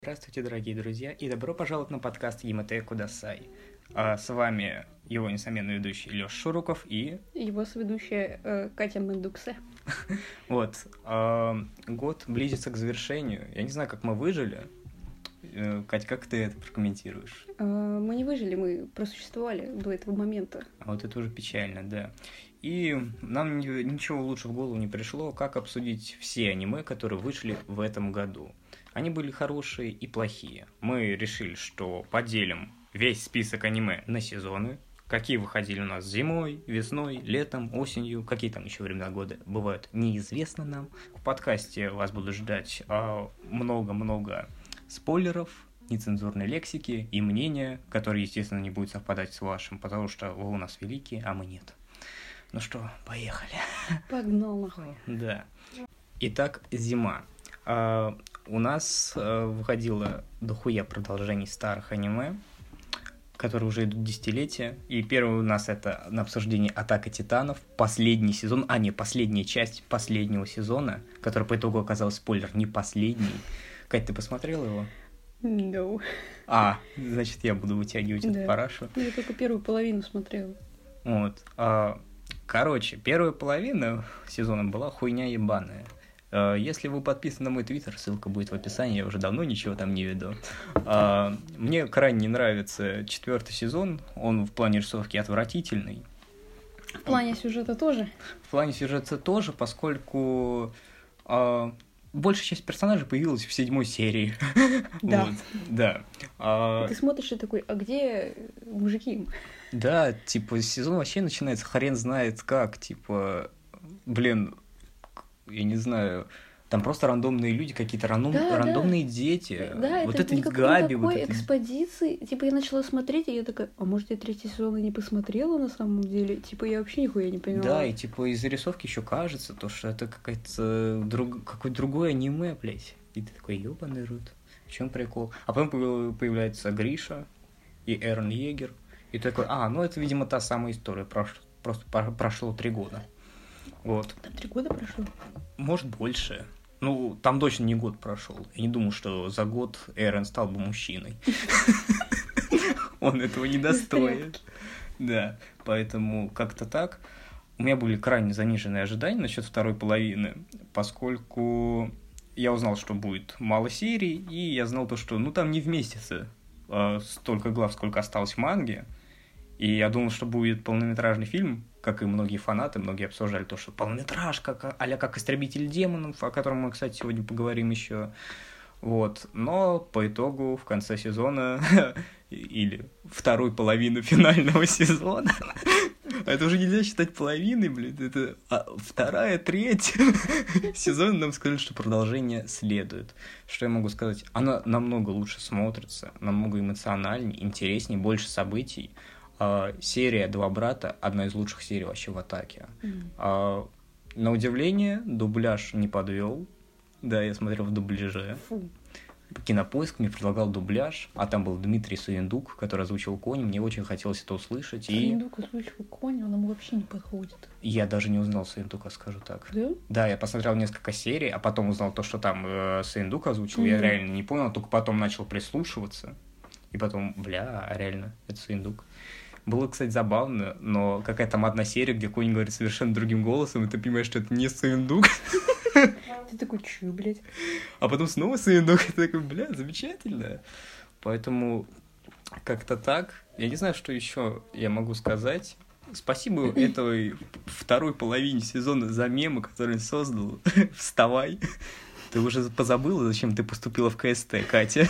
Здравствуйте, дорогие друзья, и добро пожаловать на подкаст Ямате Кудасай. С вами его несомненный ведущий Лёша Шуруков и... Его соведущая Катя Мендуксе. Вот, год близится к завершению. Я не знаю, как мы выжили. Катя, как ты это прокомментируешь? Мы не выжили, мы просуществовали до этого момента. А вот это уже печально, да. И нам ничего лучше в голову не пришло, как обсудить все аниме, которые вышли в этом году. Они были хорошие и плохие. Мы решили, что поделим весь список аниме на сезоны. Какие выходили у нас зимой, весной, летом, осенью, какие там еще времена года бывают, неизвестно нам. В подкасте вас буду ждать много-много спойлеров, нецензурной лексики и мнения, которые, естественно, не будут совпадать с вашим, потому что вы у нас великие, а мы нет. Ну что, поехали. Погнал нахуй. Да. Итак, зима. У нас выходило дохуя продолжений старых аниме, которые уже идут десятилетия. И первый у нас это на обсуждении «Атака титанов», последний сезон, последняя часть последнего сезона, который по итогу оказался, спойлер, не последний. Кать, ты посмотрела его? No. Значит, я буду вытягивать эту парашу. Я только первую половину смотрела. Вот. Короче, первая половина сезона была хуйня ебаная. Если вы подписаны на мой твиттер, ссылка будет в описании, я уже давно ничего там не веду. Мне крайне не нравится 4-й сезон, он в плане рисовки отвратительный. В плане сюжета тоже? В плане сюжета тоже, поскольку большая часть персонажей появилась в 7-й серии. Да. Вот, да. Ты смотришь и такой, а где мужики? Да, типа, сезон вообще начинается хрен знает как, типа, я не знаю, там просто рандомные люди, какие-то рандомные дети. Да, вот это Габи, вот это экспозиции. Типа, я начала смотреть, и я такая, а может, я 3-й сезон и не посмотрела на самом деле? Типа, я вообще нихуя не поняла. Да, и типа из зарисовки еще кажется, что это какое-то другое аниме, блядь. И ты такой, ёбаный рот, в чем прикол? А потом появляется Гриша и Эрен Йегер. И ты такой, это, видимо, та самая история, просто прошло 3 года. Вот. Там 3 года прошло? Может, больше. Ну, там точно не год прошел. Я не думаю, что за год Эрен стал бы мужчиной. Он этого не достоин. Да, поэтому как-то так. У меня были крайне заниженные ожидания насчет второй половины, поскольку я узнал, что будет мало серий, и я знал то, что там не вместится столько глав, сколько осталось в манге. И я думал, что будет полнометражный фильм, как и многие фанаты, многие обсуждали то, что полнометражка, а-ля как «Истребитель демонов», о котором мы, кстати, сегодня поговорим еще. Вот. Но по итогу в конце сезона или второй половины финального сезона, это уже нельзя считать половиной, это вторая, третья сезона нам сказали, что продолжение следует. Что я могу сказать? Она намного лучше смотрится, намного эмоциональнее, интереснее, больше событий. Серия «Два брата» — одна из лучших серий вообще в «Атаке». На удивление, дубляж не подвел. Да, я смотрел в дубляже. Кинопоиск мне предлагал дубляж, а там был Дмитрий Суендук, который озвучил Конь. Мне очень хотелось это услышать. Суендук озвучил Конь, он ему вообще не подходит. Я даже не узнал Суендука, скажу так. Да? Да, я посмотрел несколько серий, а потом узнал то, что там Суендук озвучил. Я реально не понял, только потом начал прислушиваться. И потом, реально, это Суендук. Было, кстати, забавно, но какая-то там одна серия, где Конь говорит совершенно другим голосом, и ты понимаешь, что это не Суендук. Ты такой, чё, блядь? А потом снова Суендук, и ты такой, замечательно. Поэтому как-то так. Я не знаю, что еще я могу сказать. Спасибо этой второй половине сезона за мемы, которые создал. Вставай. Ты уже позабыла, зачем ты поступила в КСТ, Катя?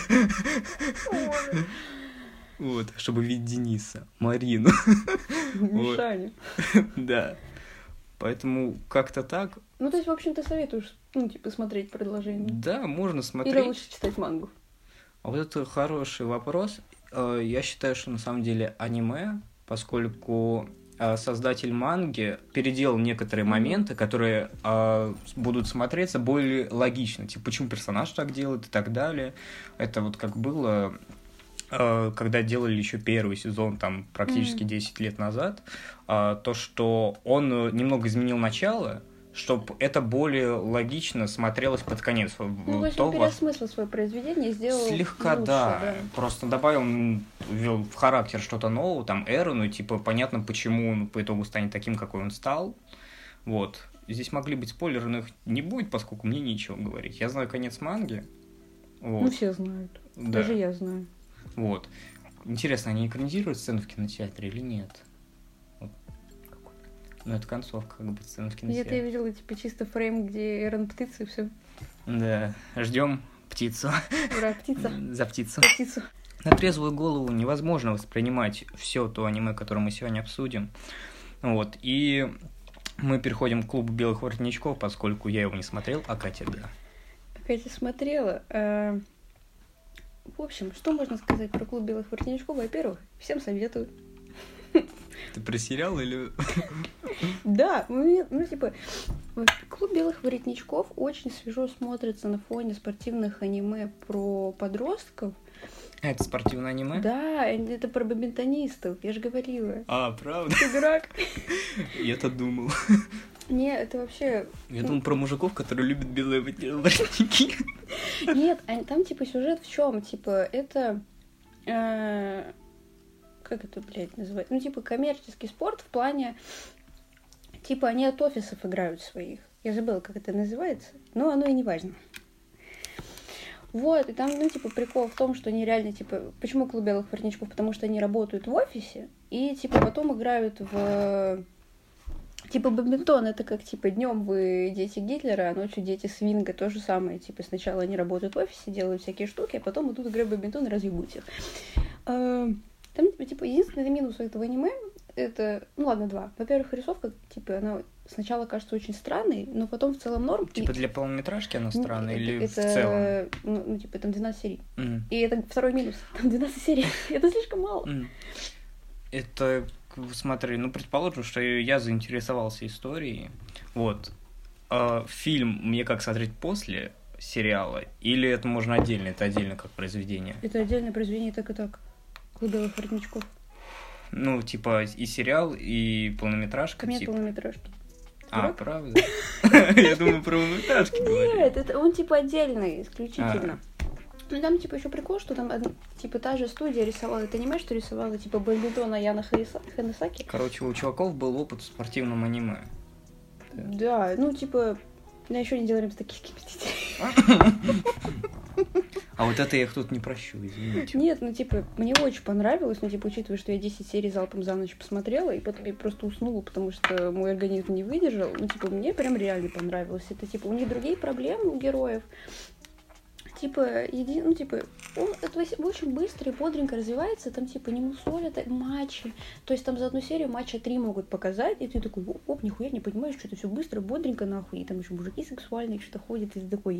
Вот, чтобы видеть Дениса, Марину. Мишаню. Да. Поэтому как-то так. То есть, в общем, ты советуешь, смотреть продолжение? Да, можно смотреть. Или лучше читать мангу? А вот это хороший вопрос. Я считаю, что на самом деле аниме, поскольку создатель манги переделал некоторые моменты, которые будут смотреться более логично. Типа, почему персонаж так делает и так далее. Это вот как было, когда делали еще первый сезон, там, практически 10 лет назад, то, что он немного изменил начало, чтобы это более логично смотрелось под конец. Ну, то есть он переосмыслил свое произведение и сделал слегка, лучше, да. Просто добавил, ввел в характер что-то нового, там, Эру, ну, типа, понятно, почему он по итогу станет таким, какой он стал. Вот. Здесь могли быть спойлеры, но их не будет, поскольку мне нечего говорить. Я знаю конец манги. Вот. Ну, все знают. Да. Даже я знаю. Вот. Интересно, они экранизируют сцену в кинотеатре или нет? Ну, это концовка, как бы, сцены в кинотеатре. Я видела, типа, чисто фрейм, где Эрон птица, и все. Да, ждем птицу. Ура, птица. За птицу. За птицу. На трезвую голову невозможно воспринимать все то аниме, которое мы сегодня обсудим. Вот, и мы переходим к клубу белых воротничков, поскольку я его не смотрел, а Катя, да. Катя смотрела. В общем, что можно сказать про клуб белых воротничков? Во-первых, всем советую. Ты про сериал или... Да, типа, клуб белых воротничков очень свежо смотрится на фоне спортивных аниме про подростков. Это спортивное аниме? Да, это про бадминтонистов, я же говорила. А, правда? Ты дурак? Я-то думал. Не, это вообще... Я думал про мужиков, которые любят белые воротники. Нет, там, типа, сюжет в чем? Типа, это... Как это, блядь, называть? Ну, типа, коммерческий спорт в плане... Типа, они от офисов играют своих. Я забыла, как это называется, но оно и не важно. Вот, и там, ну, типа, прикол в том, что они реально, типа... Почему клуб белых воротничков? Потому что они работают в офисе, и, типа, потом играют в... Типа, бадминтон, это как, типа, днем вы дети Гитлера, а ночью дети Свинга. То же самое, типа, сначала они работают в офисе, делают всякие штуки, а потом идут играть в бадминтон и разъебут их. Там, типа, единственный минус у этого аниме, это, ну ладно, два. Во-первых, рисовка, типа, она сначала кажется очень странной, но потом в целом норм. Типа для полнометражки она странная или в целом? Ну, типа, там 12 серий. И это второй минус. Там 12 серий. Это слишком мало. Это, смотри, ну, предположим, что я заинтересовался историей. Вот. Фильм мне как смотреть после сериала? Или это можно отдельно? Это отдельно как произведение? Это отдельное произведение, так и так. Клуб белых воротничков. Ну, типа, и сериал, и полнометражка. Нет, полнометражки. А, правда? Я думаю, про полнометражки говорю. Нет, это он, типа, отдельный, исключительно. Ну, там, типа, еще прикол, что там, типа, та же студия рисовала это аниме, что рисовала, типа, бадминтон Аяна Ханасаки. Короче, у чуваков был опыт в спортивном аниме. Да, ну, типа, я еще не делали таких мстителей. А вот это я их тут не прощу, извините. Нет, ну, типа, мне очень понравилось, ну, типа, учитывая, что я 10 серий залпом за ночь посмотрела, и потом я просто уснула, потому что мой организм не выдержал. Ну, типа, мне прям реально понравилось. Это, типа, у них другие проблемы у героев. Типа, ну, типа, он очень быстро и бодренько развивается, там, типа, не мусолят матчи, то есть там за одну серию матча 3 могут показать, и ты такой, оп, нихуя не понимаешь, что это все быстро, бодренько, нахуй, и там еще мужики сексуальные что-то ходят, и ты такой,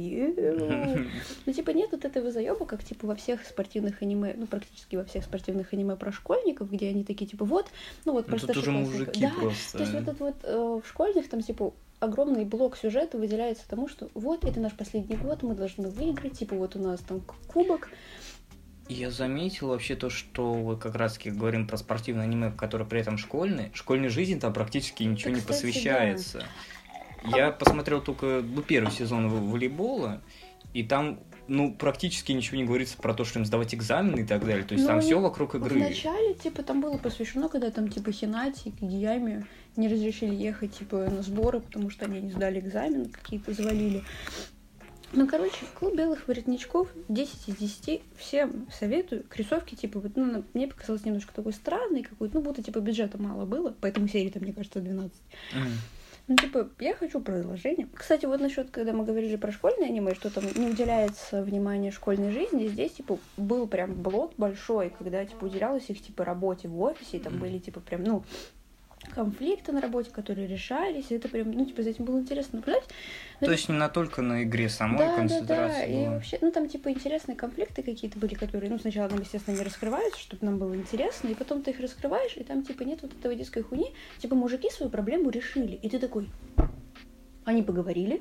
ну, типа, нет вот этого заеба, как, типа, во всех спортивных аниме, ну, практически во всех спортивных аниме про школьников, где они такие, типа, вот, ну, вот, просто... Тут уже мужики просто. То есть вот это вот в школьных, там, типа, огромный блок сюжета выделяется тому, что вот, это наш последний год, мы должны выиграть, типа, вот у нас там кубок. Я заметил вообще то, что вот как раз-таки говорим про спортивное аниме, которое при этом школьное. Школьной жизни там практически ничего не посвящается. Да. Я посмотрел только первый сезон волейбола, и там, ну, практически ничего не говорится про то, что им сдавать экзамены и так далее. То есть там все вокруг игры. Вначале, типа, там было посвящено, когда там, типа, Хинати и Кагияме не разрешили ехать, типа, на сборы, потому что они не сдали экзамен, какие-то завалили. Ну, короче, клуб белых воротничков 10 из 10. Всем советую. К рисовке, типа, вот, ну, мне показалось немножко такой странный какой-то, ну, будто, типа, бюджета мало было, поэтому серии там, мне кажется, 12. Ну, типа, я хочу продолжение. Кстати, вот насчет, когда мы говорили про школьное аниме, что там не уделяется внимание школьной жизни, здесь, типа, был прям блок большой, когда, типа, уделялось их, типа, работе в офисе, и там были, типа, прям, ну, конфликты на работе, которые решались, и это прям, ну, типа, за этим было интересно наблюдать. Но то есть не только на игре самой концентрация. Да, и вообще, ну, там, типа, интересные конфликты какие-то были, которые, ну, сначала нам, естественно, не раскрываются, чтобы нам было интересно, и потом ты их раскрываешь, и там, типа, нет вот этого детской хуйни, типа, мужики свою проблему решили, и ты такой, они поговорили,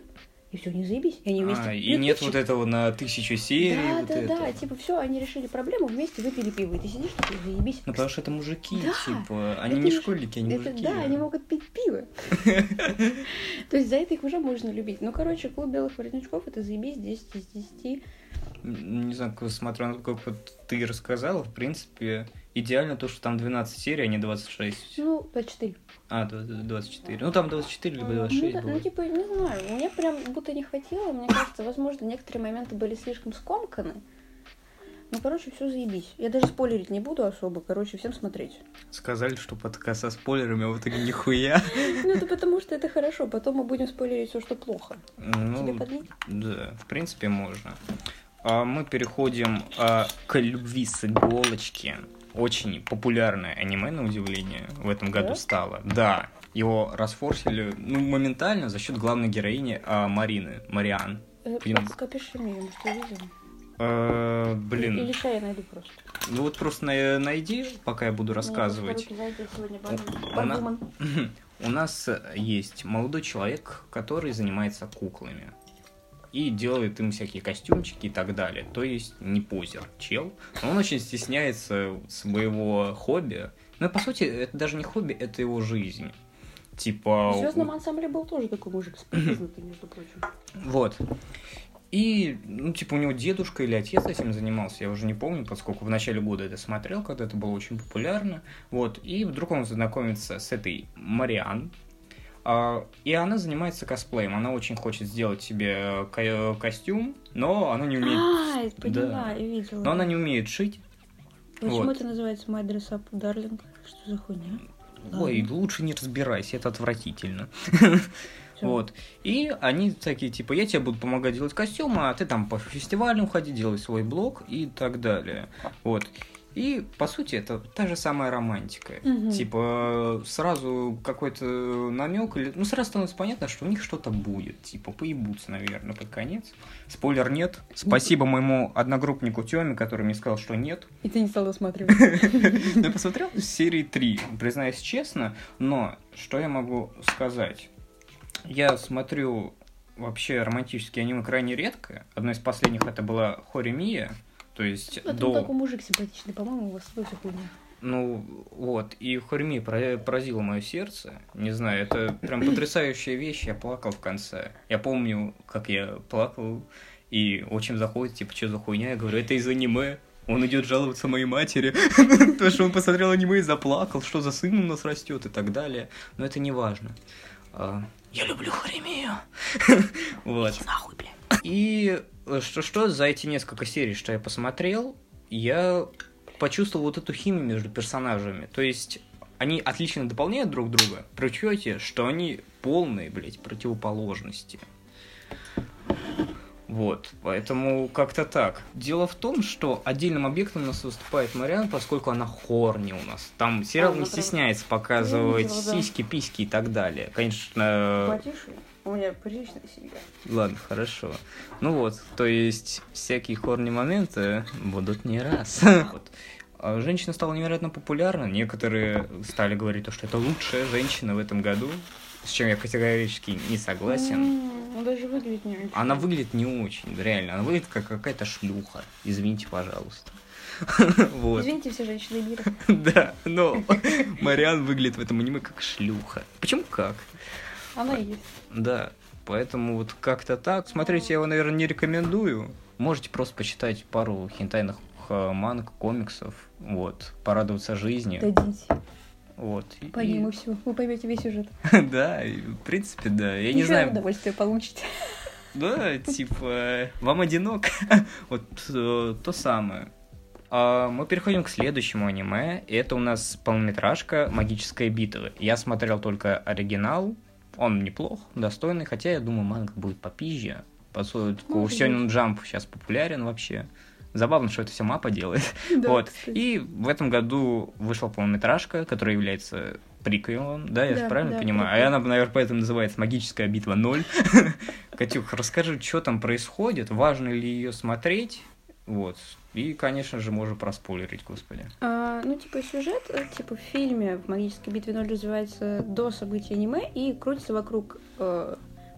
И все, не заебись. И они вместе и нет вот этого на 1000 серий. Да, типа, все, они решили проблему, вместе выпили пиво. И ты сидишь такой, заебись. Ну, потому что это мужики, Да, типа, они не школьники, они мужики. Да, они могут пить пиво. То есть за это их уже можно любить. Ну, короче, «Клуб белых воротничков» — это заебись 10 из 10. Не знаю, смотря на то, как вот ты рассказала, в принципе, идеально то, что там 12 серий, а не 26. Ну, 24. 24. Ну, там 24 либо 26 было. Ну, типа, не знаю, мне прям будто не хватило. Мне кажется, возможно, некоторые моменты были слишком скомканы. Ну, короче, все заебись. Я даже спойлерить не буду особо. Короче, всем смотреть. Сказали, что подкаст со спойлерами, а в итоге нихуя. Ну, это потому что это хорошо. Потом мы будем спойлерить все, что плохо. Тебе подлить? Да, в принципе, можно. Мы переходим к «Любви с иголочки». Очень популярное аниме, на удивление, в этом году стало. Да, его расфорсили моментально за счет главной героини Марины, Мариан. Скопишь мне, может, я видела? Блин. Или сейчас я найду просто. Ну вот просто найди, пока я буду рассказывать. У нас есть молодой человек, который занимается куклами. И делает им всякие костюмчики и так далее. То есть не позер чел. Но он очень стесняется своего хобби. Ну, по сути, это даже не хобби, это его жизнь. Типа... В «Звездном ансамбле» был тоже такой мужик с признакой, между прочим. Вот. И, у него дедушка или отец этим занимался, я уже не помню, поскольку в начале года это смотрел, когда это было очень популярно. Вот. И вдруг он знакомится с этой Мариан. И она занимается косплеем. Она очень хочет сделать себе костюм, но она не умеет... поняла, я видела. Но она не умеет шить. Почему это называется My Dress Up Darling? Что за хуйня? Ой, лучше не разбирайся, это отвратительно. Вот. И они такие, типа, я тебе буду помогать делать костюмы, а ты там по фестивалям ходи, делай свой блог и так далее. Вот. И, по сути, это та же самая романтика. Типа, сразу какой-то намек, или... сразу становится понятно, что у них что-то будет. Типа, поебутся, наверное, под конец. Спойлер нет. Спасибо моему одногруппнику Тёме, который мне сказал, что нет. И ты не стал досматривать. Я посмотрел серии 3, признаюсь честно, но что я могу сказать? Я смотрю вообще романтические аниме крайне редко. Одно из последних это была Хоримия. То есть это такой мужик симпатичный, по-моему, у вас все хуйня. Вот, и Хоримия поразила мое сердце. Не знаю, это прям потрясающая вещь, я плакал в конце. Я помню, как я плакал, и очень заходит, типа, что за хуйня? Я говорю, это из аниме. Он идет жаловаться моей матери, то, что он посмотрел аниме и заплакал, что за сын у нас растет и так далее. Но это не важно. Я люблю Хоримию. Вот. Иди нахуй, блядь. И что за эти несколько серий, что я посмотрел, я почувствовал вот эту химию между персонажами. То есть они отлично дополняют друг друга, при учете, что они полные, блядь, противоположности. Вот, поэтому как-то так. Дело в том, что отдельным объектом у нас выступает Мариан, поскольку она хорни у нас. Там сериал не стесняется показывать сиськи, письки и так далее. Конечно... У меня приличная семья. Ладно, хорошо. То есть всякие хорни моменты будут не раз. Вот. Женщина стала невероятно популярна. Некоторые стали говорить, что это лучшая женщина в этом году, с чем я категорически не согласен. Даже выглядит не очень. Она выглядит не очень, реально. Она выглядит как какая-то шлюха. Извините, пожалуйста. Вот. Извините, все женщины мира. Да, но Мариан выглядит в этом аниме как шлюха. Почему как? Она и есть. Да, поэтому вот как-то так. Смотреть я его, наверное, не рекомендую. Можете просто почитать пару хентайных манг, комиксов, вот, порадоваться жизни. Дадите. Вот. По нему все. Вы поймете весь сюжет. Да, в принципе, да. Я не знаю. Удовольствие получите. Да, типа, вам одиноко. Вот то самое. Мы переходим к следующему аниме. Это у нас полнометражка «Магическая битва». Я смотрел только оригинал. Он неплох, достойный, хотя я думаю, манга будет попизже. Поскольку Сёнэн Джамп сейчас популярен вообще. Забавно, что это все Маппа делает. Да, вот. кстати. И в этом году вышла полнометражка, которая является приквелом, да, я же правильно понимаю? Приквел. А она, наверное, поэтому называется «Магическая битва 0». Катюх, расскажи, что там происходит, важно ли ее смотреть, вот. И, конечно же, можно проспойлерить, господи. Сюжет, в фильме в «Магической битве 0» развивается до событий аниме и крутится вокруг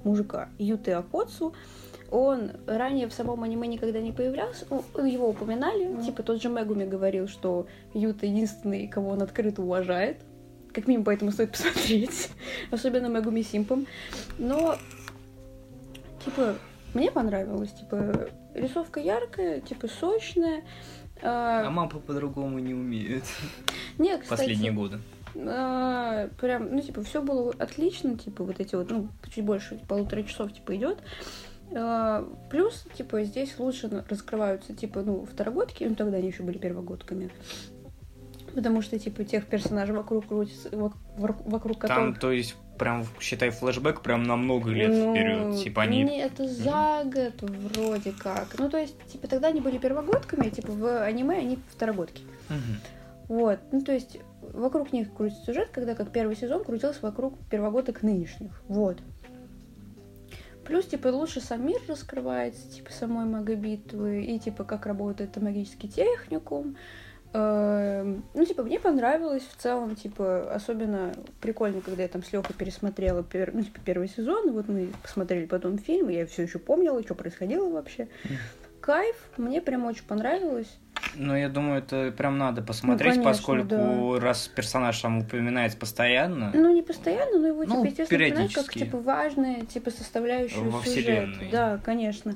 мужика Юты Акоцу. Он ранее в самом аниме никогда не появлялся, ну, его упоминали, типа тот же Мегуми говорил, что Юта единственный, кого он открыто уважает, как минимум поэтому стоит посмотреть, особенно Мегуми Симпом, но, типа, мне понравилось, типа, рисовка яркая, типа, сочная. А мапа по-другому не умеет. Нет, кстати, последние годы. Прям, ну, типа, все было отлично, типа, вот эти вот, ну, чуть больше 1,5 часов, типа, идет. Плюс, типа, здесь лучше раскрываются, типа, ну, второгодки, ну, тогда они еще были первогодками. Потому что, типа, тех персонажей вокруг крутится, вокруг которых... Там, то есть, прям, считай, флешбэк прям на много лет вперед. Типа, они... Нет, это за год вроде как. Ну, то есть, типа, тогда они были первогодками, типа, в аниме они второгодки. Вот, ну, то есть, вокруг них крутится сюжет, когда как первый сезон крутился вокруг первогодок нынешних. Вот. Плюс, типа, лучше сам мир раскрывается, типа, самой мага-битвы, и, типа, как работает магический техникум. Ну, типа, мне понравилось в целом, типа, особенно прикольно, когда я там с Лёхой пересмотрела ну, типа, первый сезон, и вот мы посмотрели потом фильм, и я все еще помнила, что происходило вообще. Кайф, мне прям очень понравилось. Ну, я думаю, это прям надо посмотреть, ну, конечно, поскольку раз персонаж там упоминается постоянно. Ну, не постоянно, но его, типа, ну, естественно, упоминают как, типа, важная, типа, составляющая во сюжета. вселенной. Да, конечно.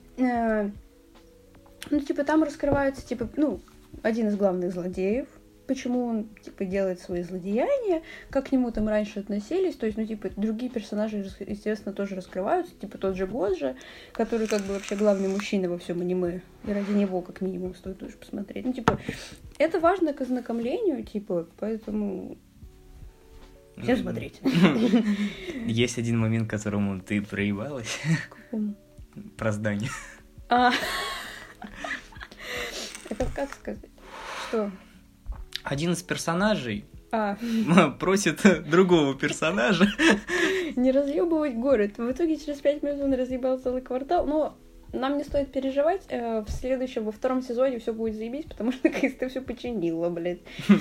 Ну, типа, там раскрывается, типа, ну, один из главных злодеев, почему он, типа, делает свои злодеяния, как к нему там раньше относились, то есть, ну, типа, другие персонажи, естественно, тоже раскрываются, типа, тот же Годжи, который, как бы, вообще главный мужчина во всем аниме, и ради него, как минимум, стоит тоже посмотреть. Ну, типа, это важно к ознакомлению, типа, поэтому... Всем смотреть. Есть один момент, к которому ты проебалась. Какому? Про здание. Это как сказать? Что? Один из персонажей просит другого персонажа не разъебывать город. В итоге через 5 минут он разъебал целый квартал. Но нам не стоит переживать. Во втором сезоне все будет заебись, потому что КСТ все починило, блядь.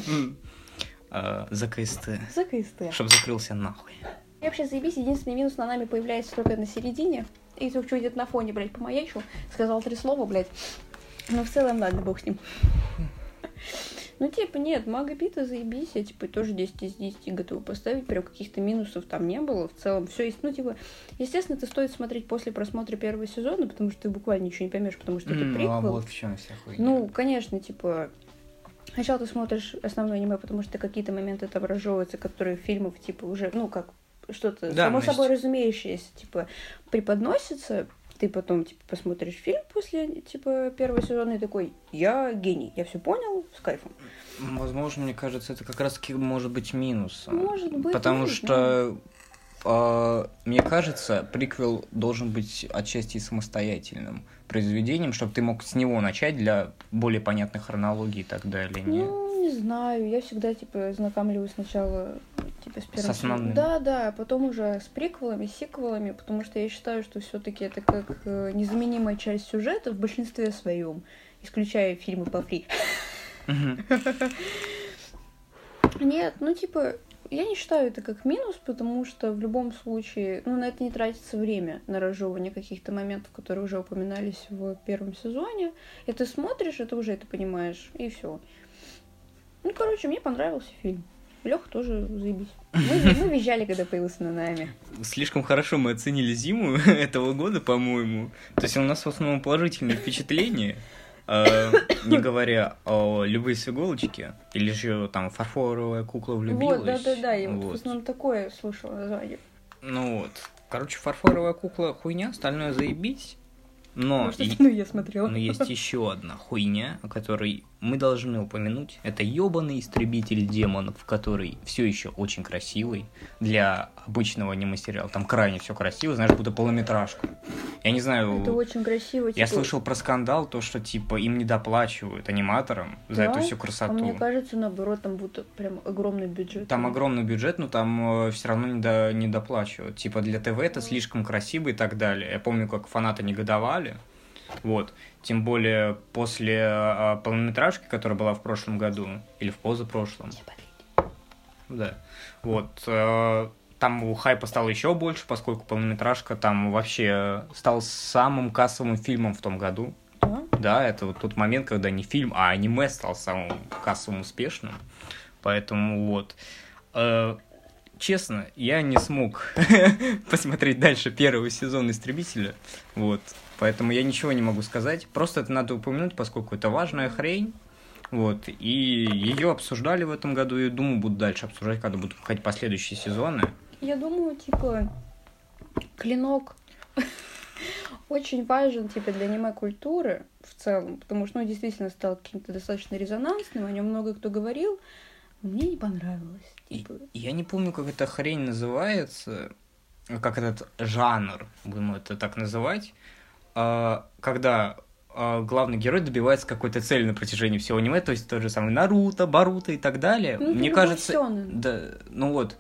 За КСТ. За КСТ. Чтоб закрылся нахуй. И вообще заебись, единственный минус на нами появляется только на середине. И только что идет на фоне, блядь, помаячил. Сказал 3 слова, блядь. Но в целом, ладно, бог с ним. Ну, типа, нет, мага-битва заебись, я, типа, тоже 10 из 10 готова поставить, прям каких-то минусов там не было, в целом все есть, ну, типа, естественно, это стоит смотреть после просмотра первого сезона, потому что ты буквально ничего не поймешь, потому что это приквел. А вот в чем вся хуйня. Ну, конечно, типа, сначала ты смотришь основное аниме, потому что какие-то моменты там разжевываются, которые в фильмах, типа, уже, ну, как что-то само собой разумеющееся, типа, преподносится. Ты потом, типа, посмотришь фильм после, типа, первого сезона и такой, я гений, я все понял, с кайфом. Возможно, мне кажется, это как раз-таки может быть минусом. Может быть. Потому что, мне кажется, приквел должен быть отчасти самостоятельным произведением, чтобы ты мог с него начать для более понятной хронологии и так далее. Ну, не знаю, я всегда, типа, знакомлюсь сначала, типа, с первым. С основным. Да, а потом уже с приквелами, сиквелами, потому что я считаю, что все-таки это как незаменимая часть сюжета в большинстве своем, исключая фильмы по фри. Нет, ну, типа, я не считаю это как минус, потому что в любом случае, ну, на это не тратится время, на разжевывание каких-то моментов, которые уже упоминались в первом сезоне. И ты смотришь, это уже это понимаешь, и все. Ну, короче, мне понравился фильм. Лёха тоже заебись. Мы визжали, когда появился на нами. Слишком хорошо мы оценили зиму этого года, по-моему. То есть у нас в основном положительные впечатления. Не говоря о «Любви с иголочки», или же там «Фарфоровая кукла влюбилась». Вот, да, я вот в основном такое слушала название. Ну вот, короче, «Фарфоровая кукла» хуйня, остальное заебись. Но я смотрела. Но есть еще одна хуйня, о которой мы должны упомянуть. Это ёбаный истребитель демонов, который все еще очень красивый для обычного аниме-сериала. Там крайне все красиво, знаешь, будто полнометражка. Я не знаю. Это очень красиво. Я слышал про скандал, то, что типа им не доплачивают аниматорам за эту всю красоту. А мне кажется, наоборот, там будто прям огромный бюджет. Там огромный бюджет, но там все равно не доплачивают. Типа для ТВ это слишком красиво и так далее. Я помню, как фанаты негодовали. Вот. Тем более после полнометражки, которая была в прошлом году, или в позапрошлом. Да. Вот. там хайпа стало еще больше, поскольку полнометражка там вообще стал самым кассовым фильмом в том году. Да? Да, это вот тот момент, когда не фильм, а аниме стал самым кассовым успешным. Поэтому вот. Честно, я не смог посмотреть дальше первый сезон «Истребителя». Вот. Поэтому я ничего не могу сказать. Просто это надо упомянуть, поскольку это важная хрень. Вот. И ее обсуждали в этом году, и думаю, будут дальше обсуждать, когда будут выходить последующие сезоны. Я думаю, типа, «Клинок» очень важен, типа, для аниме-культуры в целом, потому что, ну, действительно стал каким-то достаточно резонансным, о нем много кто говорил, но мне не понравилось. Типа. Я не помню, как эта хрень называется, как этот жанр, будем это так называть, когда главный герой добивается какой-то цели на протяжении всего аниме, то есть тот же самый Наруто, Боруто и так далее. Ну, мне кажется, сёнэн. да, ну вот,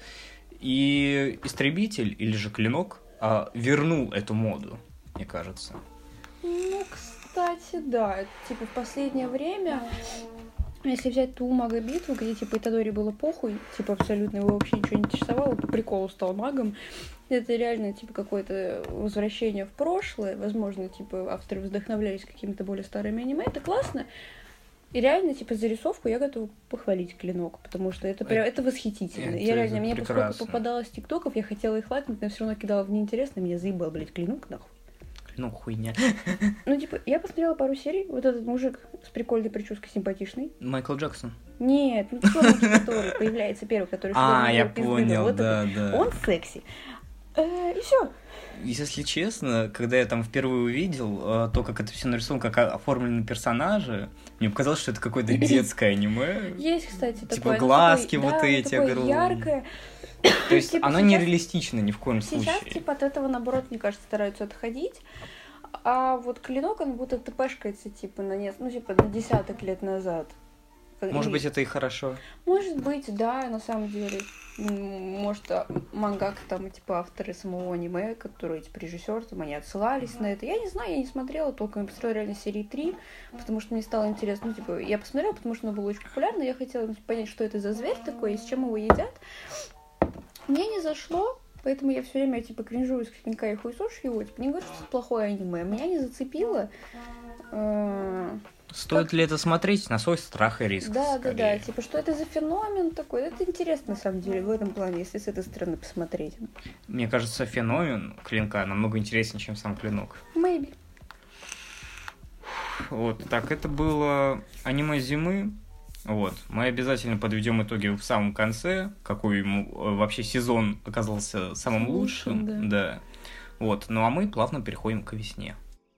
и «Истребитель» или же «Клинок» вернул эту моду, мне кажется. Ну, кстати, да, это, типа, в последнее время, если взять ту мага-битву, где, типа, Итадори было похуй, типа, абсолютно его вообще ничего не интересовало, по приколу стал магом, это реально, типа, какое-то возвращение в прошлое, возможно, типа, авторы вдохновлялись какими-то более старыми аниме, это классно, и реально, типа, за рисовку я готова похвалить «Клинок», потому что это прям, это восхитительно. Я реально, мне поскольку попадалось тиктоков, я хотела их лайкнуть, но все равно кидала в неинтересно, меня заебал, блядь, «Клинок», нахуй. Ну, хуйня. Ну, типа, я посмотрела пару серий. Вот этот мужик с прикольной прической, симпатичный. Майкл Джексон. Нет, ну черный, который появляется первый, который... Я понял, вот да. Он секси. И все. Если честно, когда я там впервые увидел то, как это все нарисовано, как оформлены персонажи, мне показалось, что это какое-то детское аниме. Есть, кстати, такое. Типа глазки вот эти огромные. Яркое. То есть оно не реалистично ни в коем случае. Сейчас, типа, от этого, наоборот, мне кажется, стараются отходить. А вот «Клинок», он будто тпшкается, типа, на десяток лет назад. Может быть, это и хорошо. Может быть, да, на самом деле. Может, мангак там, типа, авторы самого аниме, которые, типа, режиссер, там, они отсылались на это. Я не знаю, я не смотрела, только я посмотрела реально серии 3, потому что мне стало интересно. Ну, типа, я посмотрела, потому что оно было очень популярно, я хотела понять, что это за зверь такой и с чем его едят. Мне не зашло, поэтому я все время, типа, кринжую с Клинка и хуесошу его. Типа, не говорю, что это плохое аниме. Меня не зацепило. Стоит ли это смотреть? На свой страх и риск. Да. Типа, что это за феномен такой? Это интересно, на самом деле, в этом плане, если с этой стороны посмотреть. Мне кажется, феномен Клинка намного интереснее, чем сам Клинок. Maybe. Вот, так, это было аниме зимы. Вот, мы обязательно подведем итоги в самом конце, какой ему вообще сезон оказался самым лучшим. Да. Вот, ну а мы плавно переходим к весне.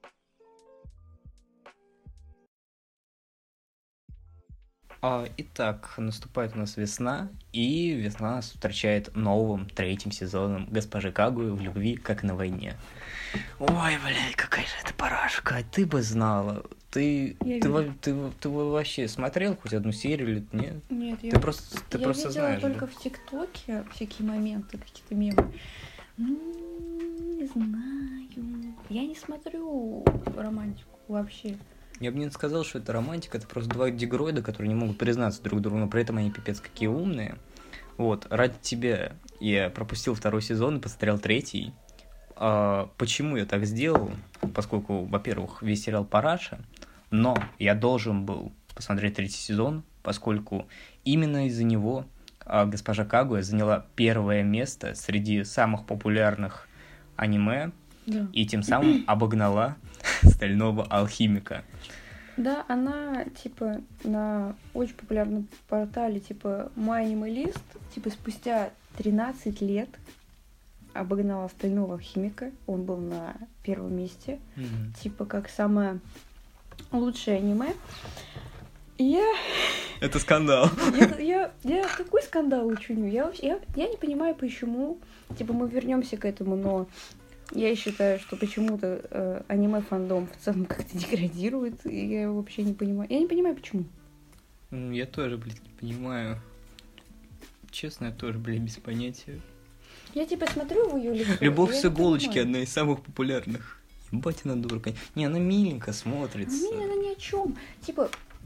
Итак, наступает у нас весна, и весна нас встречает новым третьим сезоном «Госпожи Кагуя в любви, как на войне». Ой, блядь, какая же это парашка, ты бы знала. Ты вообще смотрел хоть одну серию или нет? Нет, ты просто видела знаешь. Только в ТикТоке всякие моменты, какие-то мемы. Не знаю. Я не смотрю романтику вообще. Я бы не сказал, что это романтика, это просто два дегроида, которые не могут признаться друг другу, но при этом они пипец какие умные. Вот, ради тебя я пропустил второй сезон и посмотрел третий. Почему я так сделал? Поскольку, во-первых, весь сериал Параша, но я должен был посмотреть третий сезон, поскольку именно из-за него госпожа Кагуя заняла первое место среди самых популярных аниме, да. И тем самым обогнала Стального алхимика. Да, она, типа, на очень популярном портале, типа, MyAnimeList, типа, спустя 13 лет обогнала Стального алхимика. Он был на первом месте. Типа, как самое лучшее аниме. И это скандал. Я такой скандал учиню. Я не понимаю, почему. Типа, мы вернемся к этому, но я считаю, что почему-то аниме-фандом в целом как-то деградирует, и я вообще не понимаю. Я не понимаю, почему. Я тоже, блядь, не понимаю. Честно, я тоже, блядь, без понятия. Я, типа, смотрю в ее лицо. «Любовь с иголочки» — одна из самых популярных. Ебать, она дура. Не, она миленько смотрится. Она ни о чем. Типа,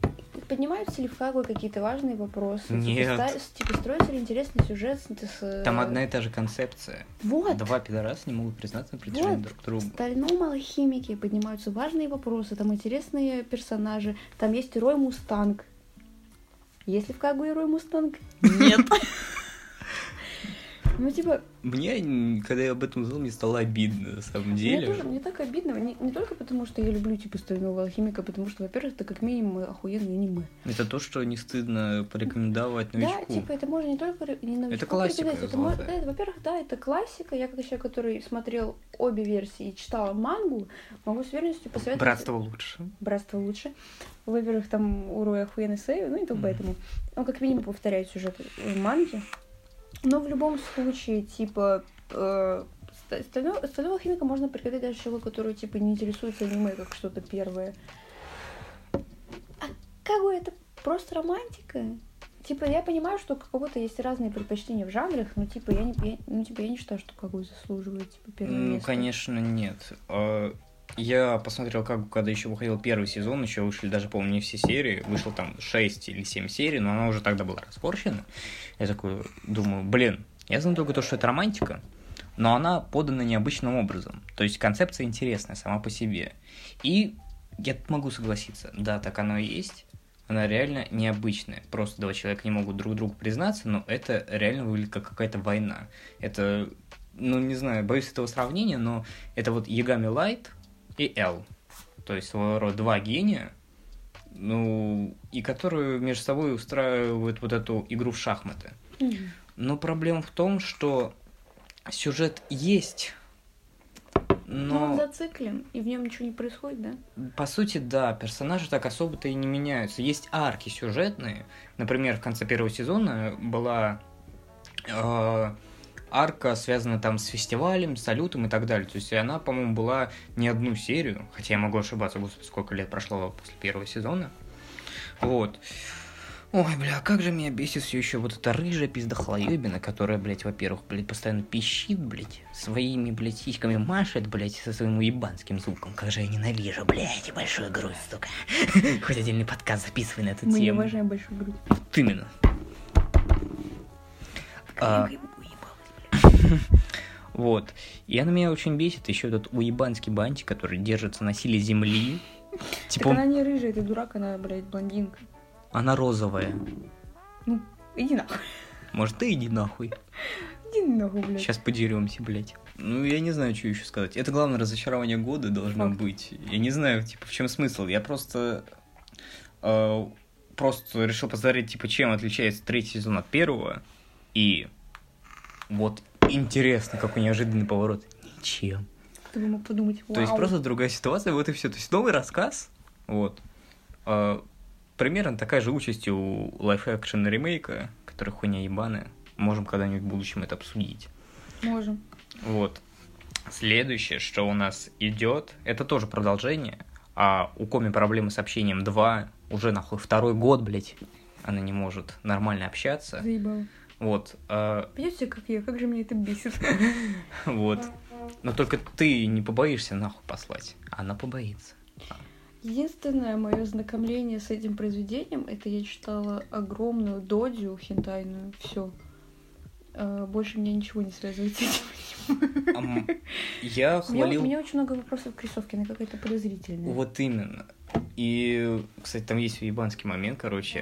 поднимаются ли в Кагуя какие-то важные вопросы? Нет. Типа строится ли интересный сюжет Там одна и та же концепция. Вот. Два пидораса не могут признаться на протяжении Вот. друг другу. В «Стальном алхимике» поднимаются важные вопросы, там интересные персонажи, там есть Рой Мустанг. Есть ли в Кагуе Рой Мустанг? Нет. Ну, типа... Мне, когда я об этом узнал, мне стало обидно, на самом деле. Мне так обидно, не только потому, что я люблю, типа, «Стального алхимика», потому что, во-первых, это как минимум охуенное аниме. Это то, что не стыдно порекомендовать новичку. Да, типа, это можно не только не новичку это классика, это, во-первых, да, это классика. Я, как человек, который смотрел обе версии и читала мангу, могу с уверенностью посоветовать... Братство лучше. Братство лучше. Во-первых, там у Роя охуенный сейв, ну и только поэтому. Он как минимум повторяет сюжет манги. Но в любом случае, типа, «Стального алхимика» можно приготовить даже человеку, который, типа, не интересуется аниме как что-то первое. А Кагуя — это просто романтика. Типа, я понимаю, что у кого-то есть разные предпочтения в жанрах, но, типа, я не считаю, что Кагуя заслуживает, типа, первое место. Ну, конечно, нет. Я посмотрел, когда еще выходил первый сезон, еще вышли даже, помню, не все серии, вышло там 6 или 7 серий, но она уже тогда была распорчена. Я такой думаю, блин, я знаю только то, что это романтика, но она подана необычным образом. То есть концепция интересная сама по себе. И я могу согласиться, да, так оно и есть. Она реально необычная. Просто два человека не могут друг другу признаться, но это реально выглядит как какая-то война. Это, ну, не знаю, боюсь этого сравнения, но это вот Ягами Лайт и Эл. То есть своего рода два гения, ну, и которые между собой устраивают вот эту игру в шахматы. Но проблема в том, что сюжет есть, но он зациклен, и в нем ничего не происходит, да? По сути, да, персонажи так особо-то и не меняются. Есть арки сюжетные. Например, в конце первого сезона была арка, связана там с фестивалем, с салютом и так далее. То есть она, по-моему, была не одну серию, хотя я могу ошибаться, господи, сколько лет прошло после первого сезона. Вот. Ой, бля, как же меня бесит все еще вот эта рыжая пиздохлоебина, которая, блядь, во-первых, блядь, постоянно пищит, блядь, своими, блядь, сиськами машет, блядь, со своим уебанским звуком. Как же я ненавижу, блядь, большую грудь, сука. Хоть отдельный подкаст записывай на эту тему. Мы не уважаем большую грудь. Вот именно. Вот. И она меня очень бесит. Еще этот уебанский бантик, который держится на силе земли. Типа она не рыжая, ты дурак, она, блядь, блондинка. Она розовая. Ну, иди нахуй. Может, ты иди нахуй. Иди нахуй, блядь. Сейчас подеремся, блядь. Ну, я не знаю, что еще сказать. Это главное разочарование года должно быть. Я не знаю, типа, в чем смысл. Я просто решил посмотреть, типа, чем отличается третий сезон от первого. И вот интересно, какой неожиданный поворот. Ничем. Кто бы мог подумать, вау. То есть просто другая ситуация, вот и все. То есть новый рассказ, вот. Примерно такая же участь у лайф-экшена ремейка, который хуйня ебаная. Можем когда-нибудь в будущем это обсудить. Можем. Вот. Следующее, что у нас идет, это тоже продолжение. А у Коми проблемы с общением 2. Уже нахуй второй год, блядь. Она не может нормально общаться. Заебала. Вот. Пойдёте, как я, как же меня это бесит. Вот. Но только ты не побоишься нахуй послать. Она побоится. Единственное мое знакомление с этим произведением, это я читала огромную додзю хентайную, все. Больше меня ничего не связывает с этим. Я хвалил... У меня очень много вопросов к рисовке, она какая-то подозрительная. Вот именно. И, кстати, там есть ебанский момент, короче.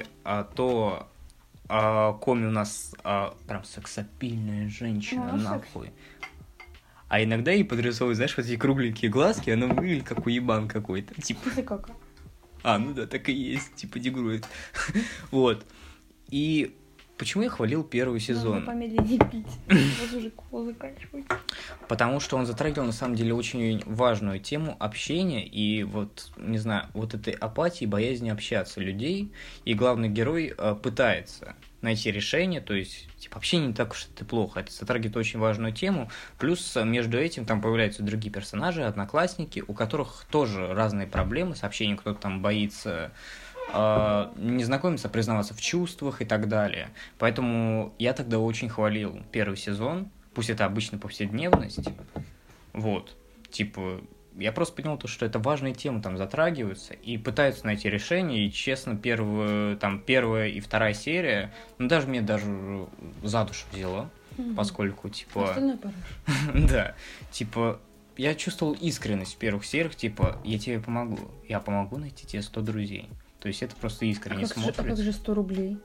Коми у нас прям сексапильная женщина, нахуй. А иногда ей подрисовывают, знаешь, вот эти кругленькие глазки, она выглядит как уебан какой-то. Типа... Ты как? Ну да, так и есть, типа дегрует. Вот. И почему я хвалил первый сезон? Надо помедленнее пить. Вот уже кола заканчивается. Потому что он затрагивал, на самом деле, очень важную тему общения и вот, не знаю, вот этой апатии, боязни общаться людей. И главный герой пытается найти решение, то есть, типа, общение не так уж это плохо. Это затрагивает очень важную тему. Плюс между этим там появляются другие персонажи, одноклассники, у которых тоже разные проблемы с общением. Кто-то там боится не знакомиться, признаваться в чувствах и так далее. Поэтому я тогда очень хвалил первый сезон. Пусть это обычно повседневность. Вот. Типа, я просто понял то, что это важные темы там затрагиваются, и пытаются найти решение, и, честно, первая и вторая серия, ну, даже мне даже за душу взяло, поскольку, типа... Остальное параш. Да, типа, я чувствовал искренность в первых сериях, типа, я тебе помогу, я помогу найти тебе 100 друзей. То есть это просто искренне смотрится. А как же 100 рублей?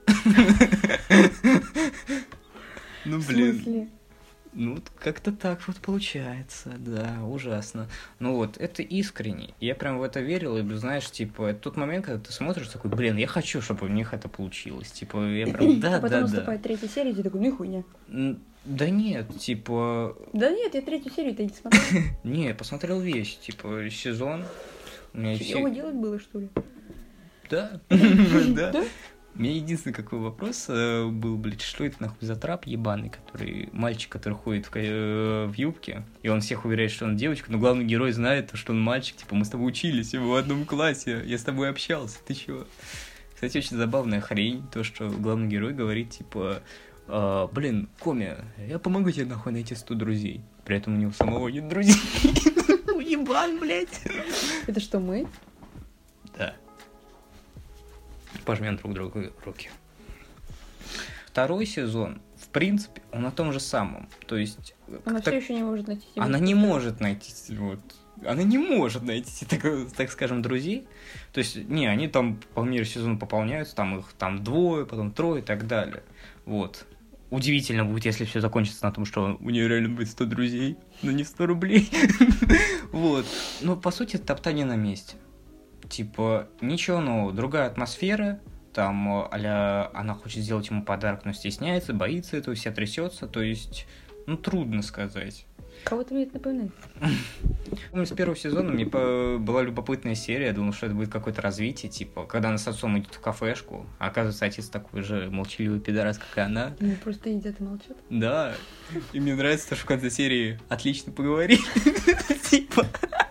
Ну, В блин. смысле? Ну, как-то так вот получается, да, ужасно. Ну вот, это искренне. Я прям в это верил, и, знаешь, типа, это тот момент, когда ты смотришь такой, блин, я хочу, чтобы у них это получилось. Типа, я прям, да. А потом наступает третья серия, и ты такой, ну и хуйня. Да нет, типа... Да нет, я третью серию-то не смотрел. Не, я посмотрел весь, типа, сезон. У меня Его делать было, что ли? Да. Да. У меня единственный какой вопрос был, блядь, что это нахуй за трап ебаный, мальчик, который ходит в юбке, и он всех уверяет, что он девочка, но главный герой знает, что он мальчик, типа, мы с тобой учились в одном классе, я с тобой общался, ты чего? Кстати, очень забавная хрень, то, что главный герой говорит, типа, блин, Коми, я помогу тебе нахуй найти 100 друзей. При этом у него самого нет друзей. Уебан, блядь. Это что, мы? Да. Пожмем друг другу руки. Второй сезон, в принципе, он о том же самом. То есть... Она все еще не может найти себя. Она не может найти, она не может найти, так скажем, друзей. То есть, не, они там по мере сезона пополняются, там их там 2, потом 3 и так далее. Вот. Удивительно будет, если все закончится на том, что у нее реально будет 100 друзей, но не 100 рублей. Вот. Но, по сути, это топтание на месте. Типа, ничего нового, другая атмосфера, там, а-ля, она хочет сделать ему подарок, но стесняется, боится этого, вся трясется, то есть, ну, трудно сказать. Кого-то мне это напоминает. Помню, с первого сезона мне была любопытная серия, я думал, что это будет какое-то развитие, типа, когда она с отцом идет в кафешку, а оказывается, отец такой же молчаливый пидорас, как и она. Они просто едят и молчат. Да, и мне нравится то, что в конце серии отлично поговорили, типа...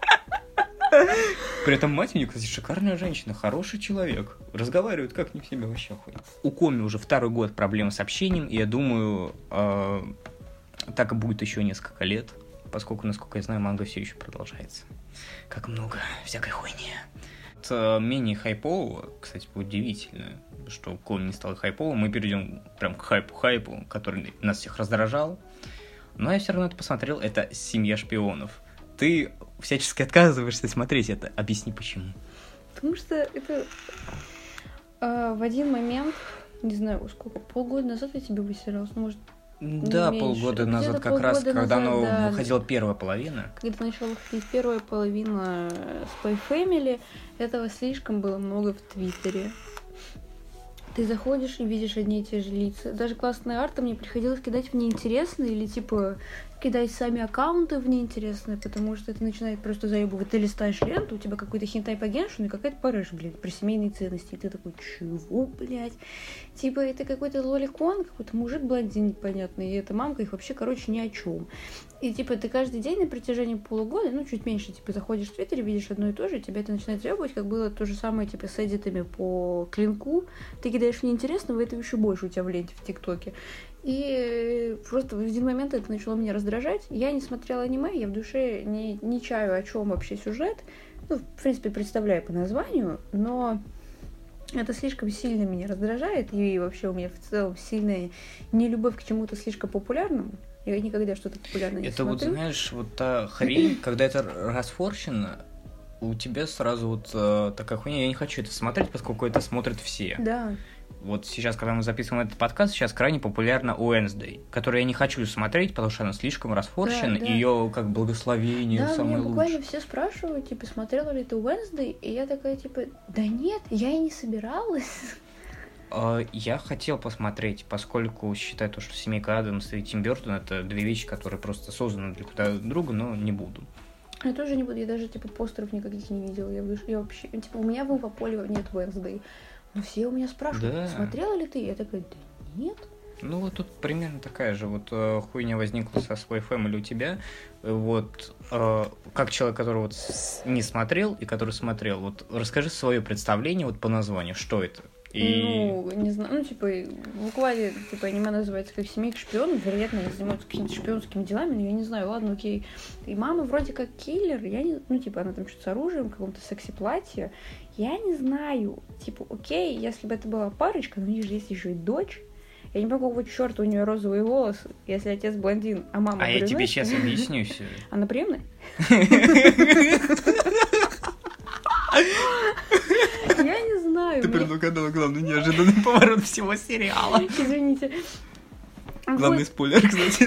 При этом мать у нее, кстати, шикарная женщина, хороший человек. Разговаривает как не в себе, вообще охуенно. У Коми уже второй год проблемы с общением, и я думаю, так и будет еще несколько лет, поскольку, насколько я знаю, манга все еще продолжается. Как много всякой хуйни. От менее хайпового, кстати, удивительно, что Коми не стал хайповым, мы перейдем прям к хайпу, который нас всех раздражал. Но я все равно это посмотрел, это «Семья шпионов». Ты всячески отказываешься смотреть это. Объясни, почему. Потому что это в один момент, не знаю, сколько, полгода назад я тебе высиралась, ну, может, да, меньше. Полгода назад, как раз, когда оно выходила первая половина. Когда начала выходить первая половина Spy Family, этого слишком было много в Твиттере. Ты заходишь и видишь одни и те же лица. Даже классные арты мне приходилось кидать в неинтересные или, типа, кидать сами аккаунты в неинтересные, потому что это начинает просто заебывать. Ты листаешь ленту, у тебя какой-то хентай по геншину и какая-то парыш, блядь, про семейные ценности. И ты такой, чего, блядь? Типа, это какой-то лоликон, какой-то мужик-блондин непонятный, и эта мамка их вообще, короче, ни о чем. И, типа, ты каждый день на протяжении полугода, ну, чуть меньше, типа, заходишь в Твиттер, видишь одно и то же, и тебя это начинает требовать, как было то же самое, типа, с эдитами по клинку. Ты кидаешь в неинтересного, это еще больше у тебя в ленте в ТикТоке. И просто в один момент это начало меня раздражать. Я не смотрела аниме, я в душе не чаю, о чем вообще сюжет. Ну, в принципе, представляю по названию, но это слишком сильно меня раздражает, и вообще у меня в целом сильная нелюбовь к чему-то слишком популярному. Я никогда что-то популярное не смотрю. Это вот, знаешь, вот та хрень, когда это расфорчено, у тебя сразу вот такая хуйня, я не хочу это смотреть, поскольку это смотрят все. Да. Вот сейчас, когда мы записываем этот подкаст, сейчас крайне популярна Уэнсдей, которую я не хочу смотреть, потому что она слишком расфорчена, да. Ее как благословение да, самое меня буквально лучшее. все спрашивают, типа, смотрела ли ты Уэнсдей, и я такая, типа, да нет, я и не собиралась. Я хотел посмотреть, поскольку считаю, что «Семейка Адамс» и «Тим Бёртон» — это две вещи, которые просто созданы друг для друга, но не буду. Я тоже не буду, я даже, типа, постеров никаких не видела, я вообще, типа, у меня в инфополе нет Уэнсдей, но все у меня спрашивают, да. Смотрела ли ты? Я такая, да нет. Ну, вот тут примерно такая же вот хуйня возникла со Spy Family у тебя. Вот как человек, который вот не смотрел и который смотрел, вот расскажи свое представление вот по названию, что это? Ну, не знаю, ну, типа, буквально, типа, аниме называется как «Семейка шпионов», вероятно, они занимаются какими-то шпионскими делами, но я не знаю, ладно, окей. И мама вроде как киллер, я не... Ну, типа, она там что-то с оружием, в каком-то секси-платье, я не знаю. Типа, окей, если бы это была парочка, но у них же есть еще и дочь. Я не могу, какого черта у нее розовые волосы, если отец блондин, а мама брюнетка. Я тебе сейчас объясню все. Она приемная? Я не знаю. Ты предугадала главный неожиданный поворот всего сериала. Извините. Главный спойлер, кстати.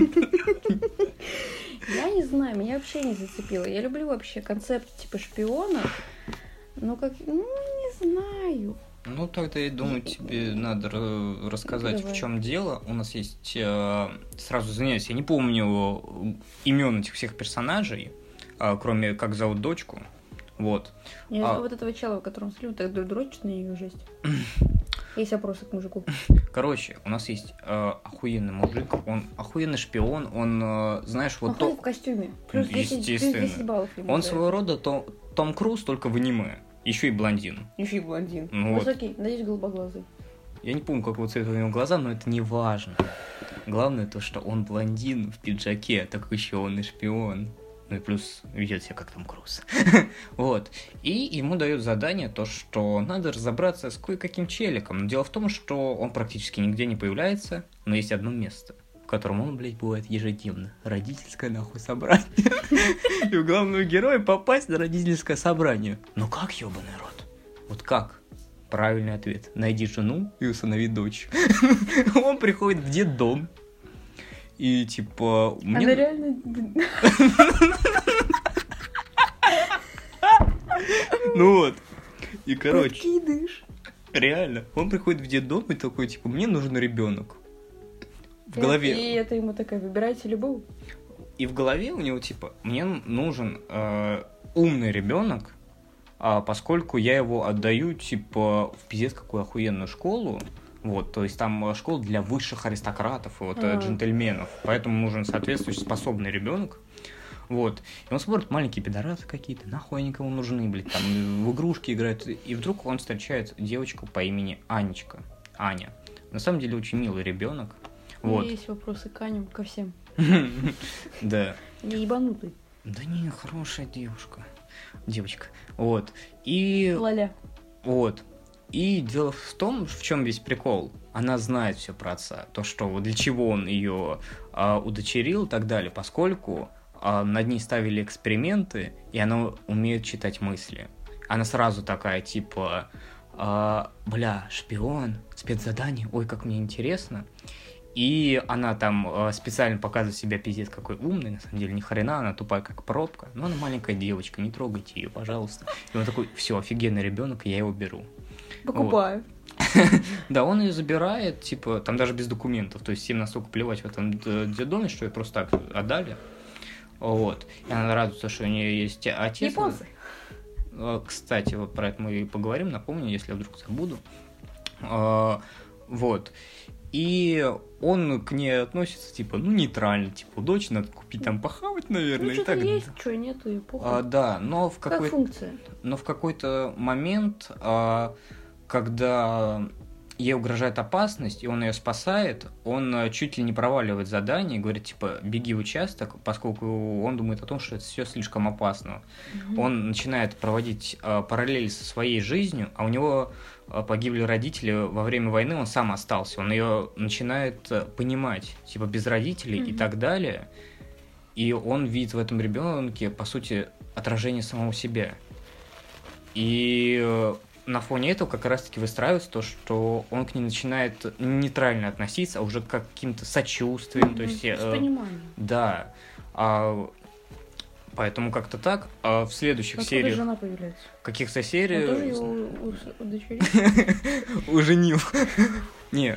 Я не знаю, меня вообще не зацепило. Я люблю вообще концепт типа шпионов, но как, ну, не знаю. Ну, тогда, я думаю, тебе надо рассказать, в чем дело. У нас есть... Сразу извиняюсь, я не помню имен этих всех персонажей, кроме как зовут дочку. Вот. Вот этого чела, в котором слил, так дрочит на нее жесть. Есть вопросы к мужику. Короче, у нас есть охуенный мужик, он охуенный шпион, он, знаешь, вот... Он ходит в костюме. Плюс 10 баллов ему Он дают. своего рода Том Круз, только в аниме. Еще и блондин. Еще и блондин. Ну, высокий, вот. Надеюсь, голубоглазый. Я не помню, какого цвета у него глаза, но это не важно. Главное то, что он блондин в пиджаке, так еще он и шпион. Ну и плюс ведет себя как Том Круз. Вот. И ему дают задание то, что надо разобраться с кое-каким челиком. Но дело в том, что он практически нигде не появляется, но есть одно место, в котором он, блядь, бывает ежедневно. Родительское, нахуй, собрание. И у главного героя попасть на родительское собрание. Ну как, ёбаный рот? Вот как? Правильный ответ. Найди жену и усынови дочь. Он приходит в детдом. И типа... Она реально... Ну вот. И короче... Подкидыш. Реально. Он приходит в детдом и такой, типа, мне нужен ребенок. В голове... И это ему такая, выбирайте любого. И в голове у него, типа, мне нужен умный ребенок, поскольку я его отдаю, типа, в пиздец какую охуенную школу. Вот, то есть там школа для высших аристократов и вот джентльменов. Поэтому нужен соответствующий способный ребенок. Вот. И он смотрит, маленькие пидорасы какие-то, нахуй они кому нужны, блядь, там в игрушки играют. И вдруг он встречает девочку по имени Анечка. Аня. На самом деле очень милый ребенок. У меня Вот. есть вопросы к Аню, ко всем. Да. Не ебанутый. Да не, хорошая девочка. Вот. И... Лаля. Вот. И дело в том, в чем весь прикол. Она знает все про отца. То, что вот для чего он ее удочерил и так далее. Поскольку над ней ставили эксперименты, и она умеет читать мысли. Она сразу такая, типа... бля, шпион, спецзадание, ой, как мне интересно. И она там специально показывает себя пиздец какой умный, на самом деле ни хрена, она тупая как пробка, но она маленькая девочка, не трогайте ее, пожалуйста. И он такой, все, офигенный ребенок, я его беру. Покупаю. Да, он ее забирает, типа, там даже без документов, то есть всем настолько плевать в этом детдоме, что ее просто так отдали. Вот. И она радуется, что у нее есть отец. Японцы. Кстати, вот про это мы и поговорим, напомню, если я вдруг забуду. Вот. И он к ней относится, типа, ну, нейтрально. Типа, дочь надо купить там похавать, наверное, Ну, и что-то так. есть, что нету, и похуй. Да, но в Как функция. Но в какой-то момент, когда ей угрожает опасность, и он ее спасает, он чуть ли не проваливает задание, говорит, типа, беги в участок, поскольку он думает о том, что это все слишком опасно. Он начинает проводить параллели со своей жизнью, а у него погибли родители во время войны, он сам остался, он ее начинает понимать, типа, без родителей и так далее, и он видит в этом ребенке, по сути, отражение самого себя. И на фоне этого как раз-таки выстраивается то, что он к ней начинает нейтрально относиться, а уже как каким-то сочувствием. То есть, с пониманием. Да. Поэтому как-то так. А в следующих сериях... жена появляется? В каких-то сериях... Он тоже его удочерил? Уженил. Не.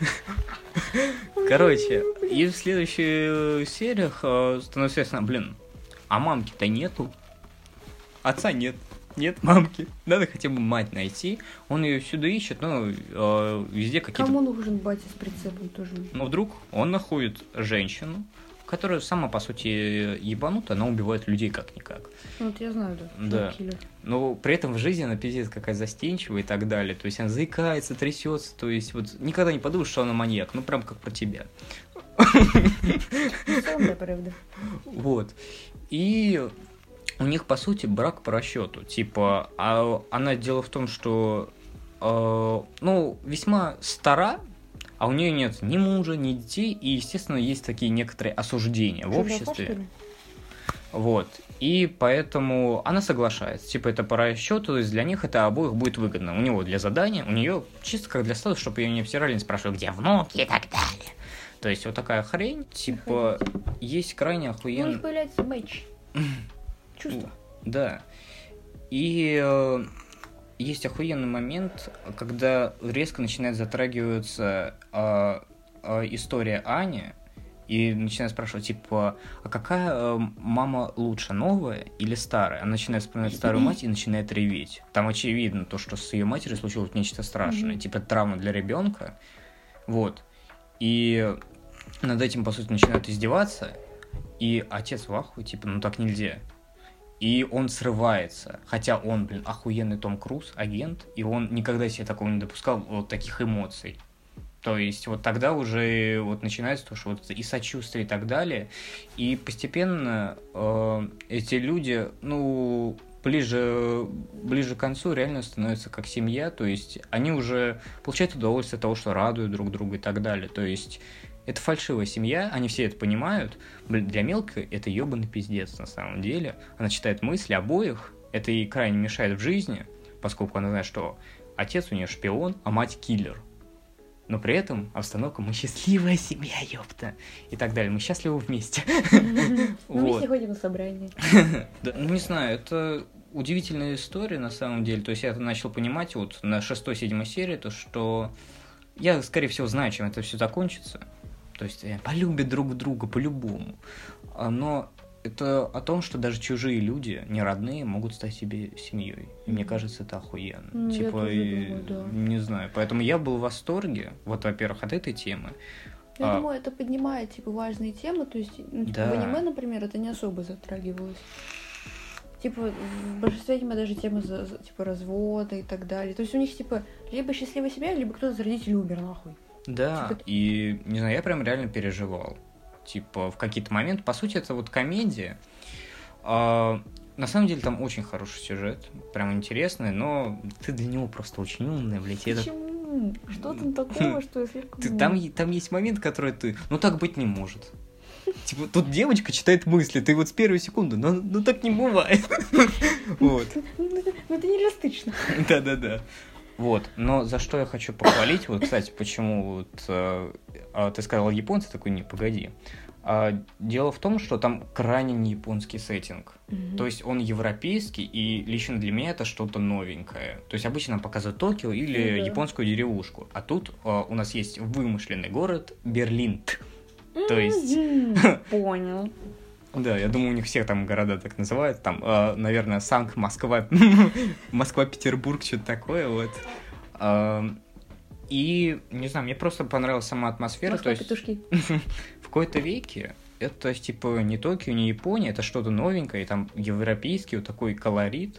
Короче, и в следующих сериях становится ясно, блин, а мамки-то нету. Отца нет. Нет мамки. Надо хотя бы мать найти. Он ее всюду ищет, но везде какие-то... Кому нужен батя с прицепом тоже? Но вдруг он находит женщину, которая сама, по сути, ебанута, она убивает людей как-никак. Вот я знаю, да. Да. Киллер. Но при этом в жизни она пиздец какая застенчивая и так далее. То есть она заикается, трясется, то есть вот никогда не подумаешь, что она маньяк. Ну, прям как про тебя. Самая правда. Вот. И у них, по сути, брак по расчету. Типа, она дело в том, что весьма стара, а у нее нет ни мужа, ни детей, и, естественно, есть такие некоторые осуждения в обществе. Вот. И поэтому она соглашается. Типа, это по расчету, то есть для них это обоих будет выгодно. У него для задания, у нее чисто как для статуса, чтобы ее не обсирали, не спрашивали, где внуки и так далее. То есть вот такая хрень. Типа, есть крайне У них охуенно... появляется матч. Чувство. Да. И есть охуенный момент, когда резко начинает затрагиваться история Ани, и начинает спрашивать, типа, а какая мама лучше, новая или старая? Она начинает вспоминать старую мать и начинает реветь. Там очевидно то, что с ее матерью случилось нечто страшное, типа травма для ребенка. Вот. И над этим, по сути, начинают издеваться, и отец в ахуе, типа, ну так нельзя. И он срывается, хотя он, охуенный Том Круз, агент, и он никогда себе такого не допускал, вот таких эмоций. То есть вот тогда уже вот начинается то, что вот и сочувствие и так далее, и постепенно эти люди, ну, ближе к концу реально становятся как семья, то есть они уже получают удовольствие от того, что радуют друг друга и так далее, то есть это фальшивая семья, они все это понимают. Для мелкой это ебаный пиздец на самом деле. Она читает мысли обоих, это ей крайне мешает в жизни, поскольку она знает, что отец у нее шпион, а мать киллер. Но при этом обстановка, мы счастливая семья, ёпта, и так далее. Мы счастливы вместе. Мы вместе ходим на собрание. Ну, не знаю, это удивительная история на самом деле. То есть я это начал понимать вот на 6-7 серии, то что я, скорее всего, знаю, чем это все закончится. То есть полюбят друг друга по-любому. Но это о том, что даже чужие люди, не родные, могут стать себе семьей. И мне кажется, это охуенно. Я Типа, тоже думаю, да. не знаю. Поэтому я был в восторге, вот, во-первых, от этой темы. Я думаю, это поднимает, типа, важные темы. То есть, ну, типа, Да. в аниме, например, это не особо затрагивалось. Типа, в большинстве аниме даже темы, типа, развода и так далее. То есть у них, типа, либо счастливая семья, либо кто-то из родителей умер, нахуй. Да, Типа... и, не знаю, я прям реально переживал. Типа, в какие-то моменты. По сути, это вот комедия. На самом деле, там очень хороший сюжет. Прям интересный, но ты для него просто очень умная, блядь. Почему? Что там такого, что я слишком... Там есть момент, который ты... Ну, так быть не может. Типа, тут девочка читает мысли, ты вот с первой секунды, ну так не бывает. Вот. Ну, это нереалистично. Да-да-да. Вот, но за что я хочу похвалить, вот, кстати, почему вот ты сказал японцы, такой, не, погоди. Дело в том, что там крайне не японский сеттинг. То есть он европейский, и лично для меня это что-то новенькое. То есть обычно нам показывают Токио или японскую деревушку, а тут у нас есть вымышленный город Берлин. То есть... Понял. Да, я думаю, у них всех там города так называют. Там, наверное, Москва, Москва-Петербург, что-то такое, вот. И, не знаю, мне просто понравилась сама атмосфера. Москва-петушки. В какой-то веке это, типа, не Токио, не Япония, это что-то новенькое, и там европейский вот такой колорит.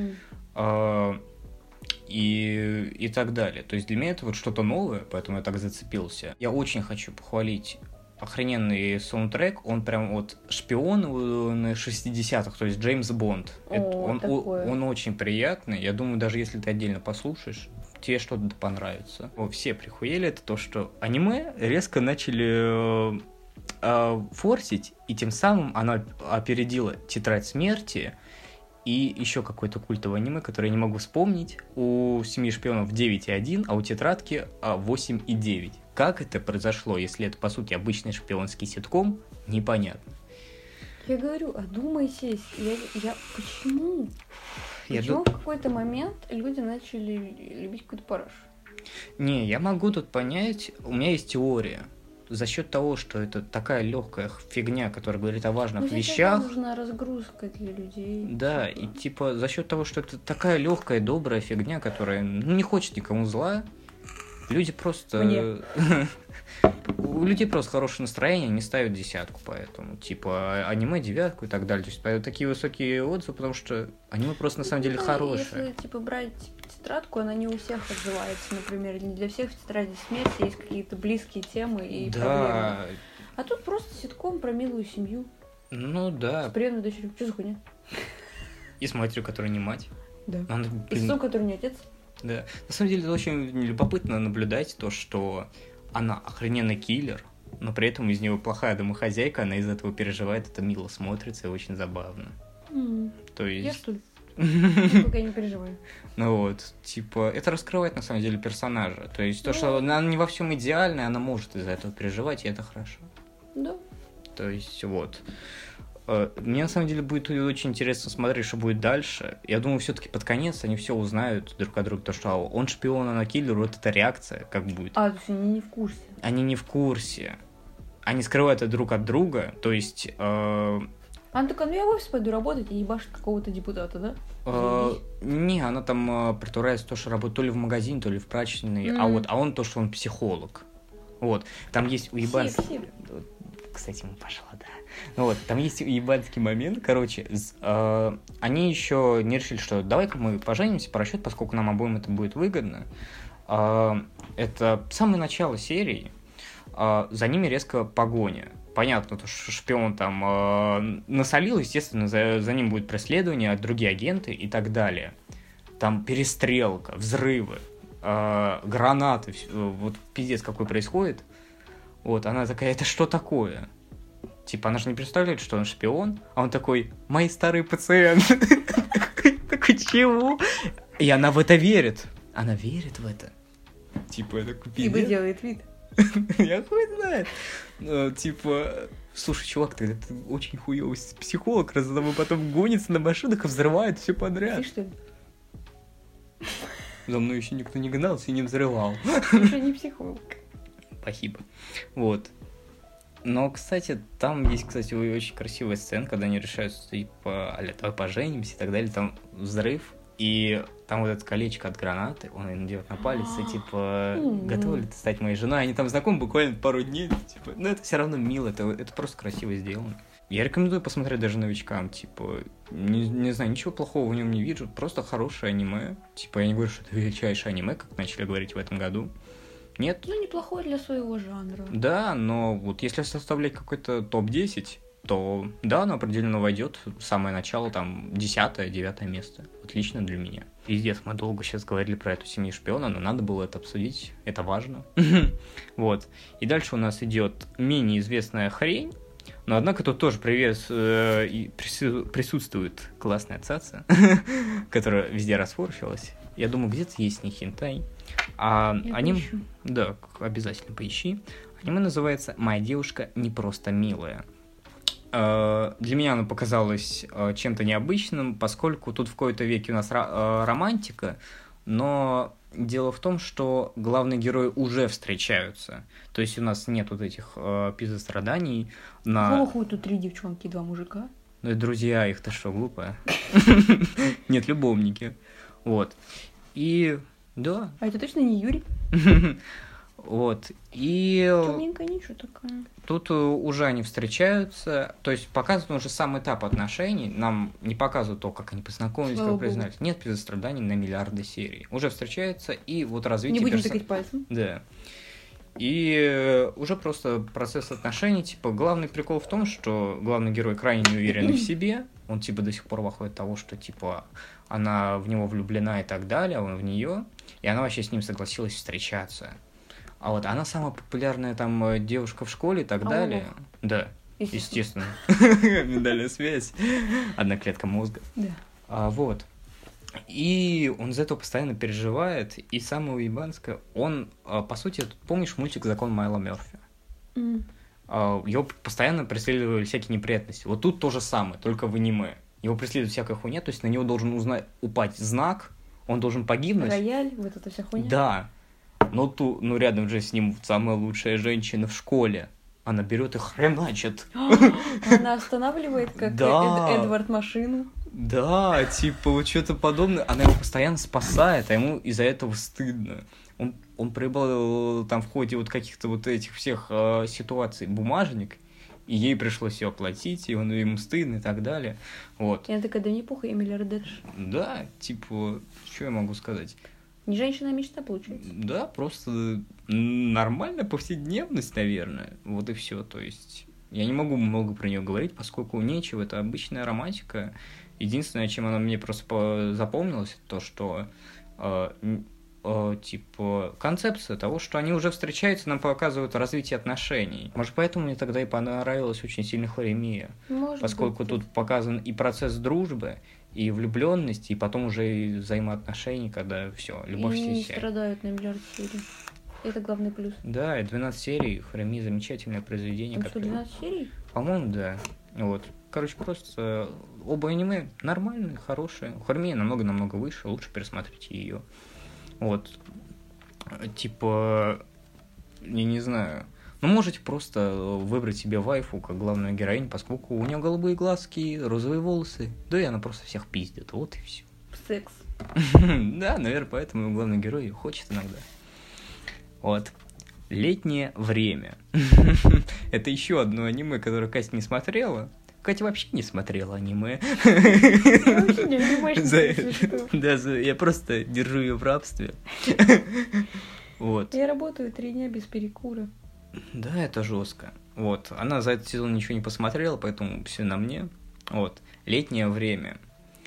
И так далее. То есть для меня это вот что-то новое, поэтому я так зацепился. Я очень хочу похвалить охрененный саундтрек, он прям вот шпион на 60-х, то есть Джеймс Бонд. Он очень приятный, я думаю, даже если ты отдельно послушаешь, тебе что-то понравится. Все прихуели, это то, что аниме резко начали форсить, и тем самым она опередила «Тетрадь смерти», и еще какое-то культовое аниме, которое я не могу вспомнить. У «Семьи шпионов» 9,1, а у «Тетрадки» 8,9. Как это произошло, если это, по сути, обычный шпионский ситком, непонятно. Я говорю, одумайтесь. Почему? Почему в какой-то момент люди начали любить какой-то параш? Не, я могу тут понять, у меня есть теория. За счет того, что это такая легкая фигня, которая говорит о важных вещах. Нужна разгрузка для людей. Да, и типа за счет того, что это такая легкая, добрая фигня, которая не хочет никому зла, Люди просто... Мне. У людей просто хорошее настроение, они ставят 10, поэтому, типа, аниме 9 и так далее. То есть, поэтому такие высокие отзывы, потому что аниме просто на самом деле хорошее. Если, типа, брать тетрадку, она не у всех отзывается, например. Не для всех в тетради смерти есть какие-то близкие темы и проблемы. А тут просто ситком про милую семью. Ну да. С приемной дочерью. Что за хуйня? И с матерью, которая не мать. Да. Она, И с отцом, который не отец. Да. На самом деле, это очень любопытно наблюдать то, что она охрененный киллер, но при этом из нее плохая домохозяйка, она из этого переживает, это мило смотрится и очень забавно. То есть... Я что ли? Я пока не переживаю. Ну вот, типа, это раскрывает на самом деле персонажа. То есть то, что она не во всем идеальная, она может из-за этого переживать, и это хорошо. Да. То есть вот. Мне на самом деле будет очень интересно смотреть, что будет дальше. Я думаю, все-таки под конец они все узнают друг от друга, то что он шпион, она киллер, вот эта реакция как будет. То есть они не в курсе. Они не в курсе. Они скрывают это друг от друга, то есть... Она такая, я в офис пойду работать и ебашит какого-то депутата, да? Не, она там притворяется то, что работает то ли в магазине, то ли в прачечной, а он то, что он психолог. Вот, там есть уебанский... Кстати, ему пошла, да. Ну вот, там есть уебанский момент, короче, они еще не решили, что давай-ка мы поженимся по расчету, поскольку нам обоим это будет выгодно. Это самое начало серии, за ними резко погоня. Понятно, что шпион там насолил, естественно, за ним будет преследование, другие агенты и так далее. Там перестрелка, взрывы, гранаты, вот пиздец какой происходит. Вот, она такая, это что такое? Типа, она же не представляет, что он шпион, а он такой, мои старые пациенты. Такой, чего? И она в это верит. Она верит в это. Типа, это пиздец. Ибо делает вид. Я хуй знает. Типа, слушай, чувак, ты очень хуёвый психолог, раз за тобой потом гонится на машинах и взрывает все подряд. Ты что ли? За мной еще никто не гнался и не взрывал. Слушай, не психолог. Спасибо. Вот. Но, кстати, там есть, кстати, очень красивая сцена, когда они решают, типа, давай поженимся и так далее, там взрыв, и там вот это колечко от гранаты, он ее надевает на палец, и, типа, готова ли ты стать моей женой? Они там знакомы буквально пару дней, типа, но это все равно мило, это просто красиво сделано. Я рекомендую посмотреть даже новичкам, типа, не знаю, ничего плохого в нем не вижу, просто хорошее аниме. Типа, я не говорю, что это величайшее аниме, как начали говорить в этом году. Нет. Ну, неплохой для своего жанра. Да, но вот если составлять какой-то топ-10, то да, оно определенно войдет. Самое начало, там, 10-9 место. Отлично для меня. Пиздец, мы долго сейчас говорили про эту семью шпиона, но надо было это обсудить. Это важно. Вот. И дальше у нас идет менее известная хрень. Но, однако, тут тоже присутствует классная цаца, которая везде расфорчилась. Я думаю, где-то есть не хентай. Аниме... Да, обязательно поищи. Аниме называется «Моя девушка не просто милая». Для меня оно показалось чем-то необычным, поскольку тут в какой-то веке у нас романтика, но дело в том, что главные герои уже встречаются. То есть у нас нет вот этих пизостраданий. Какого хуя тут 3 девчонки и 2 мужика? Ну и друзья их, ты что, глупая? Нет, любовники. Вот. И да. А это точно не Юрий? Вот. И темненькая ничего такая. тут уже они встречаются. То есть показывают уже сам этап отношений. Нам не показывают то, как они познакомились, как признались. Нет пизостраданий на миллиарды серий. Уже встречаются, и вот развитие... Не будем тыкать пальцем. Да. И уже просто процесс отношений, типа, главный прикол в том, что главный герой крайне не уверен в себе. Он, типа, до сих пор выходит от того, что, типа, она в него влюблена и так далее, а он в нее. И она вообще с ним согласилась встречаться. А вот она самая популярная там девушка в школе и так далее. Да, естественно. Миндальная связь. Одна клетка мозга. Да. Вот. И он из этого постоянно переживает. И самое уебанское, он, по сути, помнишь мультик «Закон Майла Мёрфи»? Его постоянно преследовали всякие неприятности. Вот тут то же самое, только в аниме. Его преследует всякая хуйня, то есть на него должен упасть знак, он должен погибнуть. Рояль, вот эта вся хуйня. Да. Но рядом же с ним самая лучшая женщина в школе. Она берет и хреначит. Она останавливает, как Эдвард, машину. Да, типа вот что-то подобное. Она его постоянно спасает, а ему из-за этого стыдно. Он он приобрел там в ходе вот каких-то вот этих всех ситуаций бумажник, и ей пришлось все оплатить, и он ему стыдно и так далее. Вот. И она такая, да не похуй, я миллиардерша. Да, типа, что я могу сказать? Не женщина, а мечта, получается. Да, просто нормальная повседневность, наверное. Вот и все. То есть я не могу много про нее говорить, поскольку нечего, это обычная романтика. Единственное, чем она мне просто запомнилась, то, что типа концепция того, что они уже встречаются, нам показывают развитие отношений. Может, поэтому мне тогда и понравилась очень сильно Хоремия. Поскольку быть, тут показан и процесс дружбы, и влюбленности, и потом уже и взаимоотношений, когда все, любовь и все не страдают на миллиард серий. Это главный плюс. Да, и 12 серий, Хоремия замечательное произведение. Там что, 12 серий? По-моему, да. Вот. Короче, просто оба аниме нормальные, хорошие. Хоремия намного-намного выше, лучше пересмотрите ее. Вот. Типа, я не знаю. Ну, можете просто выбрать себе вайфу как главную героиню, поскольку у нее голубые глазки, розовые волосы. Да и она просто всех пиздит. Вот и все. Секс. Да, наверное, поэтому главный герой хочет иногда. Вот. Летнее время. Это еще одно аниме, которое Катя не смотрела. Катя вообще не смотрела аниме. Я вообще не анимешница. Да, я просто держу ее в рабстве. Вот. Я работаю 3 дня без перекура. Да, это жестко. Вот. Она за этот сезон ничего не посмотрела, поэтому все на мне. Вот. Летнее время.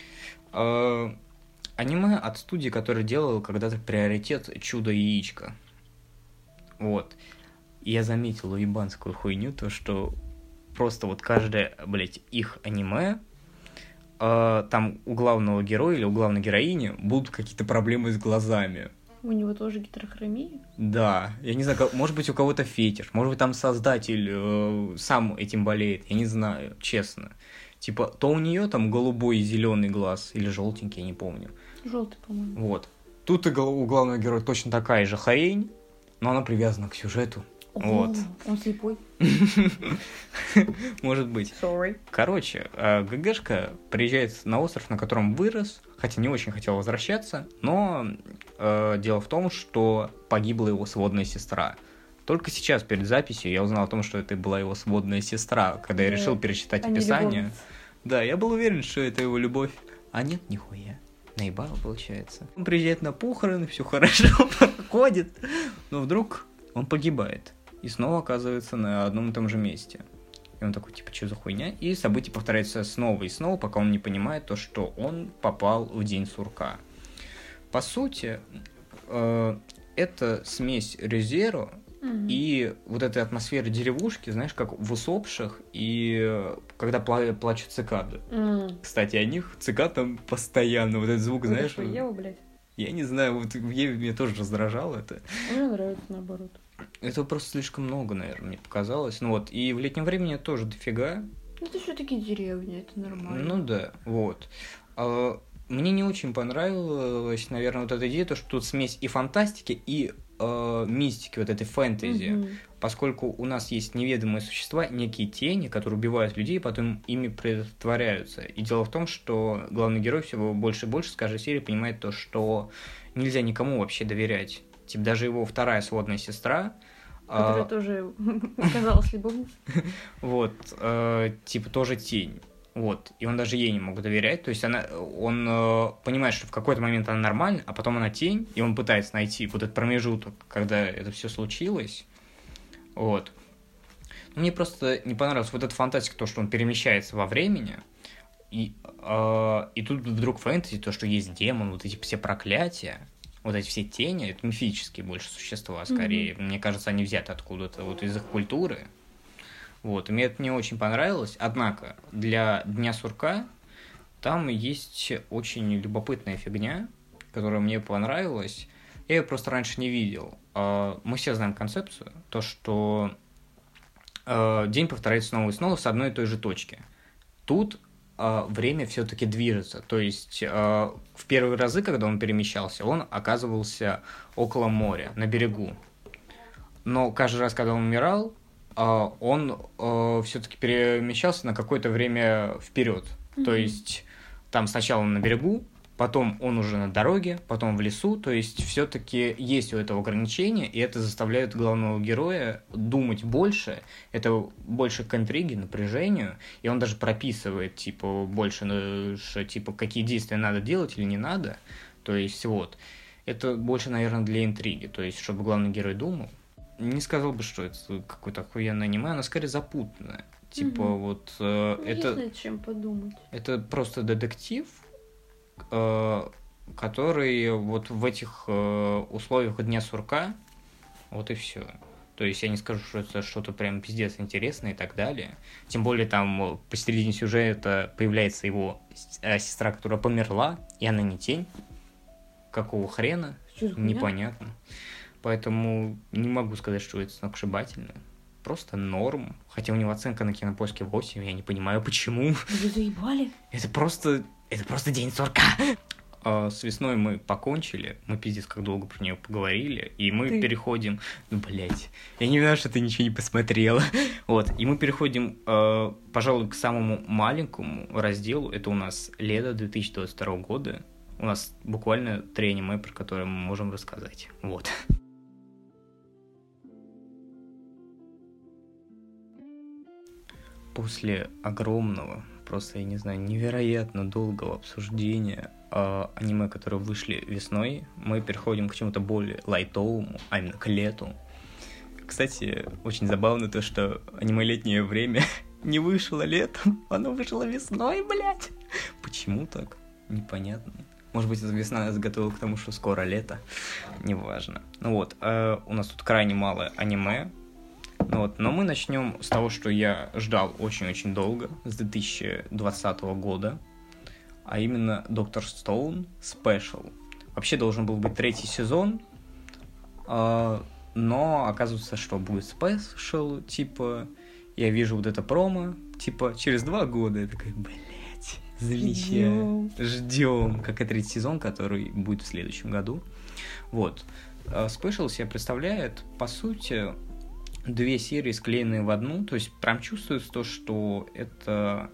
Аниме от студии, которая делала когда-то приоритет «Чудо-яичко». Вот. И я заметил уебанскую хуйню, то, что просто вот каждое, блядь, их аниме, там у главного героя или у главной героини будут какие-то проблемы с глазами. У него тоже гетерохромия? Да, я не знаю, может быть, у кого-то фетиш, может быть, там создатель сам этим болеет, я не знаю, честно. Типа, то у нее там голубой и зеленый глаз, или желтенький, я не помню. Желтый, по-моему. Вот. Тут и у главного героя точно такая же хрень, но она привязана к сюжету. Вот. Он слепой. Может быть. Sorry. Короче, ГГшка приезжает на остров, на котором вырос, хотя не очень хотел возвращаться, но дело в том, что погибла его сводная сестра. Только сейчас, перед записью, я узнал о том, что это была его сводная сестра, когда я решил перечитать описание. Да, я был уверен, что это его любовь. А нет, нихуя. Наебало, получается. Он приезжает на похороны, все хорошо проходит, но вдруг он погибает. И снова оказывается на одном и том же месте. И он такой, типа, что за хуйня? И события повторяются снова и снова, пока он не понимает то, что он попал в день сурка. По сути, это смесь Re:Zero и вот этой атмосферы деревушки, знаешь, как в «Усопших» и когда плачут цикады. Кстати, о них цикад там постоянно, вот этот звук, Вы знаешь... что, Ева, блядь? Я не знаю, вот Еве меня тоже раздражало это. Мне нравится наоборот. Это просто слишком много, наверное, мне показалось. Ну вот, и в летнем времени тоже дофига. Это все-таки деревня, это нормально. Ну да, вот. Мне не очень понравилась, наверное, вот эта идея, то, что тут смесь и фантастики, и мистики, вот этой фэнтези. Поскольку у нас есть неведомые существа, некие тени, которые убивают людей, и потом ими притворяются. И дело в том, что главный герой все больше и больше с каждой серии понимает то, что нельзя никому вообще доверять. Типа даже его вторая сводная сестра... Которая тоже оказалась любовницей. Вот, типа тоже тень. Вот, и он даже ей не мог доверять, то есть он понимает, что в какой-то момент она нормальна, а потом она тень, и он пытается найти вот этот промежуток, когда это все случилось, вот. Мне просто не понравилась вот эта фантастика, то, что он перемещается во времени, и тут вдруг фэнтези, то, что есть демон, вот эти все проклятия, вот эти все тени, это мифические больше существа, скорее, мне кажется, они взяты откуда-то вот из их культуры. Вот, и мне это не очень понравилось. Однако, для Дня сурка там есть очень любопытная фигня, которая мне понравилась. Я ее просто раньше не видел. Мы все знаем концепцию, то, что день повторяется снова и снова с одной и той же точки. Тут время все-таки движется. То есть в первые разы, когда он перемещался, он оказывался около моря, на берегу. Но каждый раз, когда он умирал, он все-таки перемещался на какое-то время вперед. То есть там сначала он на берегу, потом он уже на дороге, потом в лесу, то есть все-таки есть у этого ограничения, и это заставляет главного героя думать больше, это больше к интриге, напряжению, и он даже прописывает, типа, больше, типа, какие действия надо делать или не надо, то есть вот, это больше, наверное, для интриги, то есть, чтобы главный герой думал. Не сказал бы, что это какое-то охуенное аниме, оно скорее запутанное. Типа вот это... Есть над чем подумать. Это просто детектив, который вот в этих условиях Дня сурка, вот и все. То есть я не скажу, что это что-то прям пиздец интересное и так далее. Тем более там посередине сюжета появляется его сестра, которая померла, и она не тень. Какого хрена? Непонятно. Поэтому не могу сказать, что это сногсшибательно. Просто норм. Хотя у него оценка на Кинопоиске 8, я не понимаю, почему. Вы заебали? Это просто день сурка. С весной мы покончили, мы пиздец как долго про нее поговорили, и мы переходим... Ну, блять, я не знаю, что ты ничего не посмотрела. Вот, и мы переходим, пожалуй, к самому маленькому разделу. Это у нас лето 2022 года. У нас буквально 3 аниме, про которые мы можем рассказать. Вот. После огромного, просто, я не знаю, невероятно долгого обсуждения аниме, которые вышли весной, мы переходим к чему-то более лайтовому, а именно к лету. Кстати, очень забавно то, что аниме «Летнее время» не вышло летом, оно вышло весной, блядь. Почему так? Непонятно. Может быть, эта весна нас готовила к тому, что скоро лето. Неважно. Ну вот, у нас тут крайне мало аниме. Ну вот, но мы начнем с того, что я ждал очень-очень долго, с 2020 года, а именно Доктор Стоун Special. Вообще должен был быть 3-й сезон, но оказывается, что будет Special, типа, я вижу вот это промо, типа, через 2 года, я такой, блять, замечаю. Ждем, как и 3-й сезон, который будет в следующем году. Вот. Special себя представляет, по сути, 2 серии, склеенные в одну, то есть прям чувствуется то, что это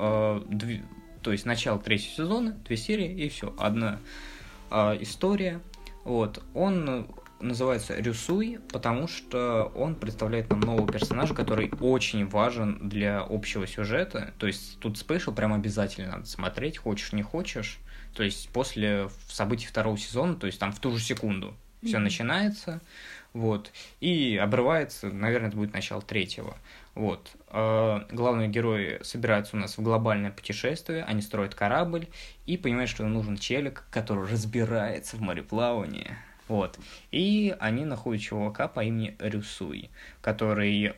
то есть начало 3-го сезона, 2 серии, и все, одна история. Вот. Он называется Рюсуй, потому что он представляет нам нового персонажа, который очень важен для общего сюжета. То есть тут спешл прям обязательно надо смотреть, хочешь не хочешь. То есть после событий 2-го сезона, то есть там в ту же секунду все начинается, вот, и обрывается, наверное, это будет начало 3-го. Вот. Главные герои собираются у нас в глобальное путешествие, они строят корабль и понимают, что им нужен челик, который разбирается в мореплавании. Вот. И они находят чувака по имени Рюсуй, который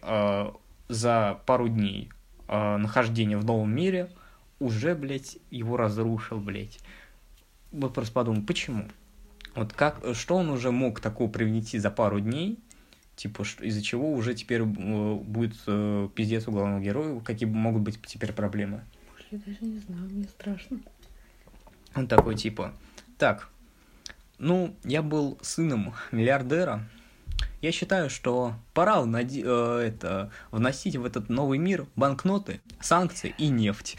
за пару дней нахождения в новом мире уже, блядь, его разрушил, блядь. Вот просто подумал, почему? Вот что он уже мог такого привнести за пару дней, типа, из-за чего уже теперь будет пиздец у главного героя, какие могут быть теперь проблемы? Я даже не знаю, мне страшно. Он такой, типа, так, ну, я был сыном миллиардера, я считаю, что пора вносить в этот новый мир банкноты, санкции и нефть.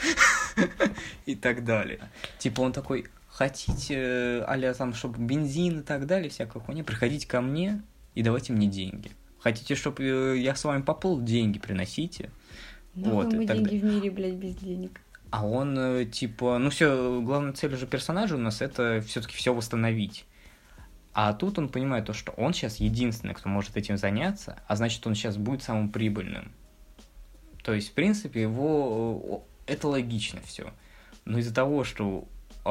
И так далее. Типа он такой... Хотите, а-ля там, чтобы бензин и так далее, всякая хуйня, приходите ко мне и давайте мне деньги. Хотите, чтобы я с вами поплыл, деньги приносите. Да, вот, мы деньги в мире, блядь, без денег. А он, типа, ну все, главная цель уже персонажа у нас это все-таки все восстановить. А тут он понимает то, что он сейчас единственный, кто может этим заняться, а значит, он сейчас будет самым прибыльным. То есть, в принципе, это логично все. Но из-за того, что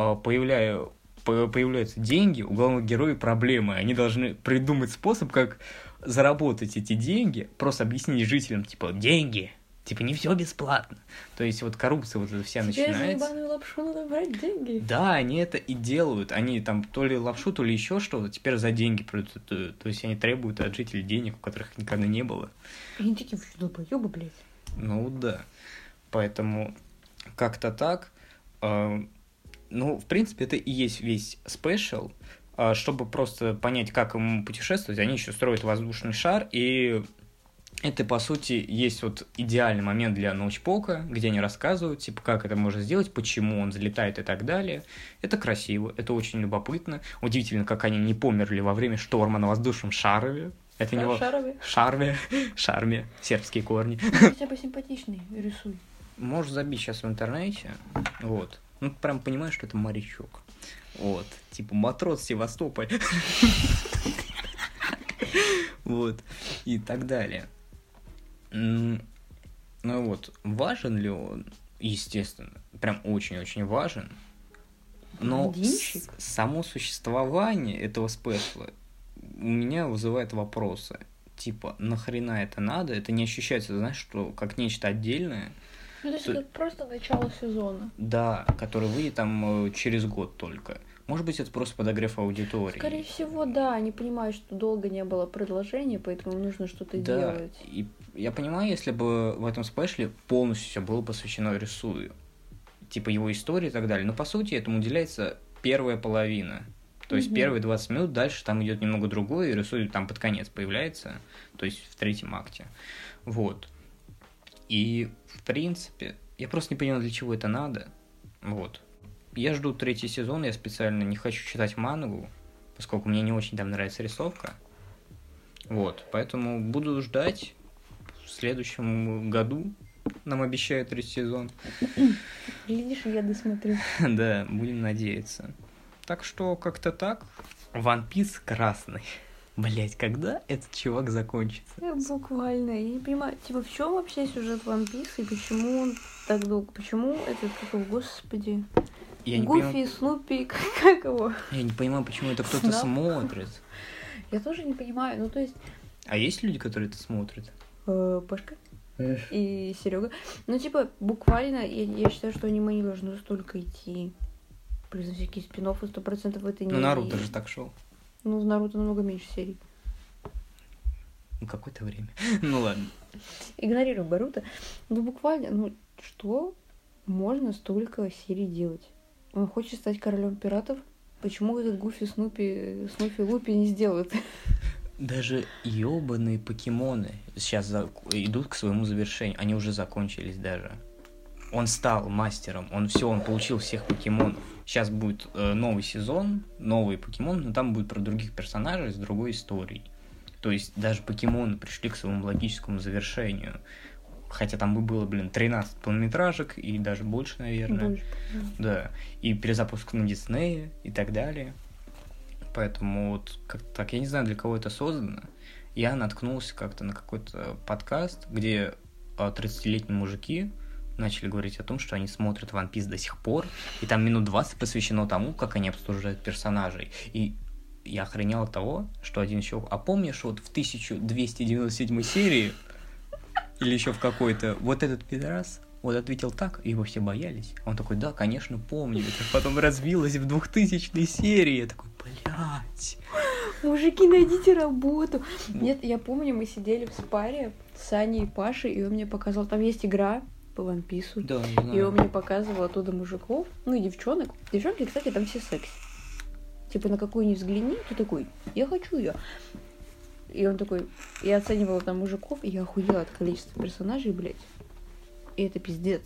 появляются деньги, у главных героев проблемы. Они должны придумать способ, как заработать эти деньги, просто объяснить жителям, типа, деньги, типа, не все бесплатно. То есть вот коррупция вот эта вся начинается. Тебе за ебаную лапшу надо брать деньги. Да, они это и делают. Они там то ли лапшу, то ли еще что-то, теперь за деньги придут. То есть они требуют от жителей денег, у которых никогда не было. И они такие, долбоёбы, блядь. Ну да. Поэтому как-то так... Ну, в принципе, это и есть весь спешл. Чтобы просто понять, как ему путешествовать, они еще строят воздушный шар и Это, по сути, есть вот идеальный момент для научпока, где они рассказывают, типа, как это можно сделать, почему он залетает и так далее. Это красиво, это очень любопытно. Удивительно, как они не померли во время шторма на воздушном шарове. Это не Шарме, сербские корни. Хотя бы симпатичный рисуй. Можешь забить сейчас в интернете, вот. Ну, прям понимаешь, что это морячок. Вот, типа матрос Севастополь. Вот, и так далее. Ну вот, важен ли он? Естественно, прям очень-очень важен. Но само существование этого спешла у меня вызывает вопросы. Типа, нахрена это надо? Это не ощущается, знаешь, что как нечто отдельное. Ну, то есть это просто начало сезона. Да, который выйдет там через год только. Может быть, это просто подогрев аудитории. Скорее всего, да. Они понимают, что долго не было продолжения, поэтому нужно что-то делать. Да, и я понимаю, если бы в этом спешле полностью все было посвящено рисую. Типа его истории и так далее. Но, по сути, этому уделяется первая половина. То есть первые 20 минут, дальше там идет немного другое, и рисует там под конец появляется. То есть в третьем акте. Вот. И, в принципе, я просто не понимаю, для чего это надо. Вот. Я жду третий сезон, я специально не хочу читать мангу, поскольку мне не очень там нравится рисовка. Вот, поэтому буду ждать. В следующем году нам обещают третий сезон. Глядишь, я досмотрю. Да, будем надеяться. Так что как-то так. One Piece красный. Блять, когда этот чувак закончится? Буквально. Я не понимаю, типа, в чем вообще сюжет One Piece и почему он так долго? Почему этот, господи... Гуфи, Снупи, как его? Я не понимаю, почему это кто-то смотрит. Я тоже не понимаю, ну то есть... А есть люди, которые это смотрят? Пашка и Серега. Ну типа, буквально, я считаю, что аниме не должно столько идти. Плюс всякие спин-оффы 100% это не... Ну Наруто же так шел. Ну, в Наруто намного меньше серий. Ну, какое-то время. Ну ладно. Игнорируем Боруто. Ну, буквально, ну, что можно столько серий делать? Он хочет стать королем пиратов. Почему этот Гуфи, Снупи, Лупи не сделают? Даже ёбаные покемоны сейчас идут к своему завершению. Они уже закончились даже. Он стал мастером. Он получил всех покемонов. Сейчас будет новый сезон, новые покемоны, но там будет про других персонажей с другой историей. То есть даже покемоны пришли к своему логическому завершению. Хотя там бы было, 13 полнометражек и даже больше, наверное. Больше. Да. И перезапуск на Диснее и так далее. Поэтому вот как-то так, я не знаю, для кого это создано. Я наткнулся как-то на какой-то подкаст, где 30-летние мужики начали говорить о том, что они смотрят One Piece до сих пор, и там минут 20 посвящено тому, как они обсуждают персонажей. И я охренел от того, что один чувак... А помнишь, вот в 1297 серии, или еще в какой-то, вот этот пидорас вот ответил так, и его все боялись. Он такой, да, конечно, помню. Это потом развилось в 2000-й серии. Я такой, блядь. Мужики, найдите работу. Нет, я помню, мы сидели в спаре с Аней и Пашей, и он мне показал, там есть игра по One Piece. Да, я знаю. И он мне показывал оттуда мужиков, ну и девчонок. Девчонки, кстати, там все секси. Типа на какую ни взгляни, ты такой, я хочу ее. И он такой, я оценивала там мужиков, и я охуела от количества персонажей, блядь. И это пиздец.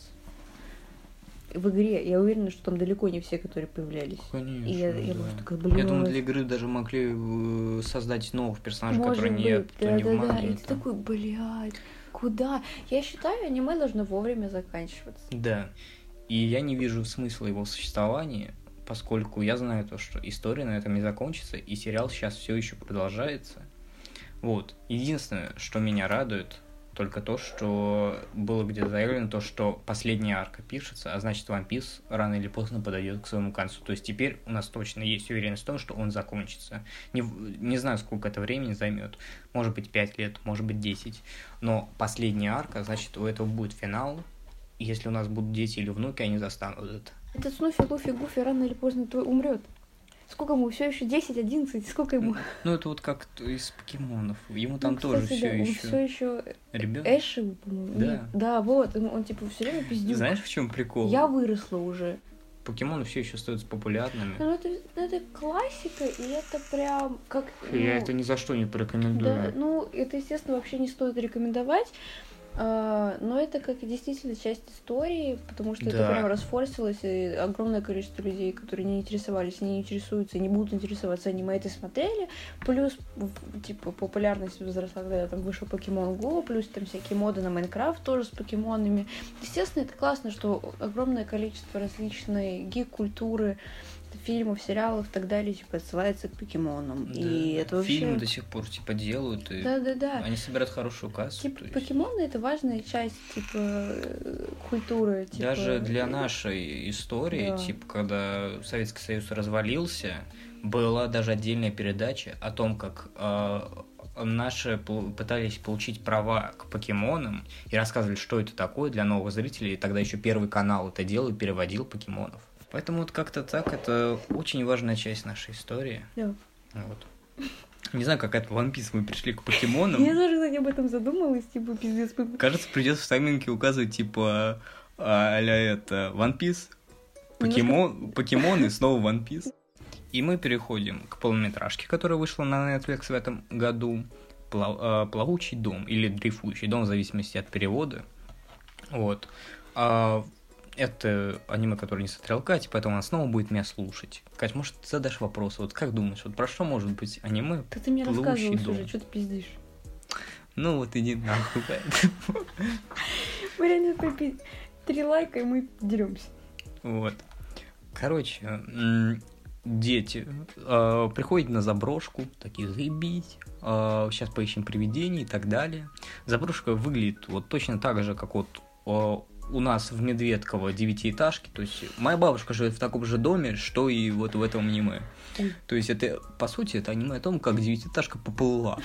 В игре, я уверена, что там далеко не все, которые появлялись. Конечно, и я просто такая, блин. Я думаю, для игры даже могли создать новых персонажей, Может которые быть, не в манге. И ты такой, блядь, куда? Я считаю, аниме должно вовремя заканчиваться. Да. И я не вижу смысла его существования, поскольку я знаю то, что история на этом не закончится, и сериал сейчас все еще продолжается. Вот. Единственное, что меня радует, только то, что было где-то заявлено, то, что последняя арка пишется, а значит, One Piece рано или поздно подойдет к своему концу. То есть теперь у нас точно есть уверенность в том, что он закончится. Не знаю, сколько это времени займет. Может быть, 5 лет, может быть, 10. Но последняя арка, значит, у этого будет финал. И если у нас будут дети или внуки, они застанут это. Этот Снуфи, Луфи, Гуфи рано или поздно умрет. Сколько ему? Все еще 10, 11? Сколько ему? Ну, это вот как из покемонов. Ему там кстати, тоже да, все еще. Он все еще Ребенок? Эши, по-моему. Да. Нет. Да, вот. Он типа все время пиздюк. Знаешь, в чем прикол? Я выросла уже. покемоны все еще остаются популярными. Ну, это классика, и это прям как... Я это ни за что не порекомендую. Да, ну, это, естественно, вообще не стоит рекомендовать, но это как действительно часть истории, потому что это прям расфорсилось, и огромное количество людей, которые не интересовались, не интересуются, не будут интересоваться аниме, это смотрели, плюс, типа, популярность возросла, когда там вышел Pokemon Go, плюс там всякие моды на Майнкрафт тоже с покемонами. Естественно, это классно, что огромное количество различной гик-культуры, фильмов, сериалов и так далее, типа, отсылается к покемонам. Да. И это вообще... Фильмы до сих пор, типа, делают, и да. они собирают хорошую кассу. Типа, покемоны — это важная часть, типа, культуры. Типа... Даже для нашей истории, да. типа, когда Советский Союз развалился, была даже отдельная передача о том, как наши пытались получить права к покемонам и рассказывали, что это такое для новых зрителей. И тогда еще Первый канал это делал и переводил покемонов. Поэтому вот как-то так, это очень важная часть нашей истории. Да. Вот. Не знаю, как это One Piece мы пришли к покемонам. Я тоже, кстати, об этом задумалась, типа, пиздец. Кажется, придется в тайминге указывать, типа, а-ля это One Piece, покемон и снова One Piece. И мы переходим к полнометражке, которая вышла на Netflix в этом году. «Плавучий дом» или «Дрейфующий дом», в зависимости от перевода. Вот. Это аниме, которое не смотрел Катя, поэтому она снова будет меня слушать. Катя, может, ты задашь вопрос? Вот как думаешь, вот про что может быть аниме? Да ты мне рассказывал уже, что ты пиздишь. Ну вот иди нахуй. Мы реально 3 лайка, и мы деремся. Вот. Короче, дети приходят на заброшку, такие, заебись, сейчас поищем привидений и так далее. Заброшка выглядит вот точно так же, как вот у нас в Медведково 9-этажки, то есть моя бабушка живет в таком же доме, что и вот в этом аниме. То есть это, по сути, это аниме о том, как 9-этажка поплыла.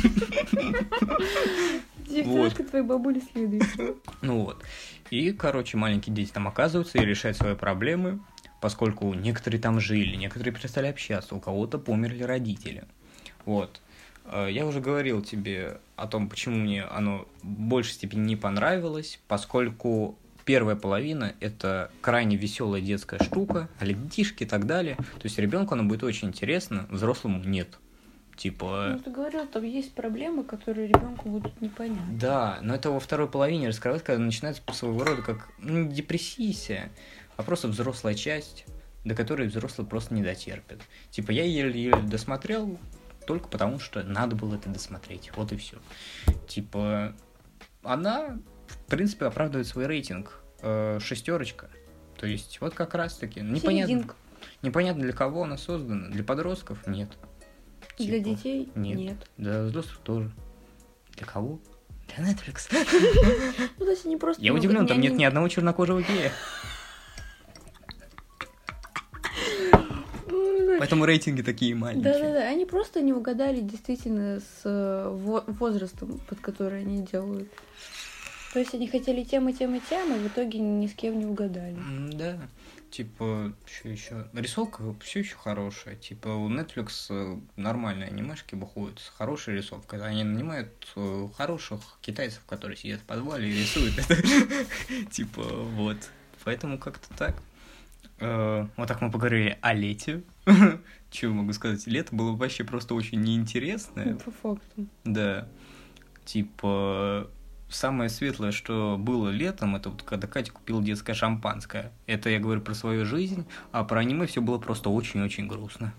9-этажка твоей бабули следует. Ну вот. И, короче, маленькие дети там оказываются и решают свои проблемы, поскольку некоторые там жили, некоторые перестали общаться, у кого-то померли родители. Вот. Я уже говорил тебе о том, почему мне оно в большей степени не понравилось, поскольку первая половина — это крайне веселая детская штука, а детишки и так далее. То есть ребенку оно будет очень интересно, взрослому нет. Типа... Ну, ты говорил, там есть проблемы, которые ребенку будут непонятны. Да, но это во второй половине раскрывать, когда начинается своего рода как не депрессия, а просто взрослая часть, до которой взрослый просто не дотерпит. Типа я еле-еле досмотрел, только потому, что надо было это досмотреть. Вот и все. Типа, она, в принципе, оправдывает свой рейтинг. 6. То есть, вот как раз-таки. Непонятно, для кого она создана. Для подростков? Нет. Типа, для детей? Нет. Для взрослых тоже. Для кого? Для Netflix. Ну, то есть они просто... Я удивлен, там нет ни одного чернокожего гея. Поэтому рейтинги такие маленькие. Да, они просто не угадали действительно с возрастом, под который они делают. То есть они хотели тем, и в итоге ни с кем не угадали. Да, типа, что еще? Рисовка все еще хорошая. Типа, у Netflix нормальные анимешки выходят с хорошей рисовкой. Они нанимают хороших китайцев, которые сидят в подвале и рисуют это. Типа, вот. Поэтому как-то так. Вот так мы поговорили о лете. Чего могу сказать? Лето было вообще просто очень неинтересное. По факту. Да. Типа, самое светлое, что было летом, это вот когда Катя купила детское шампанское. Это я говорю про свою жизнь, а про аниме все было просто очень-очень грустно.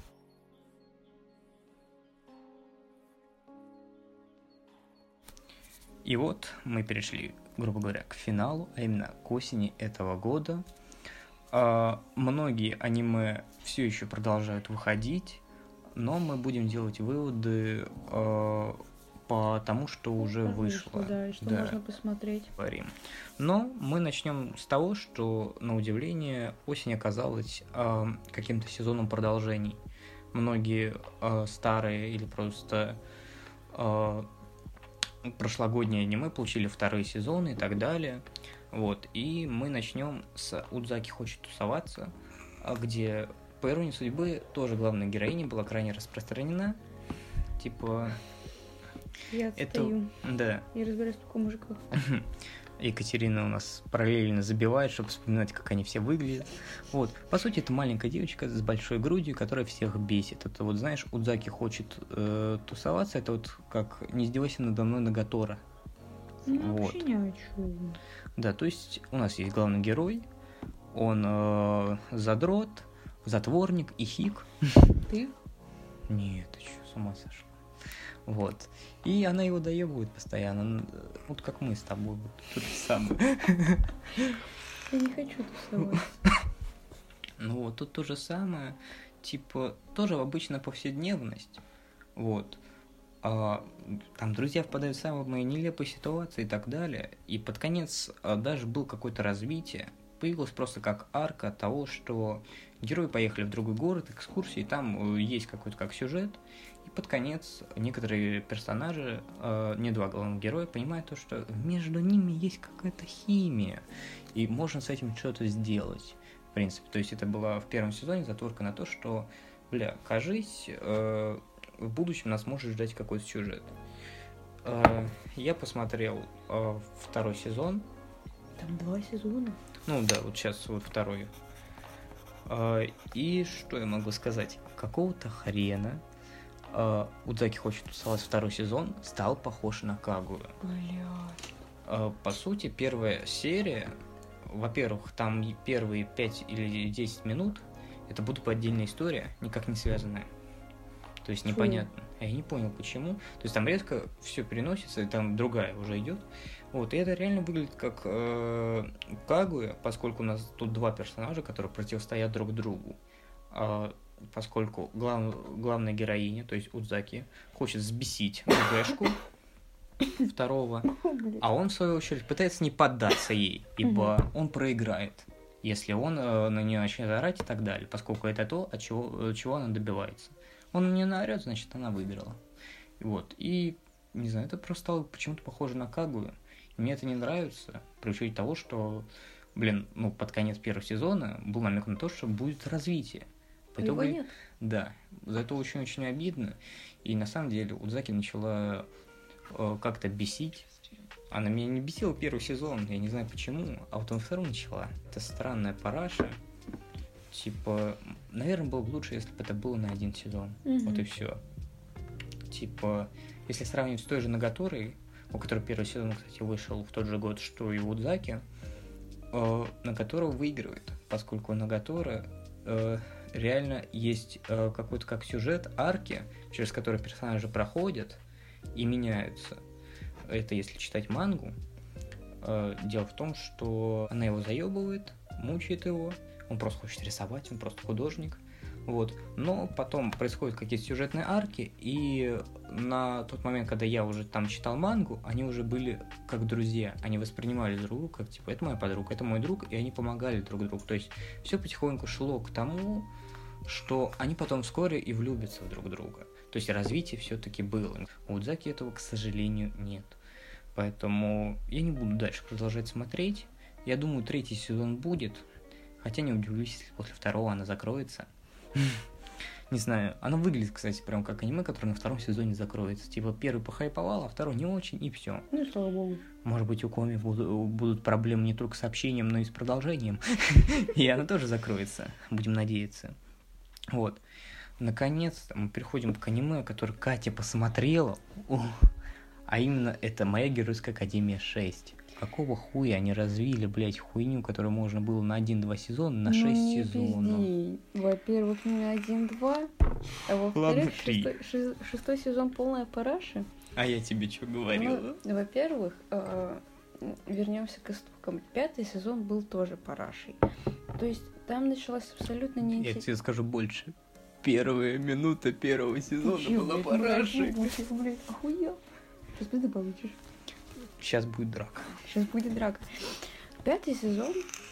И вот мы перешли, грубо говоря, к финалу, а именно к осени этого года. Многие аниме все еще продолжают выходить, но мы будем делать выводы по тому, что уже вышло. Да, и что можно посмотреть. Говорим. Но мы начнем с того, что, на удивление, осень оказалась каким-то сезоном продолжений. Многие старые или просто прошлогодние аниме получили вторые сезоны и так далее. Вот, и мы начнем с «Удзаки хочет тусоваться», где, по иронии судьбы, тоже главная героиня была крайне распространена. Типа... Я отстаю. Да. Я разбираюсь только в мужиках. Екатерина у нас параллельно забивает, чтобы вспоминать, как они все выглядят. Вот. По сути, это маленькая девочка с большой грудью, которая всех бесит. Это вот, знаешь, Удзаки хочет тусоваться, это вот как «Не издевайся надо мной, Нагатора». Ну, Вот. вообще ни о чем. Да, то есть у нас есть главный герой, он задрот, затворник и хик. Ты? Нет, ты что, с ума сошла? Вот. И она его доебывает постоянно. Вот как мы с тобой. Вот то же самое. Я не хочу тусоваться. Ну вот, тут то же самое. Типа, тоже обычная повседневность. Вот. Там друзья впадают в самые нелепые ситуации и так далее. И под конец даже был какое-то развитие. Появилось просто как арка того, что герои поехали в другой город, экскурсии, там есть какой-то как сюжет. И под конец некоторые персонажи, не два главных героя, понимают то, что между ними есть какая-то химия. И можно с этим что-то сделать. В принципе, то есть это была в первом сезоне затворка на то, что, кажись, в будущем нас может ждать какой-то сюжет. Я посмотрел второй сезон. Там 2 сезона. Ну да, вот сейчас вот второй. И что я могу сказать? Какого-то хрена Удзаки хочет тусовать второй сезон, стал похож на Кагую. Блядь. По сути, первая серия, во-первых, там первые 5 или 10 минут это будто бы отдельная история, никак не связанная. То есть непонятно. Я не понял, почему. То есть там резко все переносится, и там другая уже идет. Вот, и это реально выглядит как Кагуя, поскольку у нас тут два персонажа, которые противостоят друг другу. Поскольку главная героиня, то есть Удзаки, хочет взбесить ГГшку второго, а он, в свою очередь, пытается не поддаться ей, ибо он проиграет, если он на нее начнет орать и так далее, поскольку это то, от чего она добивается. Он на нее наорет, значит, она выиграла. Вот, и, не знаю, это просто стало почему-то похоже на Кагую. Мне это не нравится, при учете того, что, под конец первого сезона был намек на то, что будет развитие. По итогу, его нет. Да, за это очень-очень обидно. И на самом деле Удзаки начала как-то бесить. Она меня не бесила первый сезон, я не знаю почему, а вот во втором начала. Это странная параша. Типа, наверное, было бы лучше, если бы это было на один сезон. Вот и все. Типа, если сравнивать с той же Нагаторой, у которой первый сезон, кстати, вышел в тот же год, что и Удзаки, Нагатора выигрывает, поскольку Нагатора реально есть какой-то как сюжет, арки, через которые персонажи проходят и меняются. Это если читать мангу. Дело в том, что она его заебывает, мучает его, он просто хочет рисовать, он просто художник. Вот. Но потом происходят какие-то сюжетные арки, и на тот момент, когда я уже там читал мангу, они уже были как друзья. Они воспринимали друг друга как, типа, это моя подруга, это мой друг, и они помогали друг другу. То есть все потихоньку шло к тому, что они потом вскоре и влюбятся в друг друга. То есть развитие все-таки было. У Удзаки этого, к сожалению, нет. Поэтому я не буду дальше продолжать смотреть. Я думаю, третий сезон будет. Хотя не удивлюсь, если после второго она закроется. Не знаю, она выглядит, кстати, прям как аниме, которое на втором сезоне закроется. Типа, первый похайповал, а второй не очень, и все. Ну, слава богу. Может быть, у Коми будут проблемы не только с сообщением, но и с продолжением. И она тоже закроется, будем надеяться. Вот. Наконец-то мы переходим к аниме, которое Катя посмотрела. А именно, это «Моя геройская академия 6». Какого хуя они развили, блять, хуйню, которую можно было на 1-2 сезона, на 6 сезонов? Пизди. Во-первых, не 1-2, а во-вторых, шестой сезон полная параша. А я тебе что говорила? Ну, во-первых, вернемся к истокам. 5-й сезон был тоже парашей. То есть там началась абсолютно неинтересная... Я тебе скажу больше. Первая минута первого сезона была парашей. Блядь, охуел. Сейчас ты получишь. Сейчас будет драка. Сейчас будет драка. 5-й сезон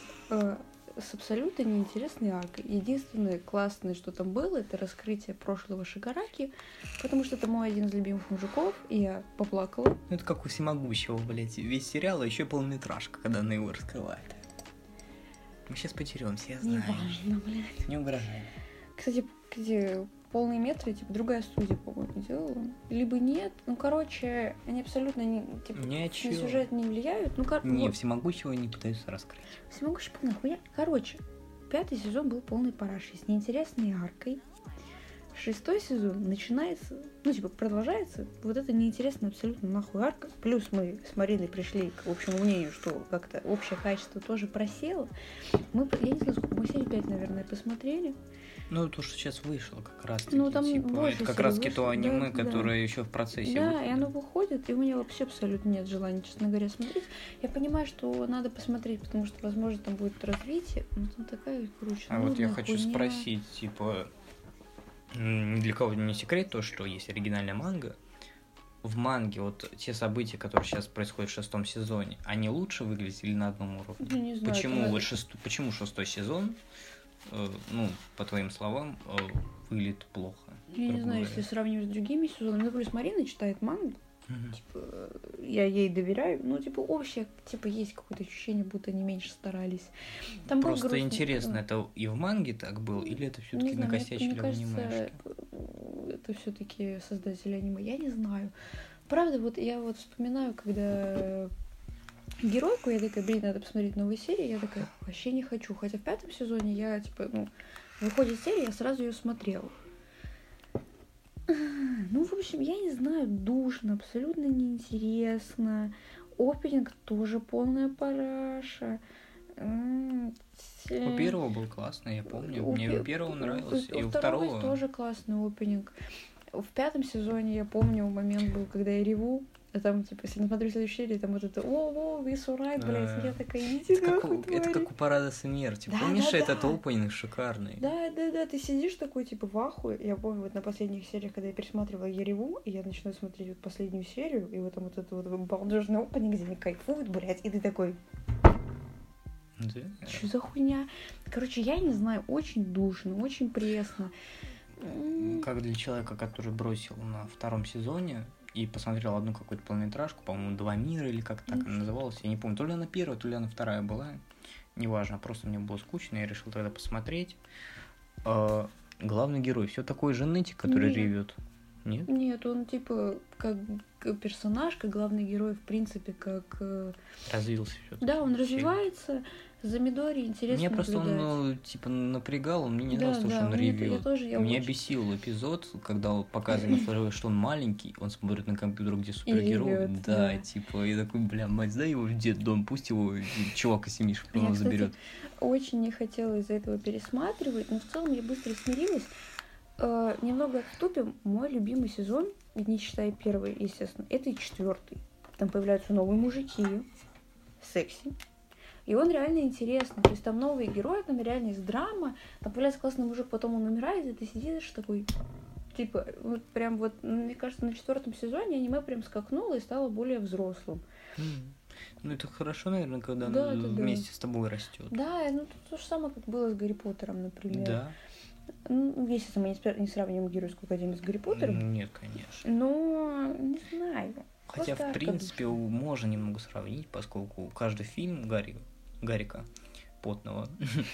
с абсолютно неинтересной аркой. Единственное классное, что там было, это раскрытие прошлого Шигараки, потому что это мой один из любимых мужиков, и я поплакала. Ну, это как у Всемогущего, блядь. Весь сериал, а еще полнометражка, когда она его раскрывает. Мы сейчас потеремся, я знаю. Неважно, блядь. Не угрожай. Кстати, полные метры, типа, другая студия, по-моему, делала. Либо нет. Ну, короче, они абсолютно типа, на сюжет не влияют. Ну, не, Всемогущего не пытаются раскрыть. Всемогущий полная хуйня. Короче, 5-й сезон был полный параши с неинтересной аркой. 6-й сезон начинается, ну, типа, продолжается вот это неинтересная абсолютно нахуй арка. Плюс мы с Мариной пришли к общему мнению, что как-то общее качество тоже просело. Я не знаю, сколько, мы серии 5, наверное, посмотрели. Ну, то, что сейчас вышло как раз. Ну, там типа, это как раз то аниме, да, которое еще в процессе. Да, выходит. И оно выходит, и у меня вообще абсолютно нет желания, честно говоря, смотреть. Я понимаю, что надо посмотреть, потому что, возможно, там будет развитие, но там такая, короче, А вот я хочу спросить, типа, для кого не секрет то, что есть оригинальная манга. В манге вот те события, которые сейчас происходят в 6-м сезоне, они лучше выглядят или на одном уровне? Я не знаю, почему вот почему 6-й сезон, ну, по твоим словам, выглядит плохо? Я не знаю, если сравнивать с другими сезонами. Ну, плюс Марина читает мангу. Типа, я ей доверяю. Ну, типа, общее, типа, есть какое-то ощущение, будто они меньше старались. Там просто интересно, это и в манге так было, или это все-таки накосячили в аниме? Это все-таки создатели аниме. Я не знаю. Правда, вот я вот вспоминаю, когда геройку, я такая, блин, надо посмотреть новые серии, я такая, вообще не хочу. Хотя в 5-м сезоне я, типа, ну, выходит серия, я сразу ее смотрела. Ну, в общем, я не знаю, душно, абсолютно неинтересно. Опенинг тоже полная параша. У первого был классный, я помню. Мне у первого нравилось, и у второго тоже классный опенинг. В 5-м сезоне, я помню, момент был, когда я реву, а там, типа, если не смотрю следующую серию, там вот это «О, it's alright», блядь, я такая, идите нахуй, это как у Парада смерти. Да, помнишь, этот опенинг шикарный? Да, ты сидишь такой, типа, в ахуе. Я помню, вот на последних сериях, когда я пересматривала «Я реву», и я начинаю смотреть вот последнюю серию, и вот там вот этот вот балдежный опенинг, где они кайфуют, блядь, и ты такой... Да. Что за хуйня? Короче, я не знаю, очень душно, очень пресно. Как для человека, который бросил на 2-м сезоне и посмотрел одну какую-то полнометражку, по-моему, «Два мира» или как так она называлась, я не помню, то ли она 1-я, то ли она 2-я была, неважно, просто мне было скучно, я решил тогда посмотреть. Главный герой все такой же нытик, который ревет. Нет? Нет, он типа как персонаж, как главный герой, в принципе, как... Развился все. Да, он развивается. За Мидори интересно меня просто он, типа, напрягал, он мне не нравился, что он ревет. Меня бесил эпизод, когда он показывает, что он маленький, он смотрит на компьютер, где супергерой. Да, типа, и такой, бля, мать, сдай его в детдом, пусть его чувак из семьи заберет. Очень не хотела из-за этого пересматривать, но в целом я быстро смирилась. Немного отступим. Мой любимый сезон, не считая первый, естественно, это и 4-й. Там появляются новые мужики, секси. И он реально интересный. То есть там новые герои, там реально есть драма. Там появляется классный мужик, потом он умирает, и ты сидишь такой... Типа, вот прям вот, мне кажется, на 4-м сезоне аниме прям скакнуло и стало более взрослым. Ну, это хорошо, наверное, когда оно вместе с тобой растет. Да, ну то же самое, как было с Гарри Поттером, например. Да. Ну, если мы не сравним Геройскую академию с Гарри Поттером. Нет, конечно. Но не знаю. Хотя, в принципе, можно немного сравнить, поскольку каждый фильм Гарика Потного.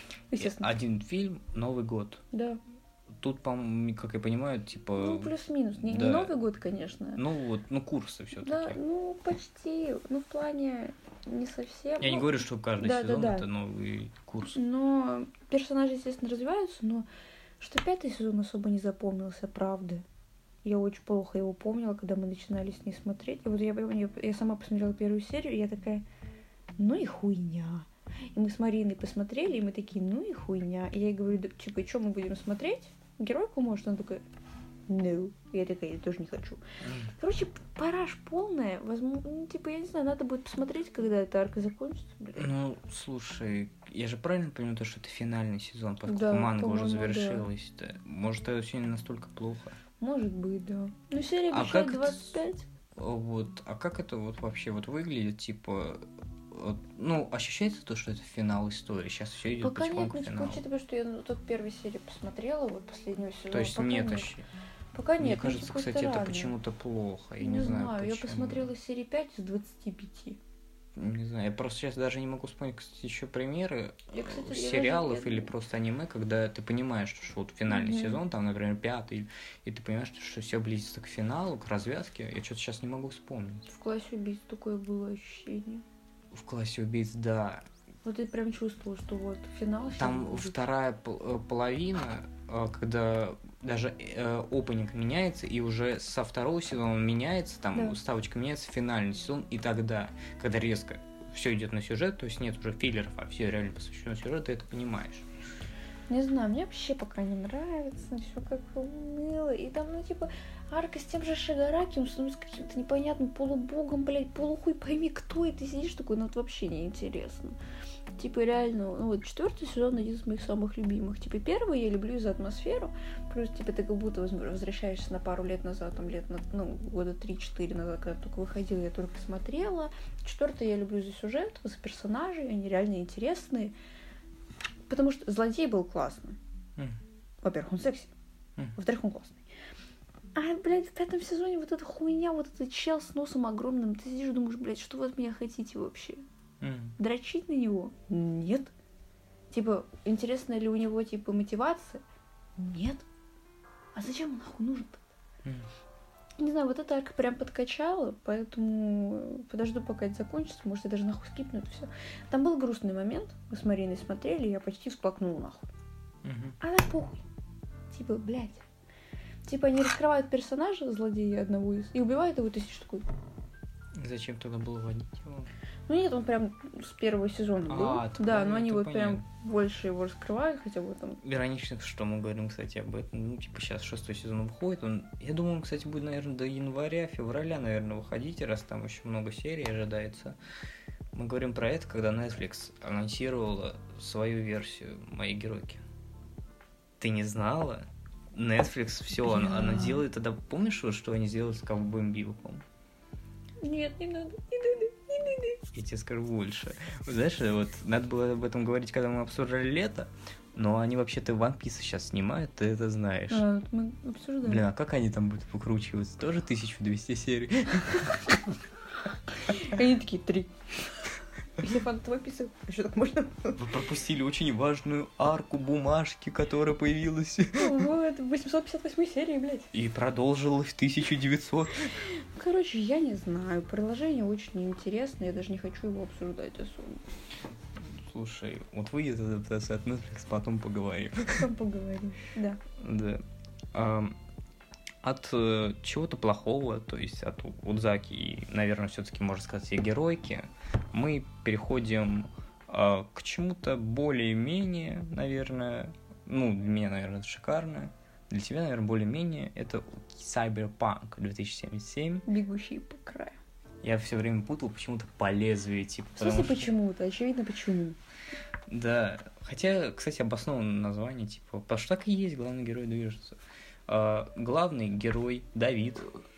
Один фильм, Новый год. Да. Тут, по-моему, как я понимаю, типа... Ну, плюс-минус. Не Новый год, конечно. Ну, вот, курсы все-таки. Да, ну, почти. Ну, в плане не совсем. Я не говорю, что каждый сезон это новый курс. Но персонажи, естественно, развиваются, но что 5-й сезон особо не запомнился, правда. Я очень плохо его помнила, когда мы начинали с ней смотреть. И вот я сама посмотрела первую серию, и я такая, ну и хуйня. И мы с Мариной посмотрели, и мы такие, ну и хуйня. И я ей говорю, типа, что мы будем смотреть? Геройку, может? Она такая, no. И я такая, я тоже не хочу. Короче, параш полная. Возможно, типа, я не знаю, надо будет посмотреть, когда эта арка закончится. Ну, слушай, я же правильно понимаю, что это финальный сезон, поскольку манга уже завершилась. Да. Может, это все не настолько плохо? Может быть, да. Ну, серия обещает 25. Вот, а как это вот вообще вот выглядит, типа... Ну, ощущается то, что это финал истории. Сейчас все идет потихоньку к финалу. Учитывая, что я только первую серию посмотрела, вот последнюю сезон. То есть нет ощущения? Пока нет. Мне кажется, кстати, это почему-то плохо. Я не знаю почему. Я посмотрела серии 5 из 25. Не знаю, я просто сейчас даже не могу вспомнить, кстати, еще примеры Кстати, сериалов или просто аниме, когда ты понимаешь, что вот финальный сезон, там, например, 5-й, и ты понимаешь, что все близится к финалу, к развязке. Я что-то сейчас не могу вспомнить. В классе убийц такое было ощущение. В классе убийц, да. Вот ты прям чувствовал, что вот финал. Там вторая половина, когда даже опенинг меняется, и уже со второго сезона он меняется, там ставочка меняется, финальный сезон, и тогда, когда резко все идет на сюжет, то есть нет уже филлеров, а все реально посвящено сюжету, ты это понимаешь. Не знаю, мне вообще пока не нравится, все как уныло. И там, арка с тем же Шигараки, он становится каким-то непонятным полубогом, блядь, полухуй пойми, кто это, сидишь такой, вот вообще неинтересно. Реально, 4-й сезон один из моих самых любимых. Первый я люблю за атмосферу, плюс, ты как будто возвращаешься на пару лет назад, там, года 3-4 назад, когда только выходила, я только смотрела. 4-й я люблю за сюжет, за персонажей, они реально интересные. Потому что злодей был классный. Во-первых, он секси. Во-вторых, он классный. А, блядь, в 5-м сезоне вот эта хуйня, вот этот чел с носом огромным, ты сидишь и думаешь, блядь, что вы от меня хотите вообще? Дрочить на него? Нет. Интересна ли у него, мотивация? Нет. А зачем он нахуй нужен тогда? Не знаю, вот эта арка прям подкачала, поэтому подожду, пока это закончится. Может, я даже нахуй скипну это все. Там был грустный момент. Мы с Мариной смотрели, я почти всплакнула нахуй. А так похуй. Блядь. Они раскрывают персонажа, злодея одного из, и убивают его, ты сидишь такой. Зачем тогда было вводить его? Ну нет, он прям с первого сезона был. Да, но они вот прям больше его раскрывают, хотя бы там. Иронично, что мы говорим, кстати, об этом. Сейчас 6-й сезон выходит. Я думаю, он, кстати, будет, наверное, до января-февраля, наверное, выходить, раз там еще много серий ожидается. Мы говорим про это, когда Netflix анонсировала свою версию «Моей геройки». Ты не знала? Netflix все, она делает тогда. Помнишь, что они сделали с Ковбоем Бибопом? Нет, не надо. Я тебе скажу больше. Знаешь, вот надо было об этом говорить, когда мы обсуждали лето, но они вообще-то One Piece сейчас снимают, ты это знаешь. Мы обсуждали. Блин, а как они там будут выкручиваться? Тоже 1200 серий? Они такие 3. Если фанат One Piece, что так можно? Вы пропустили очень важную арку бумажки, которая появилась. Вот, в 858 серии, блядь. И продолжилась в 1900. Короче, я не знаю. Продолжение очень неинтересное, я даже не хочу его обсуждать особо. Слушай, вот выйдет адаптация от Netflix, потом поговорим. Потом поговорим, да. Да. От чего-то плохого, то есть от Удзаки и, наверное, все-таки, можно сказать, и геройки, мы переходим к чему-то более-менее, наверное, для меня, наверное, это шикарно, для тебя, наверное, более-менее, это Cyberpunk 2077. Бегущий по краю. Я все время путал почему-то по лезвию, В смысле почему-то? Очевидно, почему. Да, хотя, кстати, обоснованное название, потому что так и есть, главный герой движется. Главный герой Давид.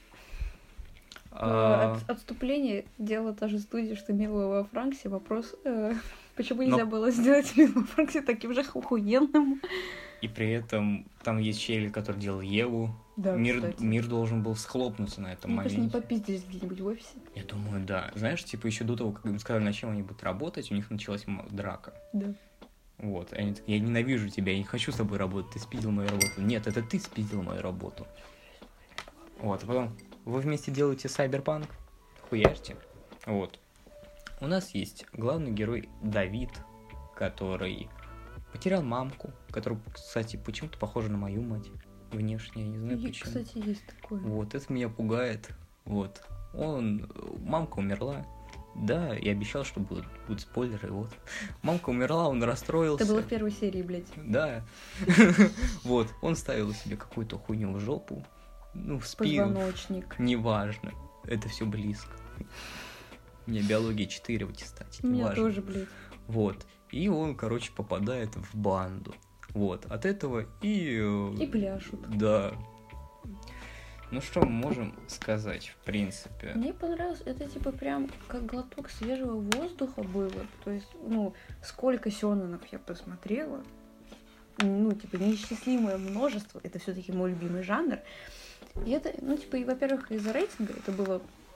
Отступление делала та же студия, что Мила во Франксе. Вопрос, почему нельзя было сделать Милу во Франксе таким же охуенным? И при этом там есть челик, который делал Еву. Да, мир должен был схлопнуться на этом моменте. Мне кажется, не попиздились где-нибудь в офисе. Я думаю, да. Знаешь, еще до того, как им сказали, на чем они будут работать, у них началась драка. Да. Вот, и они такие, я ненавижу тебя, я не хочу с тобой работать, ты спиздил мою работу. Нет, это ты спиздил мою работу. Вот, а потом вы вместе делаете Cyberpunk, хуяшьте. Вот. У нас есть главный герой Давид, который потерял мамку, которая, кстати, почему-то похожа на мою мать внешне, я не знаю почему. Кстати, есть такое. Вот, это меня пугает. Вот. Мамка умерла. Да, я обещал, что будут спойлеры, вот. Мамка умерла, он расстроился. Это было в первой серии, блядь. Да. Вот, он ставил себе какую-то хуйню в жопу. В спину. Позвоночник. Неважно. Это все близко. У меня биология 4 в аттестате. У меня тоже, блядь. Вот. И он, попадает в банду. Вот. От этого и пляшут. Да. Ну что мы можем сказать, в принципе? Мне понравилось, это прям как глоток свежего воздуха было. То есть, сколько сёнэнов я посмотрела. Неисчислимое множество. Это все-таки мой любимый жанр. И это, и, во-первых, из-за рейтинга это было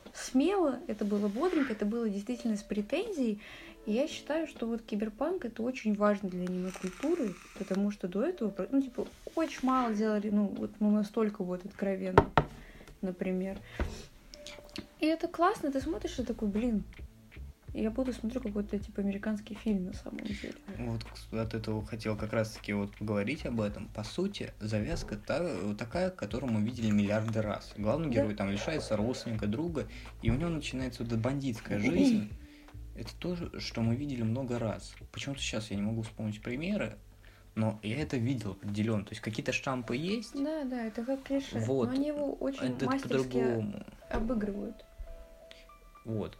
смело, это было бодренько, это было действительно с претензией. И я считаю, что вот киберпанк это очень важно для аниме-культуры, потому что до этого, ну, типа, очень мало делали, ну, вот ну, настолько вот откровенно, например. И это классно, ты смотришь и такой, блин, я буду смотрю какой-то, типа, американский фильм на самом деле. Вот от этого хотел как раз-таки вот поговорить об этом. По сути, завязка такая, которую мы видели миллиарды раз. Главный герой там лишается родственника, друга, и у него начинается вот эта бандитская жизнь. Это то, что мы видели много раз. Почему-то сейчас я не могу вспомнить примеры, но я это видел определенно. То есть какие-то штампы есть. Да, это как клише. Вот. Но они его очень это мастерски по-другому обыгрывают. Вот.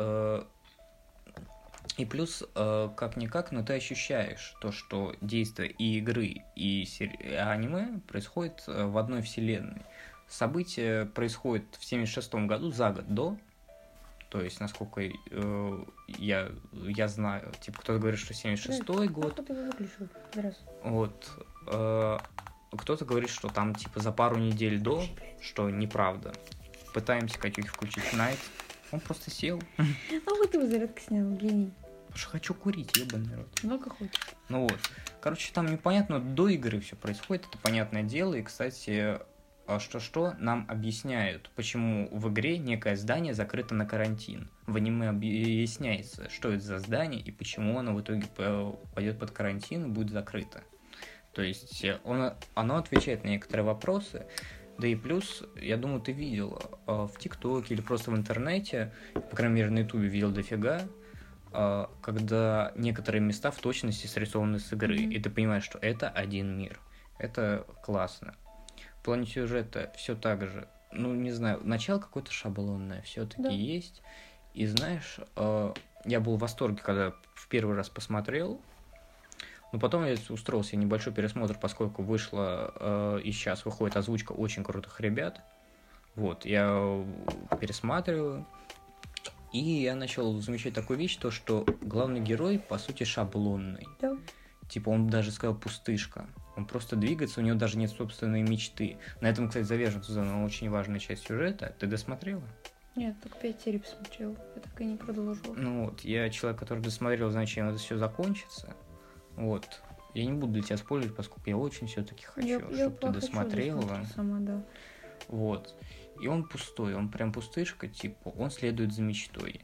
И плюс, как-никак, но ты ощущаешь то, что действие и игры, и аниме происходит в одной вселенной. События происходят в 76-м году, за год до. То есть, насколько я знаю, типа, кто-то говорит, что 76-й год. Вот. Кто-то говорит, что там, типа, за пару недель до, что неправда. Пытаемся каких включить Найт. Он просто сел. А вот его зарядка снял, гений. Потому что хочу курить, ебаный рот. Много хочешь. Ну вот. Короче, там непонятно, до игры все происходит, это понятное дело. И, кстати, что нам объясняют, почему в игре некое здание закрыто на карантин. В аниме объясняется, что это за здание и почему оно в итоге пойдет под карантин и будет закрыто. То есть оно отвечает на некоторые вопросы. Да и плюс, я думаю, ты видел в ТикТоке или просто в интернете, по крайней мере на Ютубе видел дофига, когда некоторые места в точности срисованы с игры, и ты понимаешь, что это один мир. Это классно. В плане сюжета все так же. Ну, не знаю, начало какое-то шаблонное все-таки есть. И знаешь, я был в восторге, когда в первый раз посмотрел. Но потом я устроил себе небольшой пересмотр, поскольку вышла и сейчас выходит озвучка очень крутых ребят. Вот, я пересматриваю. И я начал замечать такую вещь, то что главный герой, по сути, шаблонный. Да. Типа он даже сказал пустышка. Он просто двигается, у него даже нет собственной мечты. На этом, кстати, завязана очень важная часть сюжета. Ты досмотрела? Нет, только 5 серий посмотрела. Я так и не продолжила. Ну вот, я человек, который досмотрел, знает, чем это все закончится. Вот. Я не буду для тебя спойлерить, поскольку я очень все-таки хочу, чтобы ты досмотрела. Сама, да. Вот. И он пустой, он прям пустышка, типа, он следует за мечтой.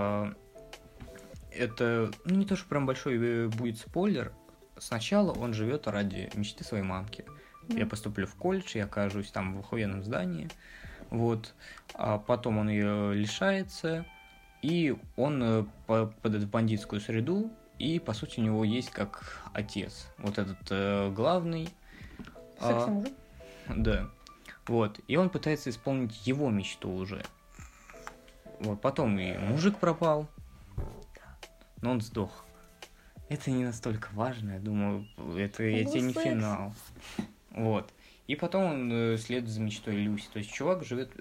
Это, ну, не то, что прям большой будет спойлер. Сначала он живет ради мечты своей мамки. Я поступлю в колледж, я окажусь там в охуенном здании. Вот. А потом он ее лишается, и он попадает в бандитскую среду, и, по сути, у него есть как отец. Вот этот главный. Секси-мужик. Да. Вот. И он пытается исполнить его мечту уже. Вот. Потом и мужик пропал, но он сдох. Это не настолько важно, я думаю, это я тебе не финал. Вот. И потом он следует за мечтой Люси. То есть чувак живет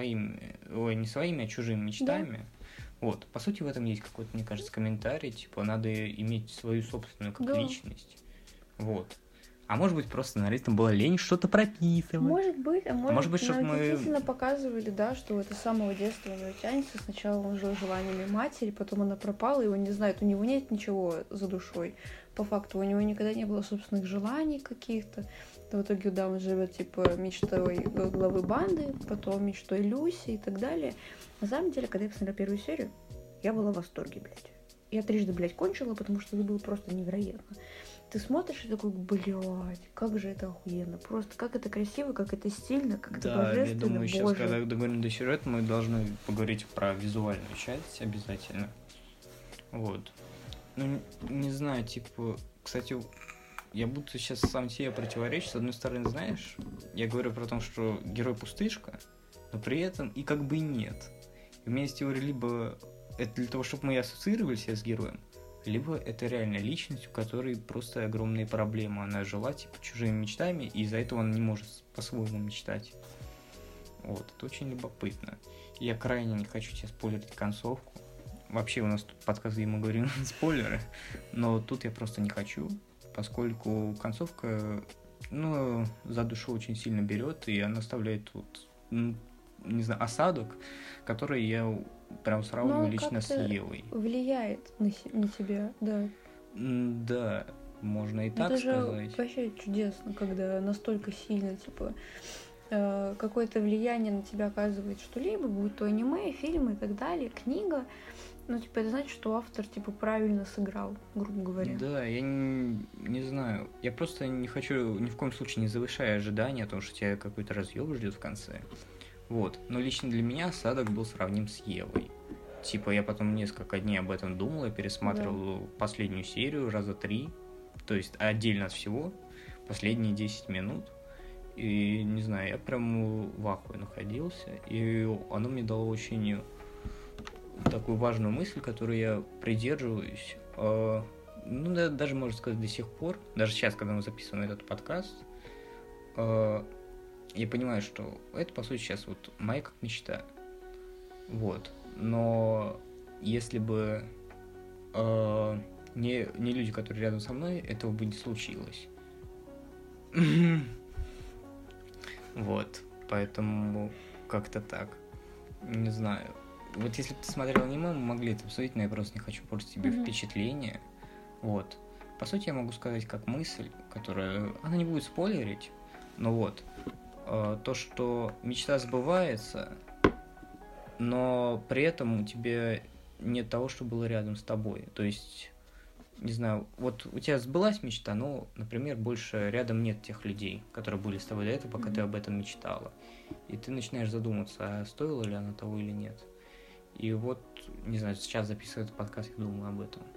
не своими, а чужими мечтами. Да. Вот. По сути, в этом есть какой-то, мне кажется, комментарий. Типа, надо иметь свою собственную как личность. Вот. А может быть, просто сценаристам было лень что-то прописывать. Может быть, может быть, чтобы мы действительно показывали, да, что это с самого детства у него тянется. Сначала он жил желаниями матери, потом она пропала, и он не знает, у него нет ничего за душой. По факту, у него никогда не было собственных желаний каких-то. В итоге, да, он живет, типа, мечтой главы банды, потом мечтой Люси и так далее. На самом деле, когда я посмотрела первую серию, я была в восторге, блядь. Я трижды, блядь, кончила, потому что это было просто невероятно. Ты смотришь и такой, блядь, как же это охуенно. Просто как это красиво, как это стильно, как это божественно. Я думаю, Боже. сейчас, когда договорим до сюжета, мы должны поговорить про визуальную часть обязательно. Вот. Ну, не знаю, типа, кстати, я будто сейчас сам себе противоречу. С одной стороны, знаешь, я говорю про то, что герой пустышка, но при этом и как бы нет. И у меня есть теория, либо это для того, чтобы мы ассоциировали себя с героем, либо это реальная личность, у которой просто огромные проблемы. Она жила, типа, чужими мечтами, и из-за этого она не может по-своему мечтать. Вот, это очень любопытно. Я крайне не хочу тебе спойлерить концовку. Вообще у нас тут подкаст, где мы говорим спойлеры, но тут я просто не хочу, поскольку концовка, ну, за душу очень сильно берет, и она оставляет тут не знаю, осадок, который я прям сравниваю лично с Евой. Влияет на тебя, да. Да, можно и так сказать. Это же вообще чудесно, когда настолько сильно, типа, какое-то влияние на тебя оказывает что-либо, будь то аниме, фильмы и так далее, книга. Ну, типа, это значит, что автор, типа, правильно сыграл, грубо говоря. Да, я не знаю. Я просто не хочу, ни в коем случае не завышая ожидания о том, что тебя какой-то разъёб ждет в конце. Вот. Но лично для меня осадок был сравним с Евой. Типа, я потом несколько дней об этом думал, я пересматривал последнюю серию раза 3, то есть отдельно от всего, последние 10 минут. И, не знаю, я прям в ахуе находился, и оно мне дало очень такую важную мысль, которую я придерживаюсь, ну, да, даже, можно сказать, до сих пор, даже сейчас, когда мы записываем этот подкаст, я понимаю, что это, по сути, сейчас вот моя как мечта. Вот. Но если бы не люди, которые рядом со мной, этого бы не случилось. Вот. Поэтому как-то так. Не знаю. Вот если бы ты смотрел аниме, мы могли это обсудить, но я просто не хочу портить тебе впечатление. Вот. По сути, я могу сказать как мысль, которая... Она не будет спойлерить, но вот. То, что мечта сбывается, но при этом у тебя нет того, что было рядом с тобой. То есть, не знаю, вот у тебя сбылась мечта, но, например, больше рядом нет тех людей, которые были с тобой до этого, пока ты об этом мечтала. И ты начинаешь задуматься, а стоило ли она того или нет. И вот, не знаю, сейчас записываю этот подкаст, я думаю об этом.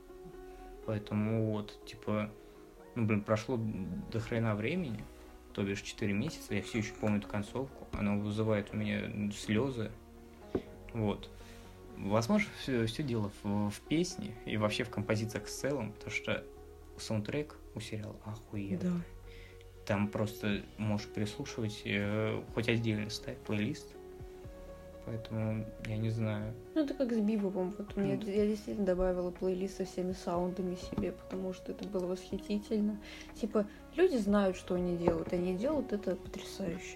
Поэтому вот, типа, прошло до хрена времени, то бишь 4 месяца, я все еще помню эту концовку, она вызывает у меня слезы. Вот. Возможно, все дело в песне и вообще в композициях в целом, потому что саундтрек у сериала охуенный. Да. Там просто можешь переслушивать, хоть отдельно ставь плейлист. Поэтому я не знаю. Ну, это как с Бибопом. Вот я действительно добавила плейлист со всеми саундами себе, потому что это было восхитительно. Типа, люди знают, что они делают это потрясающе.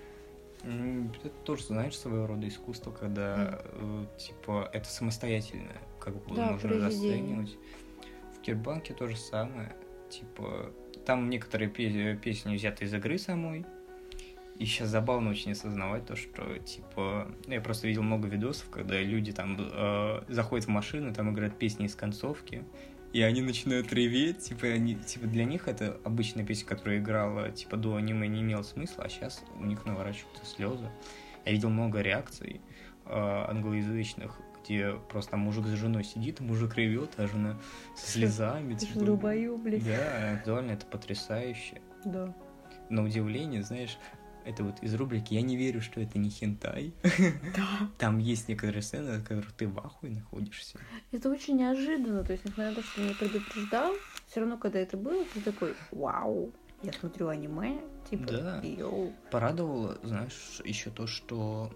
Это тоже, знаешь, своего рода искусство, когда, типа, это самостоятельно, как бы можно расценивать. В Кирбанке то же самое. Типа, там некоторые песни взяты из игры самой. И сейчас забавно очень осознавать то, что, типа... Я просто видел много видосов, когда люди там заходят в машину, там играют песни из концовки, и они начинают реветь, типа для них это обычная песня, которая играла, типа, до аниме не имела смысла, а сейчас у них наворачиваются слезы. Я видел много реакций англоязычных, где просто мужик с женой сидит, мужик ревет, а жена со слезами. Ты же долбоёб, блядь. Да, визуально это потрясающе. Да. На удивление, знаешь, это вот из рубрики «Я не верю, что это не хентай». Да. Там есть некоторые сцены, от которых ты в ахуе находишься. Это очень неожиданно. То есть, несмотря на то, что меня предупреждал, все равно, когда это было, ты такой: вау, я смотрю аниме, типа, да. йоу. Порадовало, знаешь, еще то, что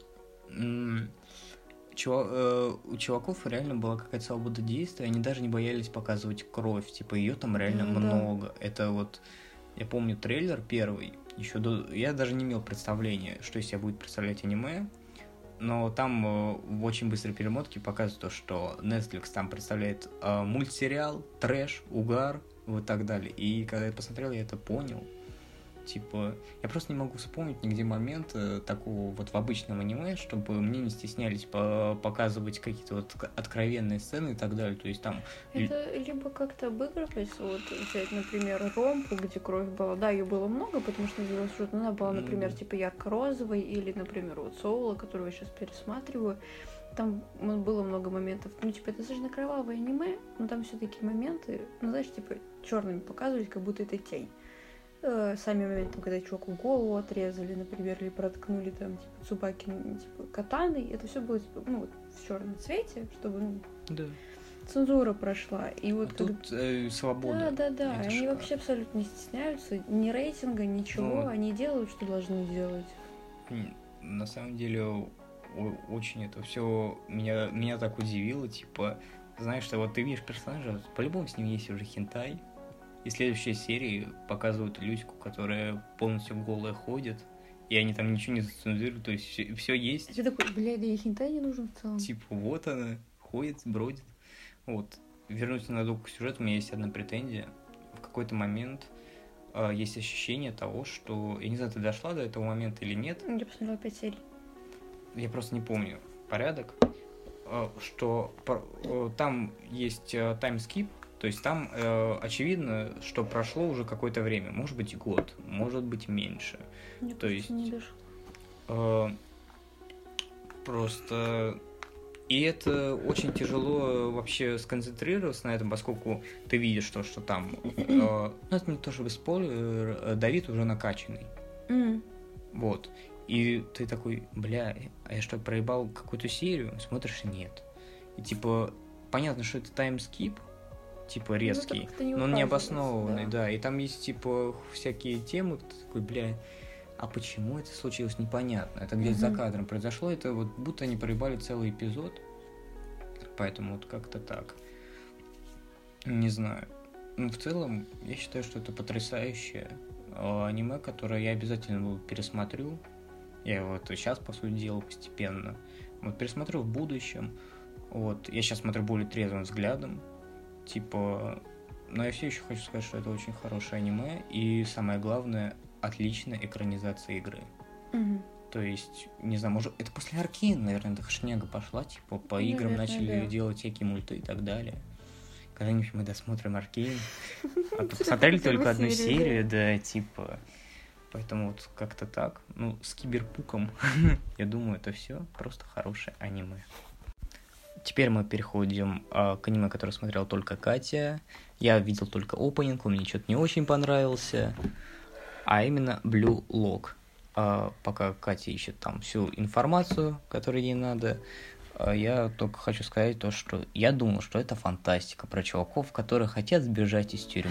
у чуваков реально была какая-то свобода действия, они даже не боялись показывать кровь, типа, ее там реально много. Это вот, я помню трейлер первый, еще я даже не имел представления, что из себя будет представлять аниме, но там в очень быстрой перемотке показывают то, что Netflix там представляет мультсериал, трэш, угар, вот так далее. И когда я посмотрел, я это понял. Типа, я просто не могу вспомнить нигде момент такого вот в обычном аниме, чтобы мне не стеснялись показывать какие-то вот откровенные сцены и так далее. То есть там... Это либо как-то обыгрывать, вот взять, например, ромпу, где кровь была. Да, ее было много, потому что она была, например, типа ярко-розовой, или, например, вот Соула, которую я сейчас пересматриваю. Там было много моментов. Ну, типа, это достаточно кровавое аниме, но там все такие моменты, ну, знаешь, типа, черными показывать, как будто это тень. Сами моменты, когда чуваку голову отрезали, например, или проткнули там, типа, Цубаки, типа, катаной, это все было, типа, ну, вот, в черном цвете, чтобы, ну, да. Цензура прошла. И вот тут свобода. Да. Они вообще абсолютно не стесняются ни рейтинга, ничего. Они делают, что должны делать. На самом деле, очень это все меня так удивило. Типа, знаешь, что вот ты видишь персонажа, по-любому с ним есть уже хентай. И следующие серии показывают Люську, которая полностью голая ходит. и они там ничего не зацензируют, то есть все есть. Ты такой, блядь, да ей хентай не нужен в целом. Типа, вот она, ходит, бродит. Вот. Вернуться надолго к сюжету, у меня есть одна претензия. В какой-то момент есть ощущение того, что... Я не знаю, ты дошла до этого момента или нет. Я посмотрела 5 серий. Я просто не помню порядок. Что там есть таймскип, то есть там очевидно, что прошло уже какое-то время. Может быть, год, может быть, меньше. Я То есть... не дошла. Просто... И это очень тяжело вообще сконцентрироваться на этом, поскольку ты видишь то, что там... ну, это не то чтобы спойлер, Давид уже накачанный. Вот. И ты такой, бля, а я что, проебал какую-то серию? Смотришь, и нет. И типа, понятно, что это таймскип, типа резкий, но он не обоснованный, да. И там есть типа всякие темы, ты такой, бля, а почему это случилось, непонятно. Это где-то за кадром произошло, это вот будто они проебали целый эпизод. Поэтому вот как-то так. Не знаю. Ну, в целом, я считаю, что это потрясающее аниме, которое я обязательно пересмотрю. Я его это сейчас, по сути дела, постепенно. Вот пересмотрю в будущем. Вот. Я сейчас смотрю более трезвым взглядом. Типа... Но я все еще хочу сказать, что это очень хорошее аниме. И самое главное, отличная экранизация игры. То есть, не знаю, может, это после Аркейна, наверное, эта шняга пошла, типа, по играм начали делать всякие мульты и так далее. Когда-нибудь мы досмотрим Аркейн. А то посмотрели только одну серию, да, типа... Поэтому вот как-то так. Ну, с Киберпуком, я думаю, это все просто хорошее аниме. Теперь мы переходим к аниме, которое смотрела только Катя. Я видел только опенинг, он мне что-то не очень понравился. А именно Blue Lock. Пока Катя ищет там всю информацию, которую ей надо, я только хочу сказать то, что я думал, что это фантастика про чуваков, которые хотят сбежать из тюрьмы.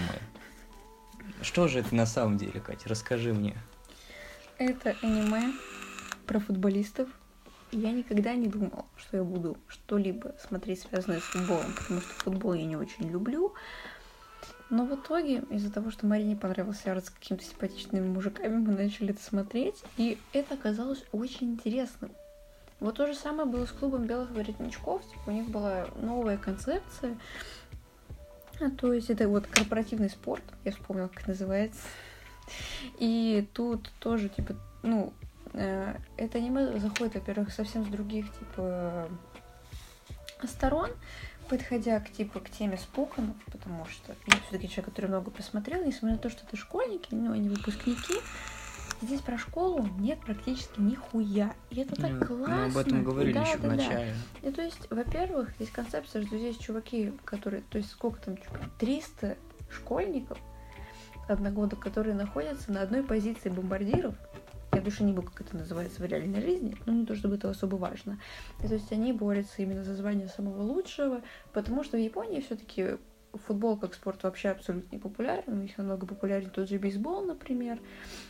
Что же это на самом деле, Катя? Расскажи мне. Это аниме про футболистов. Я никогда не думала, что я буду что-либо смотреть, связанное с футболом, потому что футбол я не очень люблю. Но в итоге, из-за того, что Марине понравился сериал с какими-то симпатичными мужиками, мы начали это смотреть, и это оказалось очень интересным. Вот то же самое было с клубом белых воротничков, типа у них была новая концепция, то есть это вот корпоративный спорт, я вспомнила, как это называется, и тут тоже, типа, ну, это аниме заходит, во-первых, совсем с других, типа, сторон, подходя к теме спуканов, потому что я все-таки человек, который много посмотрел, несмотря на то, что это школьники, но они выпускники, здесь про школу нет практически нихуя. И это так классно. Мы об этом говорили еще в начале. И то есть, во-первых, здесь концепция, что здесь чуваки, которые, то есть сколько там, 300 школьников одногодок, которые находятся на одной позиции бомбардиров. Я больше не буду, как это называется в реальной жизни, но не то, чтобы это особо важно. И то есть они борются именно за звание самого лучшего, потому что в Японии все-таки футбол как спорт вообще абсолютно не популярен. У них намного популярнее тот же бейсбол, например.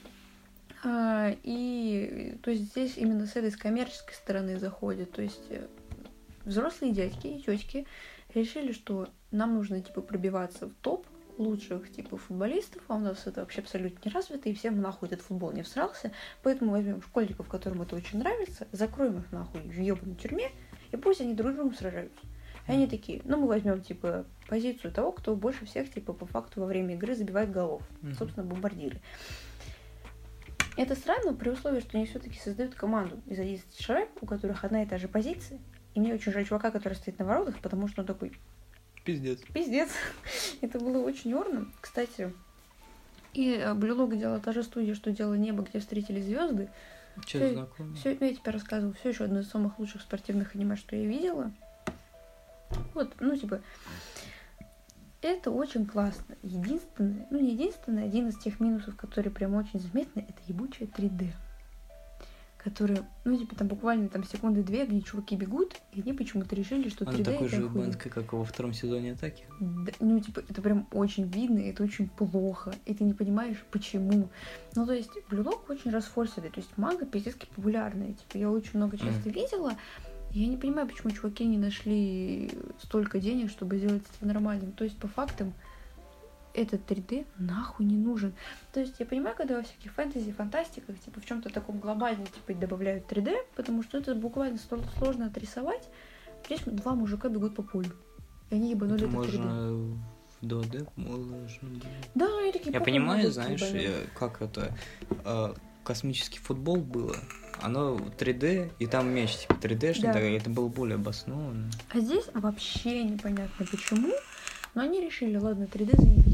И то есть здесь именно с этой коммерческой стороны заходит. То есть взрослые дядьки и тетки решили, что нам нужно типа пробиваться в топ лучших типа футболистов, а у нас это вообще абсолютно не развито, и всем нахуй этот футбол не всрался, поэтому возьмем школьников, которым это очень нравится, закроем их нахуй в ебаной тюрьме, и пусть они друг с другом сражаются. И они такие, ну мы возьмем типа позицию того, кто больше всех типа по факту во время игры забивает голов, собственно бомбардиры. Это странно при условии, что они все-таки создают команду из 11 человек, у которых одна и та же позиция, и мне очень жаль чувака, который стоит на воротах, потому что он такой... Пиздец. Это было очень орно. Кстати, и Blue Lock делала та же студия, что делала «Небо, где встретились звезды». Что знакомо? Все, я тебе рассказывала. Все еще одно из самых лучших спортивных аниме, что я видела. Вот, ну, типа, это очень классно. Единственное, ну, не единственное, один из тех минусов, который прям очень заметный, это ебучая 3D. Которые, ну, типа, там буквально там секунды 2, где чуваки бегут, и они почему-то решили, что 3D это такой же охуенно. как во втором сезоне «Атаки». Да, ну, типа, это прям очень видно, и это очень плохо, и ты не понимаешь, почему. Ну, то есть, Blue Lock очень расфорсили, то есть, манга пиздецки популярная, типа, я очень много часто видела, и я не понимаю, почему чуваки не нашли столько денег, чтобы сделать это нормальным. То есть, по фактам, этот 3D нахуй не нужен. То есть я понимаю, когда во всяких фэнтези, фантастиках, типа в чем-то таком глобальном, типа добавляют 3D, потому что это буквально сложно отрисовать. Здесь 2 мужика бегут по полю. И они ебанули это 3D. Можно в 2D можно. Да, и такие. Я понимаю, знаешь, как это космический футбол было. Оно 3D, и там мяч типа 3D-шный, да. Это было более обоснованно. А здесь вообще непонятно почему, но они решили, ладно, 3D заебись.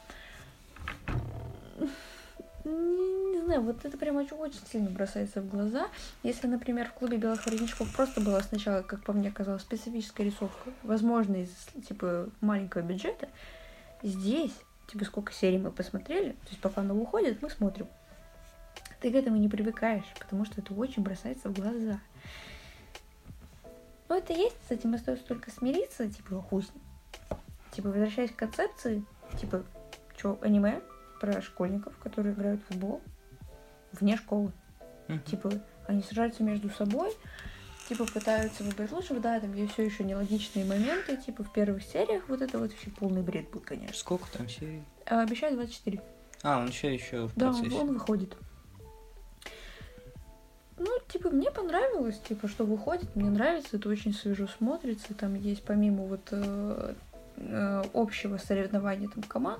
Не знаю, вот это прям очень сильно бросается в глаза. Если, например, в клубе белых воротничков просто была сначала, как по мне казалось, специфическая рисовка, возможно, из типа маленького бюджета, здесь, типа сколько серий мы посмотрели, то есть пока оно выходит, мы смотрим. Ты к этому не привыкаешь, потому что это очень бросается в глаза. Но это есть, с этим остается только смириться, типа, хуй с ним. Типа, возвращаясь к концепции, типа, что, аниме про школьников, которые играют в футбол вне школы. Типа, они сражаются между собой, типа, пытаются выбрать лучшего, да, там есть все еще нелогичные моменты, типа, в первых сериях вот это вот вообще полный бред был, конечно. Сколько там серий? Обещаю 24. Он еще в процессе. Да, он выходит. Ну, типа, мне понравилось, типа, что выходит, мне нравится, это очень свежо смотрится, там есть помимо вот общего соревнования там команд,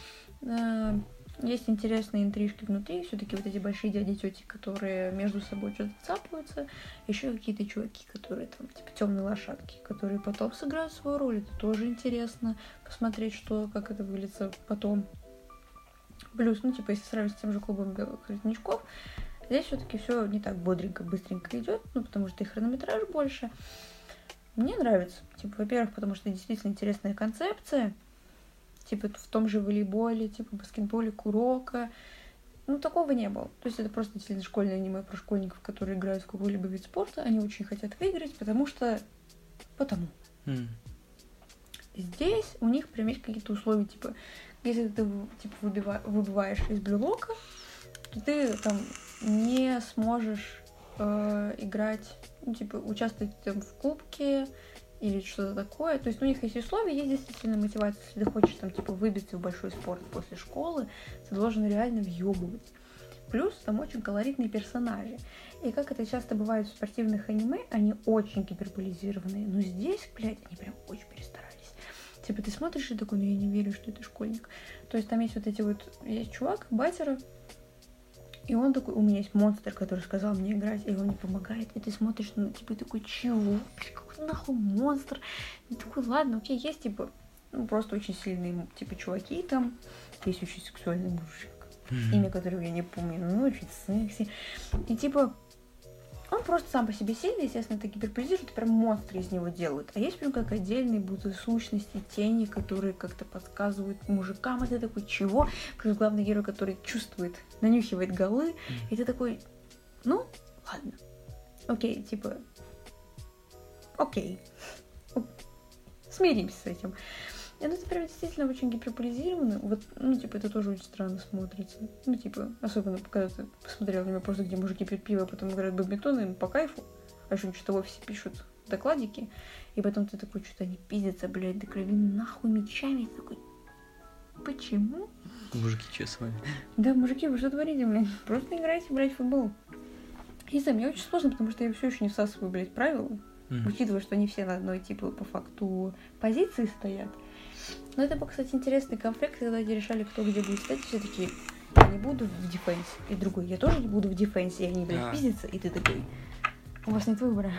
есть интересные интрижки внутри, все-таки вот эти большие дяди тети, которые между собой что-то цапаются, еще какие-то чуваки, которые там, типа, темные лошадки, которые потом сыграют свою роль, это тоже интересно посмотреть, что, как это выглядит потом. Плюс, ну, типа, если сравнивать с тем же клубом белых воротничков, здесь все-таки все не так бодренько, быстренько идет, ну, потому что и хронометраж больше. Мне нравится. Типа, во-первых, потому что действительно интересная концепция. Типа, в том же волейболе, типа, баскетболе, Куроко. Ну, такого не было. То есть это просто действительно школьное аниме про школьников, которые играют в какой-либо вид спорта. Они очень хотят выиграть, потому что... Здесь у них прям есть какие-то условия, типа, если ты, типа, выбываешь из блюлока, то ты там не сможешь играть, ну, типа, участвовать там в кубке или что-то такое. То есть у них есть условия, есть действительно мотивация. Если ты хочешь там, типа, выбиться в большой спорт после школы, ты должен реально въебывать. Плюс там очень колоритные персонажи. И как это часто бывает в спортивных аниме, они очень гиперболизированные. Но здесь, блядь, они прям очень перестарались. Типа, ты смотришь и такой, ну я не верю, что это школьник. То есть там есть вот эти вот, есть чувак, батера, и он такой, у меня есть монстр, который сказал мне играть, и он мне помогает. И ты смотришь, ну, типа, такой, чего? Какой нахуй монстр? И такой, ладно, окей, есть, типа, ну, просто очень сильные, типа, чуваки там. Есть очень сексуальный мужик, имя которого я не помню, но очень секси. И, типа, он просто сам по себе сильный, естественно, это гиперболизирует, прям монстры из него делают. А есть прям как отдельные будто сущности, тени, которые как-то подсказывают мужикам. Это такой, чего? Плюс главный герой, который чувствует, нанюхивает голы. И ты такой, ну, ладно. Окей, типа, окей. Смиримся с этим. И это прям действительно очень гиперболизировано. Вот, ну, типа, это тоже очень странно смотрится. Ну, типа, особенно, когда ты посмотрел на меня просто, где мужики пьют пиво, а потом играют в бадминтон, им по кайфу. А еще что-то в офисе пишут докладики. И потом ты такой, что-то они пиздятся, блядь, до крови нахуй мечами. И ты такой, почему? Мужики, что с вами? Да, мужики, вы что творите, блядь? Просто играйте, блядь, в футбол. Не знаю, мне очень сложно, потому что я все еще не всасываю, блядь, правила. Учитывая, что они все на одной, типа, по факту позиции стоят. Но это был, кстати, интересный конфликт, когда они решали, кто где будет стоять. Все такие, я не буду в дефенсе. И другой, я тоже не буду в дефенсе. И они, блядь, пиздятся. И ты такой, у вас нет выбора.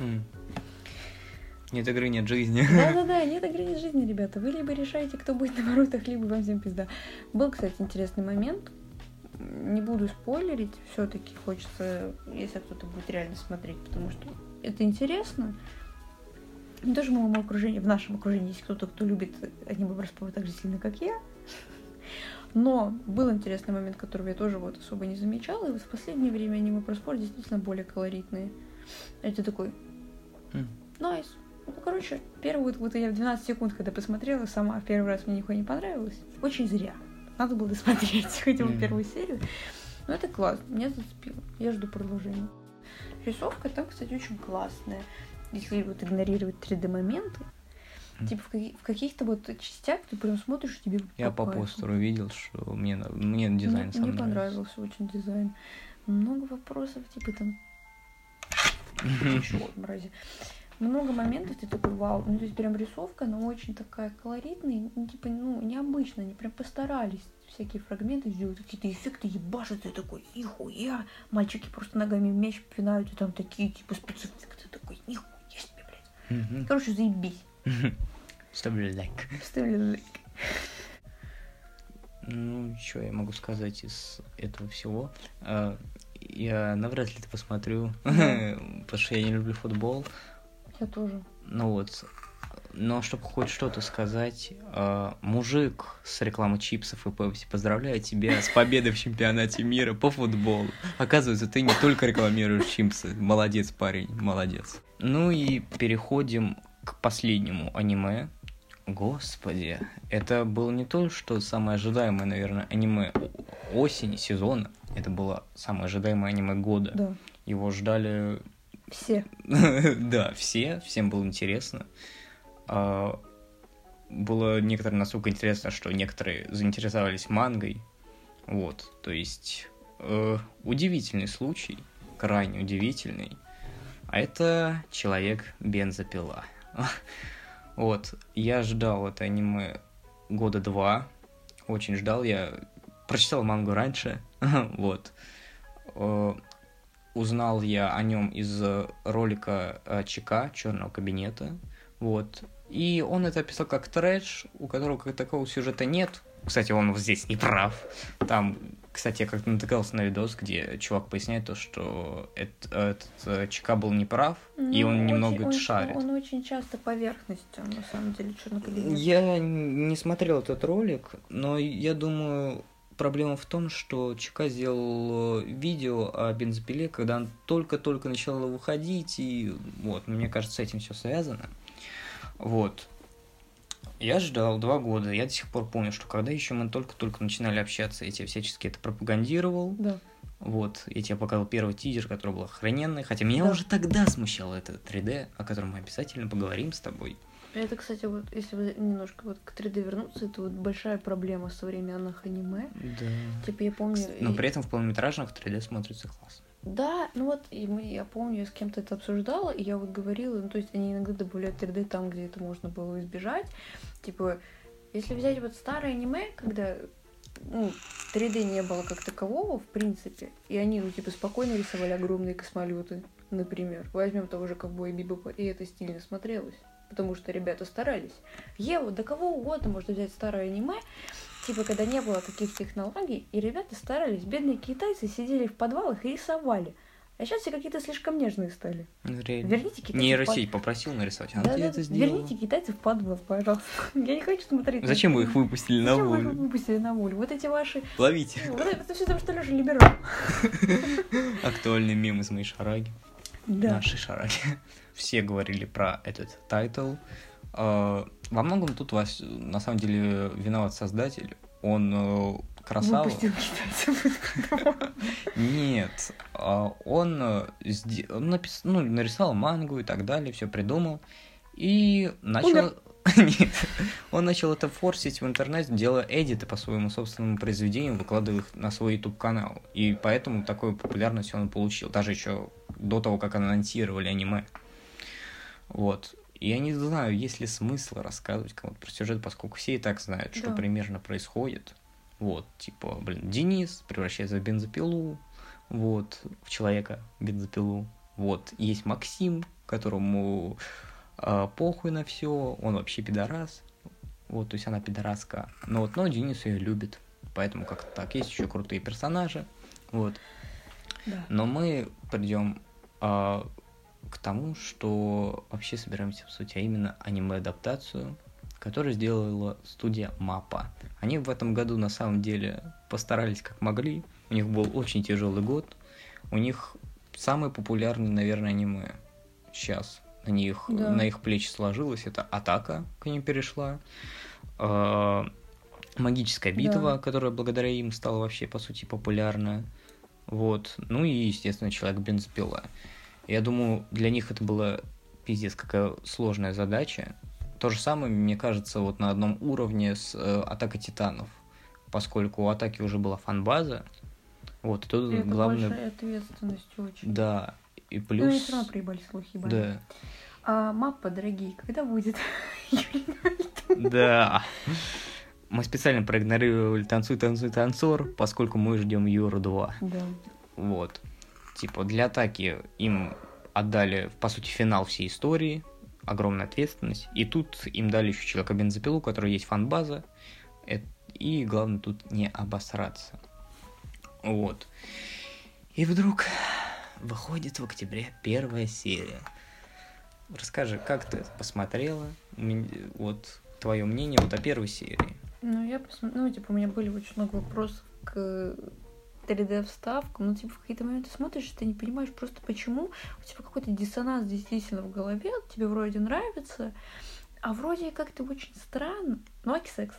Нет игры, нет жизни. Да-да-да, нет игры, нет жизни, ребята. Вы либо решаете, кто будет на воротах, либо вам всем пизда. Был, кстати, интересный момент. Не буду спойлерить. Все-таки хочется, если кто-то будет реально смотреть, потому что это интересно. Не то, что в моем окружении, в нашем окружении есть кто-то, кто любит аниме про спорт так же сильно, как я. Но был интересный момент, которого я тоже вот особо не замечала. И вот в последнее время аниме про спорт действительно более колоритные. Это такой, найс. Ну, короче, первый вот я в 12 секунд, когда посмотрела, сама в первый раз мне нихуя не понравилось. Очень зря. Надо было досмотреть хотя бы первую серию. Но это классно, меня зацепило. Я жду продолжения. Рисовка там, кстати, очень классная. Если вот игнорировать 3D-моменты. Типа в каких-то вот частях ты прям смотришь, и тебе Я по кайфу. постеру видел, что мне дизайн сам Мне нравится. понравился очень дизайн. Много вопросов, типа там... Чё, мрази. Много моментов, ты такой, вау. Ну, то есть прям рисовка, она очень такая колоритная, ну, типа, ну, необычно. Они прям постарались всякие фрагменты сделать, какие-то эффекты ебашат, ты такой, нихуя. Мальчики просто ногами в мяч пинают, и там такие, типа, спецэффекты, такой, нихуя себе, блядь. Короче, заебись. Ставлю лайк. Ставлю лайк. Ну, что я могу сказать из этого всего? Я навряд ли это посмотрю, потому что я не люблю футбол. Я тоже. Ну вот. Но чтобы хоть что-то сказать, мужик с рекламы чипсов и пепси, поздравляю тебя с победой в чемпионате мира по футболу. Оказывается, ты не только рекламируешь чипсы. Молодец, парень, молодец. Ну и переходим к последнему аниме. Господи, это было не то, что самое ожидаемое, наверное, аниме осени, сезона. Это было самое ожидаемое аниме года. Да. Его ждали... Все. Да, всем было интересно. Было некоторым настолько интересно, что некоторые заинтересовались мангой. Вот, то есть удивительный случай, крайне удивительный. А это Человек-бензопила. Вот, я ждал это аниме года 2, очень ждал, я прочитал мангу раньше, вот. Узнал я о нем из ролика ЧК «Черного кабинета», вот. И он это описал как трэш, у которого как такого сюжета нет. Кстати, он здесь не прав. Там, кстати, я как-то натыкался на видос, где чувак поясняет то, что этот ЧК был неправ, и он немного шарит. Он очень часто поверхностью, на самом деле, «Черный кабинет». Я не смотрел этот ролик, но я думаю... Проблема в том, что ЧК сделал видео о бензопиле, когда он только-только начал выходить, и вот, мне кажется, с этим все связано. Вот. Я ждал 2 года, я до сих пор помню, что когда еще мы только-только начинали общаться, я тебе всячески это пропагандировал. Да. Вот, я тебе показал первый тизер, который был охрененный, хотя меня уже тогда смущало это 3D, о котором мы обязательно поговорим с тобой. Это, кстати, вот если вы немножко вот к 3D вернуться, это вот большая проблема современных аниме. Да. Типа я помню... Но при этом в полнометражных 3D смотрится классно. Да, ну вот, я помню, я с кем-то это обсуждала, и я вот говорила, ну то есть они иногда добавляют 3D там, где это можно было избежать. Типа, если взять вот старое аниме, когда 3D не было как такового, в принципе, и они, ну типа, спокойно рисовали огромные космолеты, например. Возьмем того же Ковбоя Бибопа, и это стильно смотрелось. Потому что ребята старались. Вот до кого угодно можно взять старое аниме, типа, когда не было таких технологий, и ребята старались. Бедные китайцы сидели в подвалах и рисовали. А сейчас все какие-то слишком нежные стали. Верните китайцев. Нейросеть попросил нарисовать, она тебе это сделала. Верните китайцев в подвал, пожалуйста. Я не хочу смотреть. Зачем вы их выпустили на волю? Зачем вы их выпустили на волю? Вот эти ваши... Ловите. Вот это все потому, что Лёша либерал. Актуальный мем из моей шараги. Да. Нашей шараги. Все говорили про этот тайтл. Во многом тут вас, на самом деле, виноват создатель. Он красава. Выпустил китайцев. Нет. Он нарисовал мангу и так далее, все придумал. И начал... Нет. Он начал это форсить в интернете, делая эдиты по своему собственному произведению, выкладывая их на свой YouTube-канал. И поэтому такую популярность он получил. Даже еще до того, как анонсировали аниме. Вот. И я не знаю, есть ли смысл рассказывать кому-то про сюжет, поскольку все и так знают, что примерно происходит. Вот, типа, Денис превращается в бензопилу, вот, в человека-бензопилу. Вот, есть Максим, которому похуй на все, он вообще пидорас. Вот, то есть она пидораска. Но Денис ее любит. Поэтому как-то так. Есть еще крутые персонажи. Вот. Да. Но мы придем к тому, что вообще собираемся обсудить, а именно аниме-адаптацию, которую сделала студия Маппа. Они в этом году на самом деле постарались как могли. У них был очень тяжелый год. У них самый популярный, наверное, аниме сейчас. На их плечи сложилось. Это Атака к ним перешла. Магическая битва, которая благодаря им стала вообще, по сути, популярна. Вот. Ну и, естественно, Человек-бензопила. Я думаю, для них это была пиздец какая сложная задача, то же самое, мне кажется, вот на одном уровне с «Атакой Титанов», поскольку у «Атаки» уже была фан-база, вот, и тут Это главное... большая ответственность очень. Да, и Ну, плюс... и все равно приебали слухи, ебали. Да. А маппа, дорогие, когда будет? Да. Мы специально проигнорировали «Танцуй, танцуй, танцор», поскольку мы ждем Юру 2. Да. Вот. Типа, для «Атаки» им отдали, по сути, финал всей истории, огромная ответственность. И тут им дали еще «Человека-бензопилу», у которой есть фан-база. И главное тут не обосраться. Вот. И вдруг выходит в октябре первая серия. Расскажи, как ты посмотрела? Вот твое мнение вот о первой серии. Ну, я посмотрела, ну, типа, у меня были очень много вопросов к 3D-вставкам, ну, типа, в какие-то моменты смотришь, ты не понимаешь просто почему, у тебя какой-то диссонанс действительно в голове, тебе вроде нравится, а вроде как-то очень странно. Ну, Аки-секс.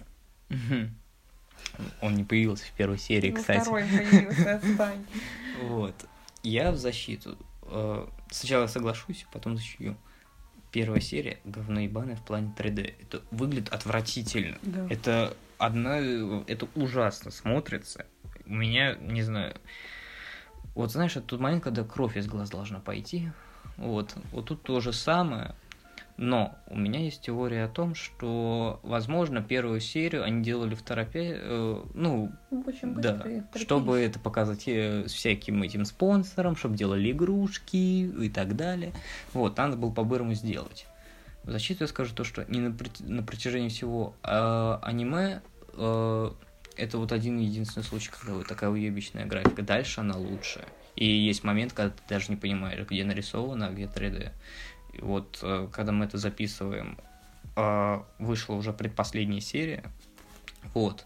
Он не появился в первой серии, кстати. Во второй появился, отстань. Вот. Я в защиту. Сначала соглашусь, потом защищу. Первая серия говно ебаное в плане 3D. Это выглядит отвратительно. Да. Это ужасно смотрится. У меня, не знаю... Вот знаешь, это тот момент, когда кровь из глаз должна пойти. Вот тут то же самое. Но у меня есть теория о том, что, возможно, первую серию они делали в торопе, Очень быстро. да, чтобы это показать всяким этим спонсорам, чтобы делали игрушки и так далее. Вот, надо было по-бырому сделать. В защиту я скажу то, что не на протяжении всего аниме это вот один единственный случай, когда вот такая уебищная графика. Дальше она лучше. И есть момент, когда ты даже не понимаешь, где нарисовано, а где 3D. И вот, когда мы это записываем, вышла уже предпоследняя серия. Вот.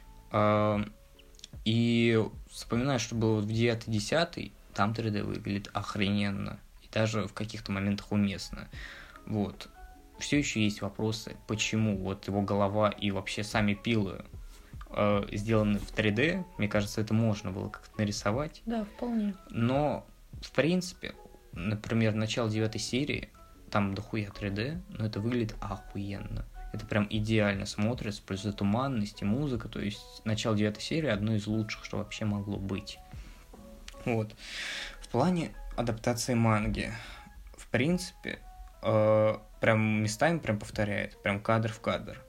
И вспоминаю, что было в 9-10, там 3D выглядит охрененно. И даже в каких-то моментах уместно. Вот. Все еще есть вопросы, почему вот его голова и вообще сами пилы сделаны в 3D. Мне кажется, это можно было как-то нарисовать. Да, вполне. Но, в принципе, например, начало 9 серии, там дохуя 3D, но это выглядит охуенно. Это прям идеально смотрится, плюс за туманность и музыка, то есть начало 9 серии одно из лучших, что вообще могло быть. Вот. В плане адаптации манги, в принципе, прям местами прям повторяет, прям кадр в кадр.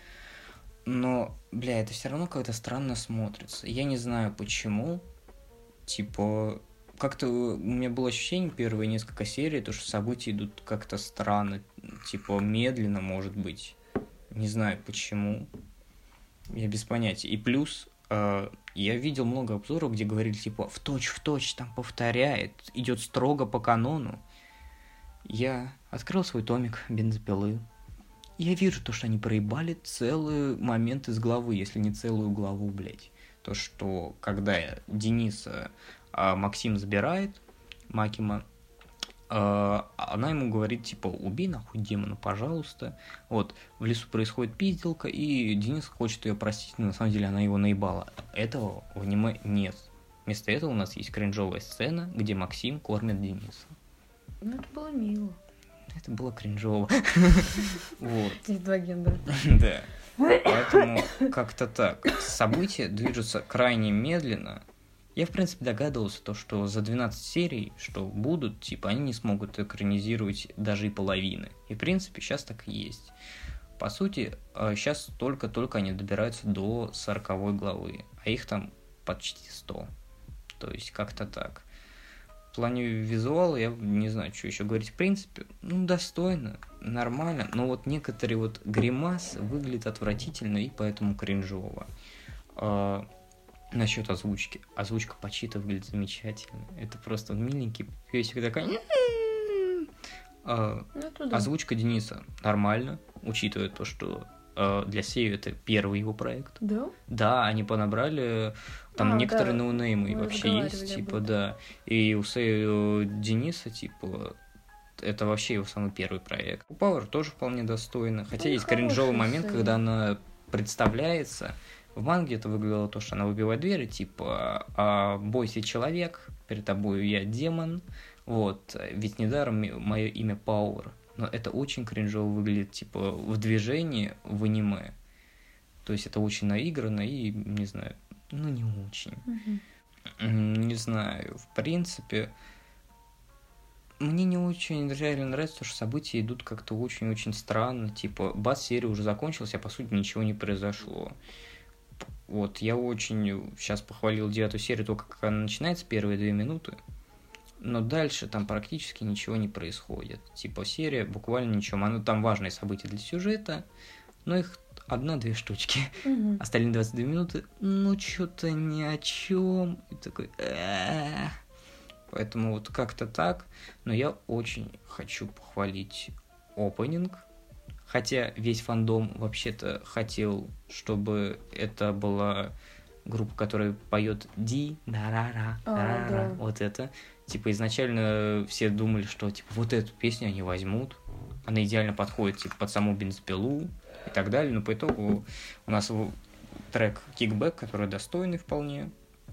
Но, бля, это все равно как-то странно смотрится. Я не знаю почему. Типа, как-то у меня было ощущение первые несколько серий, то, что события идут как-то странно, типа медленно, может быть. Не знаю почему. Я без понятия. И плюс, я видел много обзоров, где говорили, типа, в точь там повторяет, идет строго по канону. Я открыл свой томик бензопилы. Я вижу то, что они проебали целый момент из главы, если не целую главу, блядь. То, что когда Дениса Максим забирает, Макима, она ему говорит, типа, убей нахуй демона, пожалуйста. Вот, в лесу происходит пизделка, и Денис хочет ее простить, но на самом деле она его наебала. Этого в аниме нет. Вместо этого у нас есть кринжовая сцена, где Максим кормит Дениса. Ну, это было мило. Это было кринжово. Вот. Есть два гендера. Да. Поэтому как-то так. События движутся крайне медленно. Я, в принципе, догадывался, то, что за 12 серий, что будут, типа, они не смогут экранизировать даже и половины. И, в принципе, сейчас так и есть. По сути, сейчас только-только они добираются до 40 главы, а их там почти 100. То есть, как-то так. В плане визуала я не знаю, что еще говорить. В принципе, достойно, нормально. Но вот некоторые вот гримасы выглядят отвратительно и поэтому кринжово. Насчет озвучки. Озвучка Пачито выглядит замечательно. Это просто миленький песик такой. Озвучка Дениса нормально, учитывая то, что для Сею это первый его проект. Да? Да, они понабрали. Там некоторые ноунеймы вообще есть, типа, да. И у Сею Дениса, типа, это вообще его самый первый проект. У Power тоже вполне достойно. Хотя есть кринжовый момент, когда она представляется. В манге это выглядело то, что она выбивает двери, типа, бойся, человек, перед тобой я демон. Вот, ведь недаром мое имя Power. но это очень кринжово выглядит, типа, в движении в аниме. То есть это очень наигранно и, не знаю, ну, не очень. Не знаю, в принципе, мне не очень реально нравится то, что события идут как-то очень-очень странно. Типа, серия уже закончилась, а по сути ничего не произошло. Вот, я очень сейчас похвалил 9-ю серию, только как она начинается, первые 2 минуты. Но дальше там практически ничего не происходит. Типа, серия буквально ничего. Там важные события для сюжета, но их 1-2 штучки. Остальные 22 минуты, ну, что-то ни о чем. И такой... Поэтому вот как-то так. Но я очень хочу похвалить опенинг. Хотя весь фандом вообще-то хотел, чтобы это была группа, которая поет Ди, да-ра-ра, да-ра-ра. Вот это. Типа изначально все думали, что типа вот эту песню они возьмут. Она идеально подходит типа под саму бензопилу и так далее. Но по итогу у нас трек Kickback, который достойный вполне.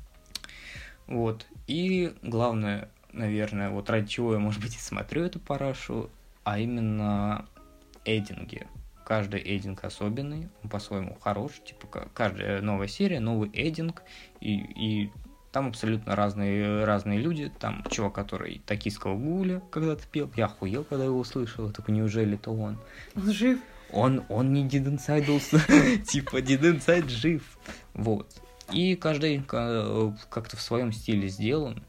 Вот. И главное, наверное, вот ради чего я, может быть, и смотрю эту парашу, а именно эддинги. Каждый эддинг особенный, он по-своему хорош. Типа каждая новая серия, новый эддинг. И там абсолютно разные люди. Там чувак, который «Токийского гуля» когда-то пел. Я охуел, когда его услышал. Я такой, неужели это он? Он жив? Он не Dead Inside, типа Dead Inside жив. Вот. И каждый как-то в своем стиле сделан.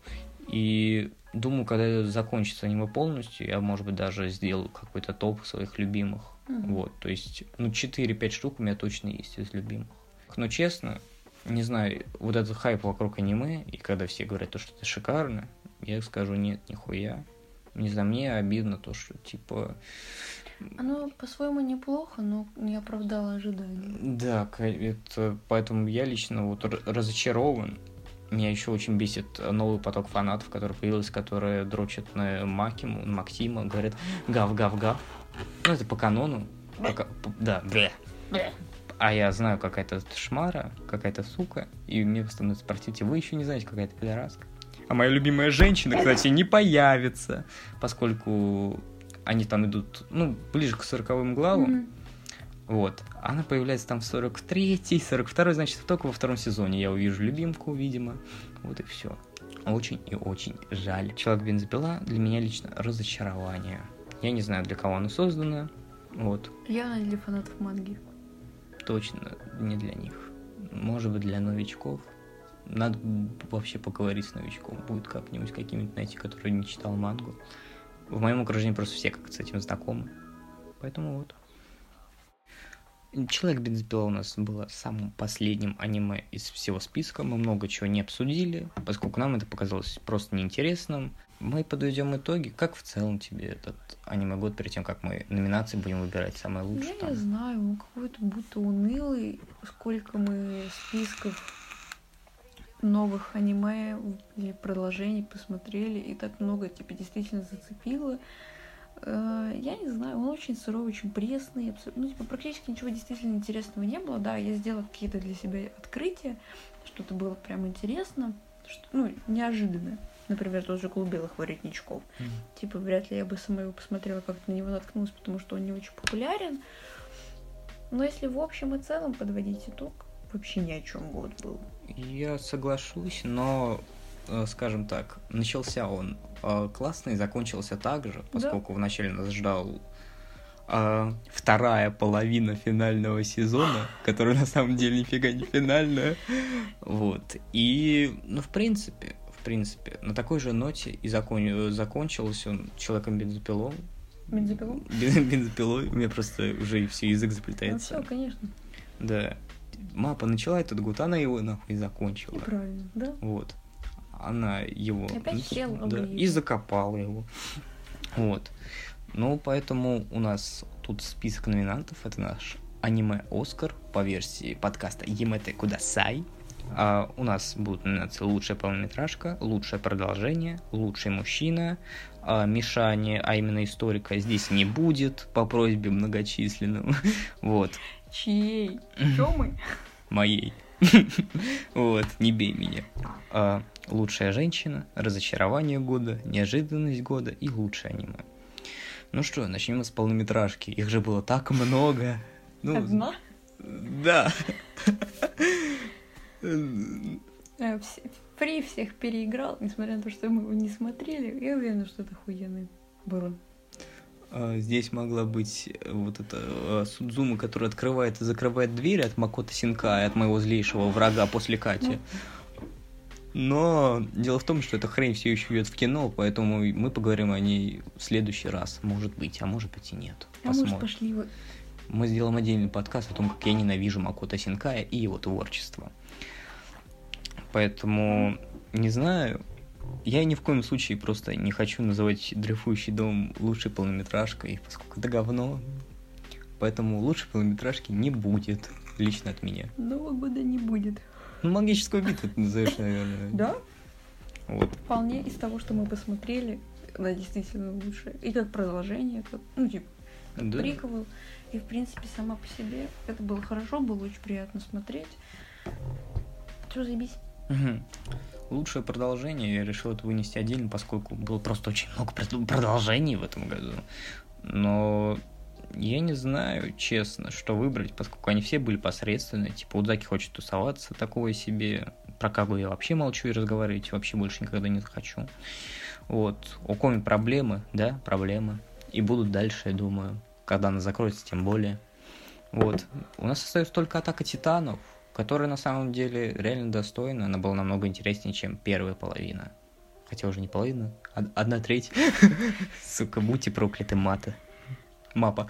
И думаю, когда закончится аниме полностью, я, может быть, даже сделаю какой-то топ своих любимых. Вот, то есть, 4-5 штук у меня точно есть из любимых. Но честно, не знаю, вот этот хайп вокруг аниме, и когда все говорят, что это шикарно, я скажу, нет, нихуя. Не знаю, мне обидно то, что, типа... Оно по-своему неплохо, но не оправдало ожиданий. Да, поэтому я лично вот разочарован. Меня еще очень бесит новый поток фанатов, который появился, которые дрочат на Максима, говорят гав-гав-гав. Ну, это по канону. Да, бля. А я знаю, какая-то шмара, какая-то сука, и мне становится противно. Вы еще не знаете, какая-то пидораска. А моя любимая женщина, кстати, не появится, поскольку они там идут, ближе к 40 главам. Вот. Она появляется там в 43-й, 42-й, значит, только во 2-м сезоне я увижу любимку, видимо. Вот и все. Очень и очень жаль. Человек-бензопила для меня лично разочарование. Я не знаю, для кого она создана. Вот. Явно для фанатов манги. Точно не для них. Может быть, для новичков. Надо вообще поговорить с новичком. Будет как-нибудь каким-нибудь найти, который не читал мангу. В моем окружении просто все как-то с этим знакомы. Поэтому вот. Человек-бензопила у нас было самым последним аниме из всего списка. Мы много чего не обсудили, поскольку нам это показалось просто неинтересным. Мы подведем итоги. Как в целом тебе этот аниме-год, перед тем, как мы номинации будем выбирать самое лучшее? Я не знаю, он какой-то будто унылый. Сколько мы списков новых аниме или продолжений посмотрели, и так много, действительно зацепило. Я не знаю, он очень сырой, очень пресный, практически ничего действительно интересного не было. Да, я сделала какие-то для себя открытия, что-то было прям интересно, неожиданное. Например, тот же «Клуб белых воротничков». Вряд ли я бы сама его посмотрела, как-то на него наткнулась, потому что он не очень популярен. Но если в общем и целом подводить итог, вообще ни о чем год был. Я соглашусь, но, скажем так, начался он классный, закончился так же, поскольку вначале нас ждал вторая половина финального сезона, которая на самом деле нифига не финальная. Вот. И, в принципе, на такой же ноте и закончился он Человеком-бензопилой. Бензопилой. У меня просто уже все язык заплетается. Все, конечно. Да. Мапа начала этот год, она его нахуй закончила. Правильно, да. Вот. Она его... Опять сел, и закопала его. Вот. Поэтому у нас тут список номинантов. Это наш аниме-Оскар по версии подкаста Ямете Кудасай. У нас будут номинации «Лучшая полнометражка», «Лучшее продолжение», «Лучший мужчина», «Мишани», а именно историка здесь не будет по просьбе многочисленным. Вот. Чьей? Чё мы? Моей. Вот, не бей меня. Лучшая женщина, разочарование года, неожиданность года и лучшее аниме. Ну что, начнем с полнометражки. Их же было так много. Ну, Одна? Да. Фри всех переиграл, несмотря на то, что мы его не смотрели. Я уверена, что это охуенно было. Здесь могла быть вот эта Судзума, которая открывает и закрывает двери от Макото Синкая, от моего злейшего врага после Кати. Но дело в том, что эта хрень все еще идет в кино, поэтому мы поговорим о ней в следующий раз. Может быть, а может быть и нет. Может, пошли вы. Мы сделаем отдельный подкаст о том, как я ненавижу Макото Синкая и его творчество. Поэтому, не знаю, я ни в коем случае просто не хочу называть «Дрейфующий дом» лучшей полнометражкой, поскольку это говно. Поэтому лучшей полнометражки не будет, лично от меня. Нового года не будет. Ну, «Магическую битву» ты назовешь, наверное. Да? Вот. Вполне из того, что мы посмотрели, она действительно лучшая. И как продолжение, как, Да. приквел. И, в принципе, сама по себе это было хорошо, было очень приятно смотреть. Все, заебись. Угу. Лучшее продолжение я решил это вынести отдельно, поскольку было просто очень много продолжений в этом году. Но я не знаю, честно, что выбрать, поскольку они все были посредственные. Типа Удзаки хочет тусоваться, такое себе. Про Кагу я вообще молчу и разговаривать вообще больше никогда не захочу. Вот. У Коми проблемы, да, проблемы. И будут дальше, я думаю. Когда она закроется, тем более. Вот. У нас остается только «Атака Титанов», которая на самом деле реально достойна. Она была намного интереснее, чем первая половина. Хотя уже не половина, а 1/3. Сука, будьте прокляты, Мапа.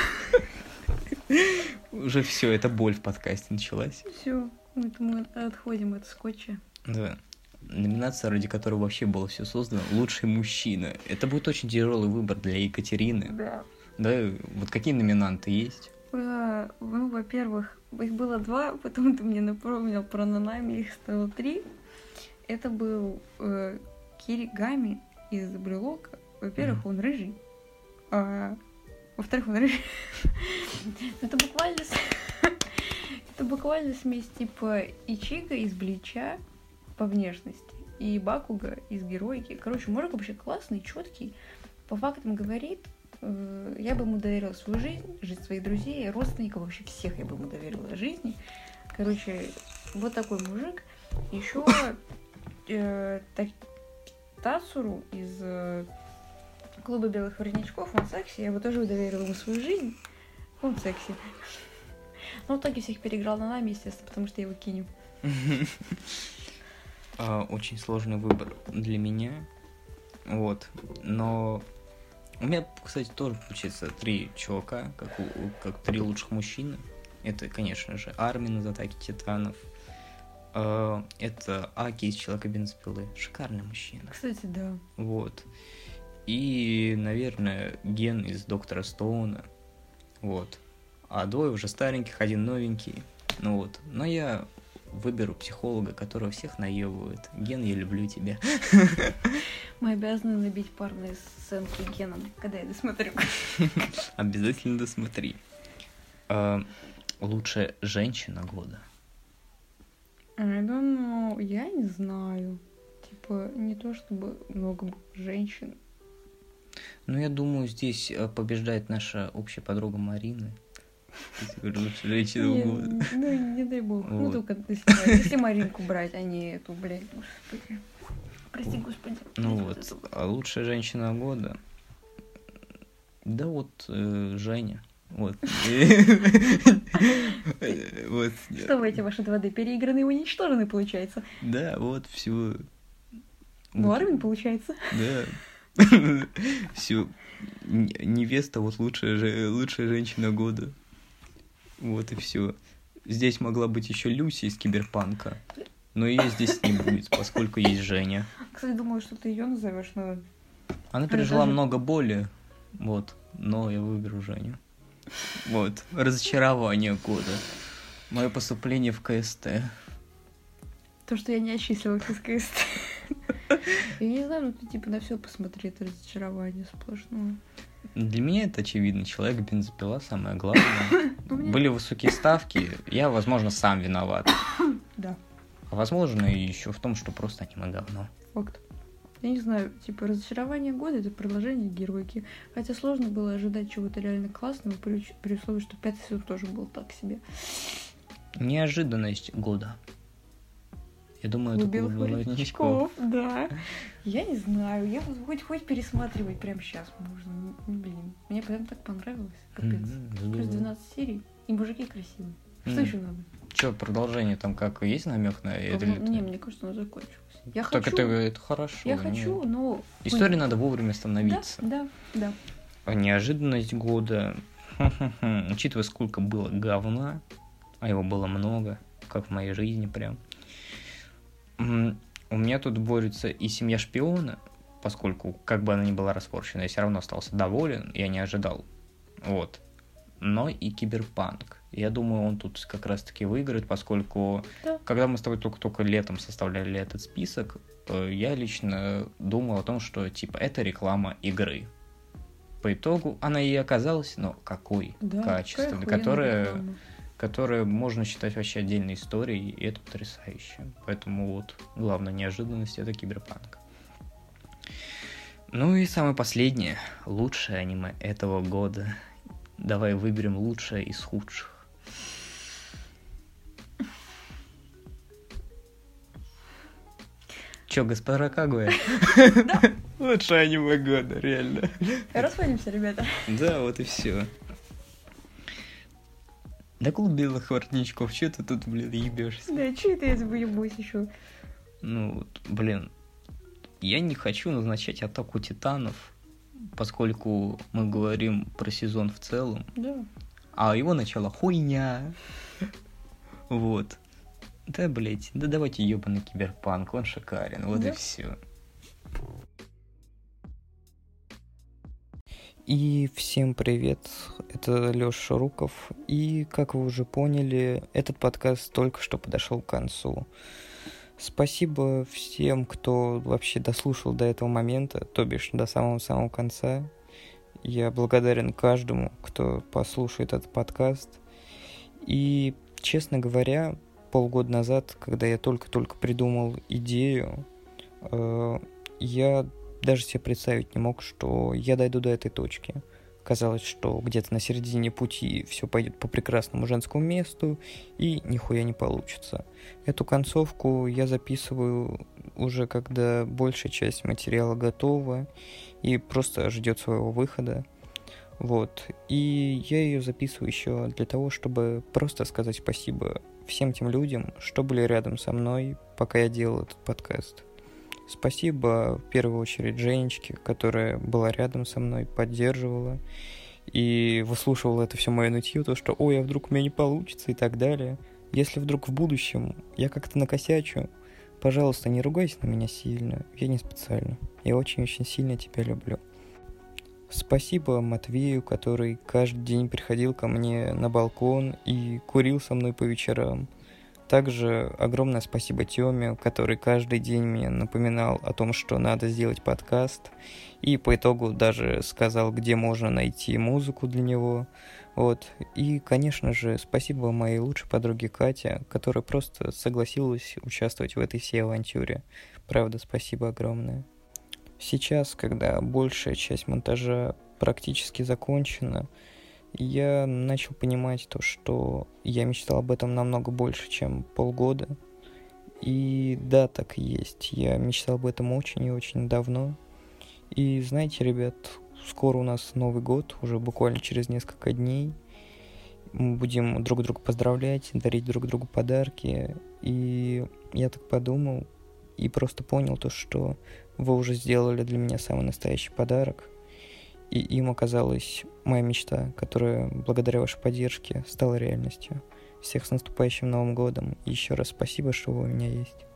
Уже все, это боль в подкасте началась. Все, мы отходим от скотча. Да. Номинация, ради которой вообще было все создано, «Лучший мужчина». Это будет очень тяжелый выбор для Екатерины. Да. Да, вот какие номинанты есть? Ну, во-первых, их было 2, потом ты мне напомнил про Нанами, их стало 3. Это был Киригами из Брелока. Во-первых, он рыжий. Во-вторых, он рыжий. Это буквально смесь типа Ичига из Блича по внешности и Бакуга из Героики. Короче, мужик вообще классный, четкий. По фактам говорит, я бы ему доверила свою жизнь своих друзей, родственников, вообще всех я бы ему доверила жизни. Короче, вот такой мужик. Еще Тацуру из клуба белых воротничков, он секси, я бы тоже доверила ему свою жизнь. Он секси. Но в итоге всех переиграл на нами, естественно, потому что я его киню. Очень сложный выбор для меня. Вот. Но у меня, кстати, тоже получается 3 чувака, как 3 лучших мужчины. Это, конечно же, Армин из «Атаки Титанов». Это Аки из «Человека-бензопилы». Шикарный мужчина. Кстати, да. Вот. И, наверное, Ген из «Доктора Стоуна». Вот. А 2 уже стареньких, 1 новенький. Ну вот. Но я выберу психолога, которого всех наебывает. Ген, я люблю тебя. Мы обязаны набить парные сценки Геном, когда я досмотрю. Обязательно досмотри. Лучшая женщина года. Я не знаю. Типа, не то чтобы много женщин. Ну, я думаю, здесь побеждает наша общая подруга Марина. Лучшая женщина года. Ну, не дай бог. Вот. Ну, только если Маринку брать, а не эту, блядь, господи. Прости, господи. Ну вот, а лучшая женщина года. Да вот, Женя. Вот. Что вы, эти ваши 2D переиграны и уничтожены, получается? Да, вот, все. Ну, Армин, получается. Да. Все. Невеста, вот лучшая женщина года. Вот и все. Здесь могла быть еще Люси из Киберпанка. Но ее здесь не будет, поскольку есть Женя. Кстати, думаю, что ты ее назовешь, но... Она пережила много боли, вот, но я выберу Женю. Вот, разочарование года. Мое поступление в КСТ. То, что я не отчислилась из КСТ. Я не знаю, ну ты типа на все посмотри, это разочарование сплошное. Для меня это очевидно. Человек-бензопила, самое главное. Были высокие ставки, я, возможно, сам виноват. Да. А возможно, и еще в том, что просто аниме говно. Факт. Я не знаю, типа, разочарование года — это продолжение героики. Хотя сложно было ожидать чего-то реально классного, при условии, что 5-й сезон тоже был так себе. Неожиданность года. Я думаю, это Белых было воротничков, да. Я не знаю, я хоть пересматривать прямо сейчас можно. Блин, мне прям так понравилось. Капец. Плюс 12 серий, и мужики красивые. Что еще надо? Что, продолжение там как есть намек на это? Не, мне кажется, оно закончилось. Я так хочу. Это хорошо. Я хочу, но... Истории надо вовремя становиться. Да. Неожиданность года. Учитывая, сколько было говна, а его было много, как в моей жизни прям. У меня тут борется и «Семья шпиона», поскольку, как бы она ни была распорчена, я все равно остался доволен, я не ожидал. Вот. Но и «Киберпанк». Я думаю, он тут как раз-таки выиграет, поскольку, когда мы с тобой только летом составляли этот список, я лично думал о том, что, типа, это реклама игры. По итогу она и оказалась, но какой качественной, которая можно считать вообще отдельной историей, и это потрясающе. Поэтому вот главная неожиданность — это «Киберпанк». Ну и самое последнее, лучшее аниме этого года. Давай выберем лучшее из худших. Чё, госпожа Кагуя? Лучшее аниме года, реально. Расходимся, ребята. Да, вот и все. Да клуб белых воротничков, чё ты тут, блин, ебешься? Да, чё это я заебусь еще? Ну, блин, я не хочу назначать атаку титанов, поскольку мы говорим про сезон в целом. Да. А его начало хуйня. Вот. Да, блять, да давайте ёбаный Киберпанк, он шикарен, вот и все. И всем привет, это Лёша Шаруков, и, как вы уже поняли, этот подкаст только что подошел к концу. Спасибо всем, кто вообще дослушал до этого момента, то бишь до самого-самого конца. Я благодарен каждому, кто послушает этот подкаст. И, честно говоря, полгода назад, когда я только-только придумал идею, я даже себе представить не мог, что я дойду до этой точки. Казалось, что где-то на середине пути все пойдет по прекрасному женскому месту, и нихуя не получится. Эту концовку я записываю уже, когда большая часть материала готова и просто ждет своего выхода. Вот. И я ее записываю еще для того, чтобы просто сказать спасибо всем тем людям, что были рядом со мной, пока я делал этот подкаст. Спасибо в первую очередь Женечке, которая была рядом со мной, поддерживала и выслушивала это все мое нытье, то, что «Ой, а вдруг у меня не получится» и так далее. Если вдруг в будущем я как-то накосячу, пожалуйста, не ругайся на меня сильно, я не специально. Я очень-очень сильно тебя люблю. Спасибо Матвею, который каждый день приходил ко мне на балкон и курил со мной по вечерам. Также огромное спасибо Тёме, который каждый день мне напоминал о том, что надо сделать подкаст, и по итогу даже сказал, где можно найти музыку для него. Вот. И, конечно же, спасибо моей лучшей подруге Кате, которая просто согласилась участвовать в этой всей авантюре. Правда, спасибо огромное. Сейчас, когда большая часть монтажа практически закончена, я начал понимать то, что я мечтал об этом намного больше, чем полгода. И да, так и есть. Я мечтал об этом очень и очень давно. И знаете, ребят, скоро у нас Новый год, уже буквально через несколько дней. Мы будем друг друга поздравлять, дарить друг другу подарки. И я так подумал и просто понял то, что вы уже сделали для меня самый настоящий подарок. И им оказалась моя мечта, которая, благодаря вашей поддержке, стала реальностью. Всех с наступающим Новым годом. И еще раз спасибо, что вы у меня есть.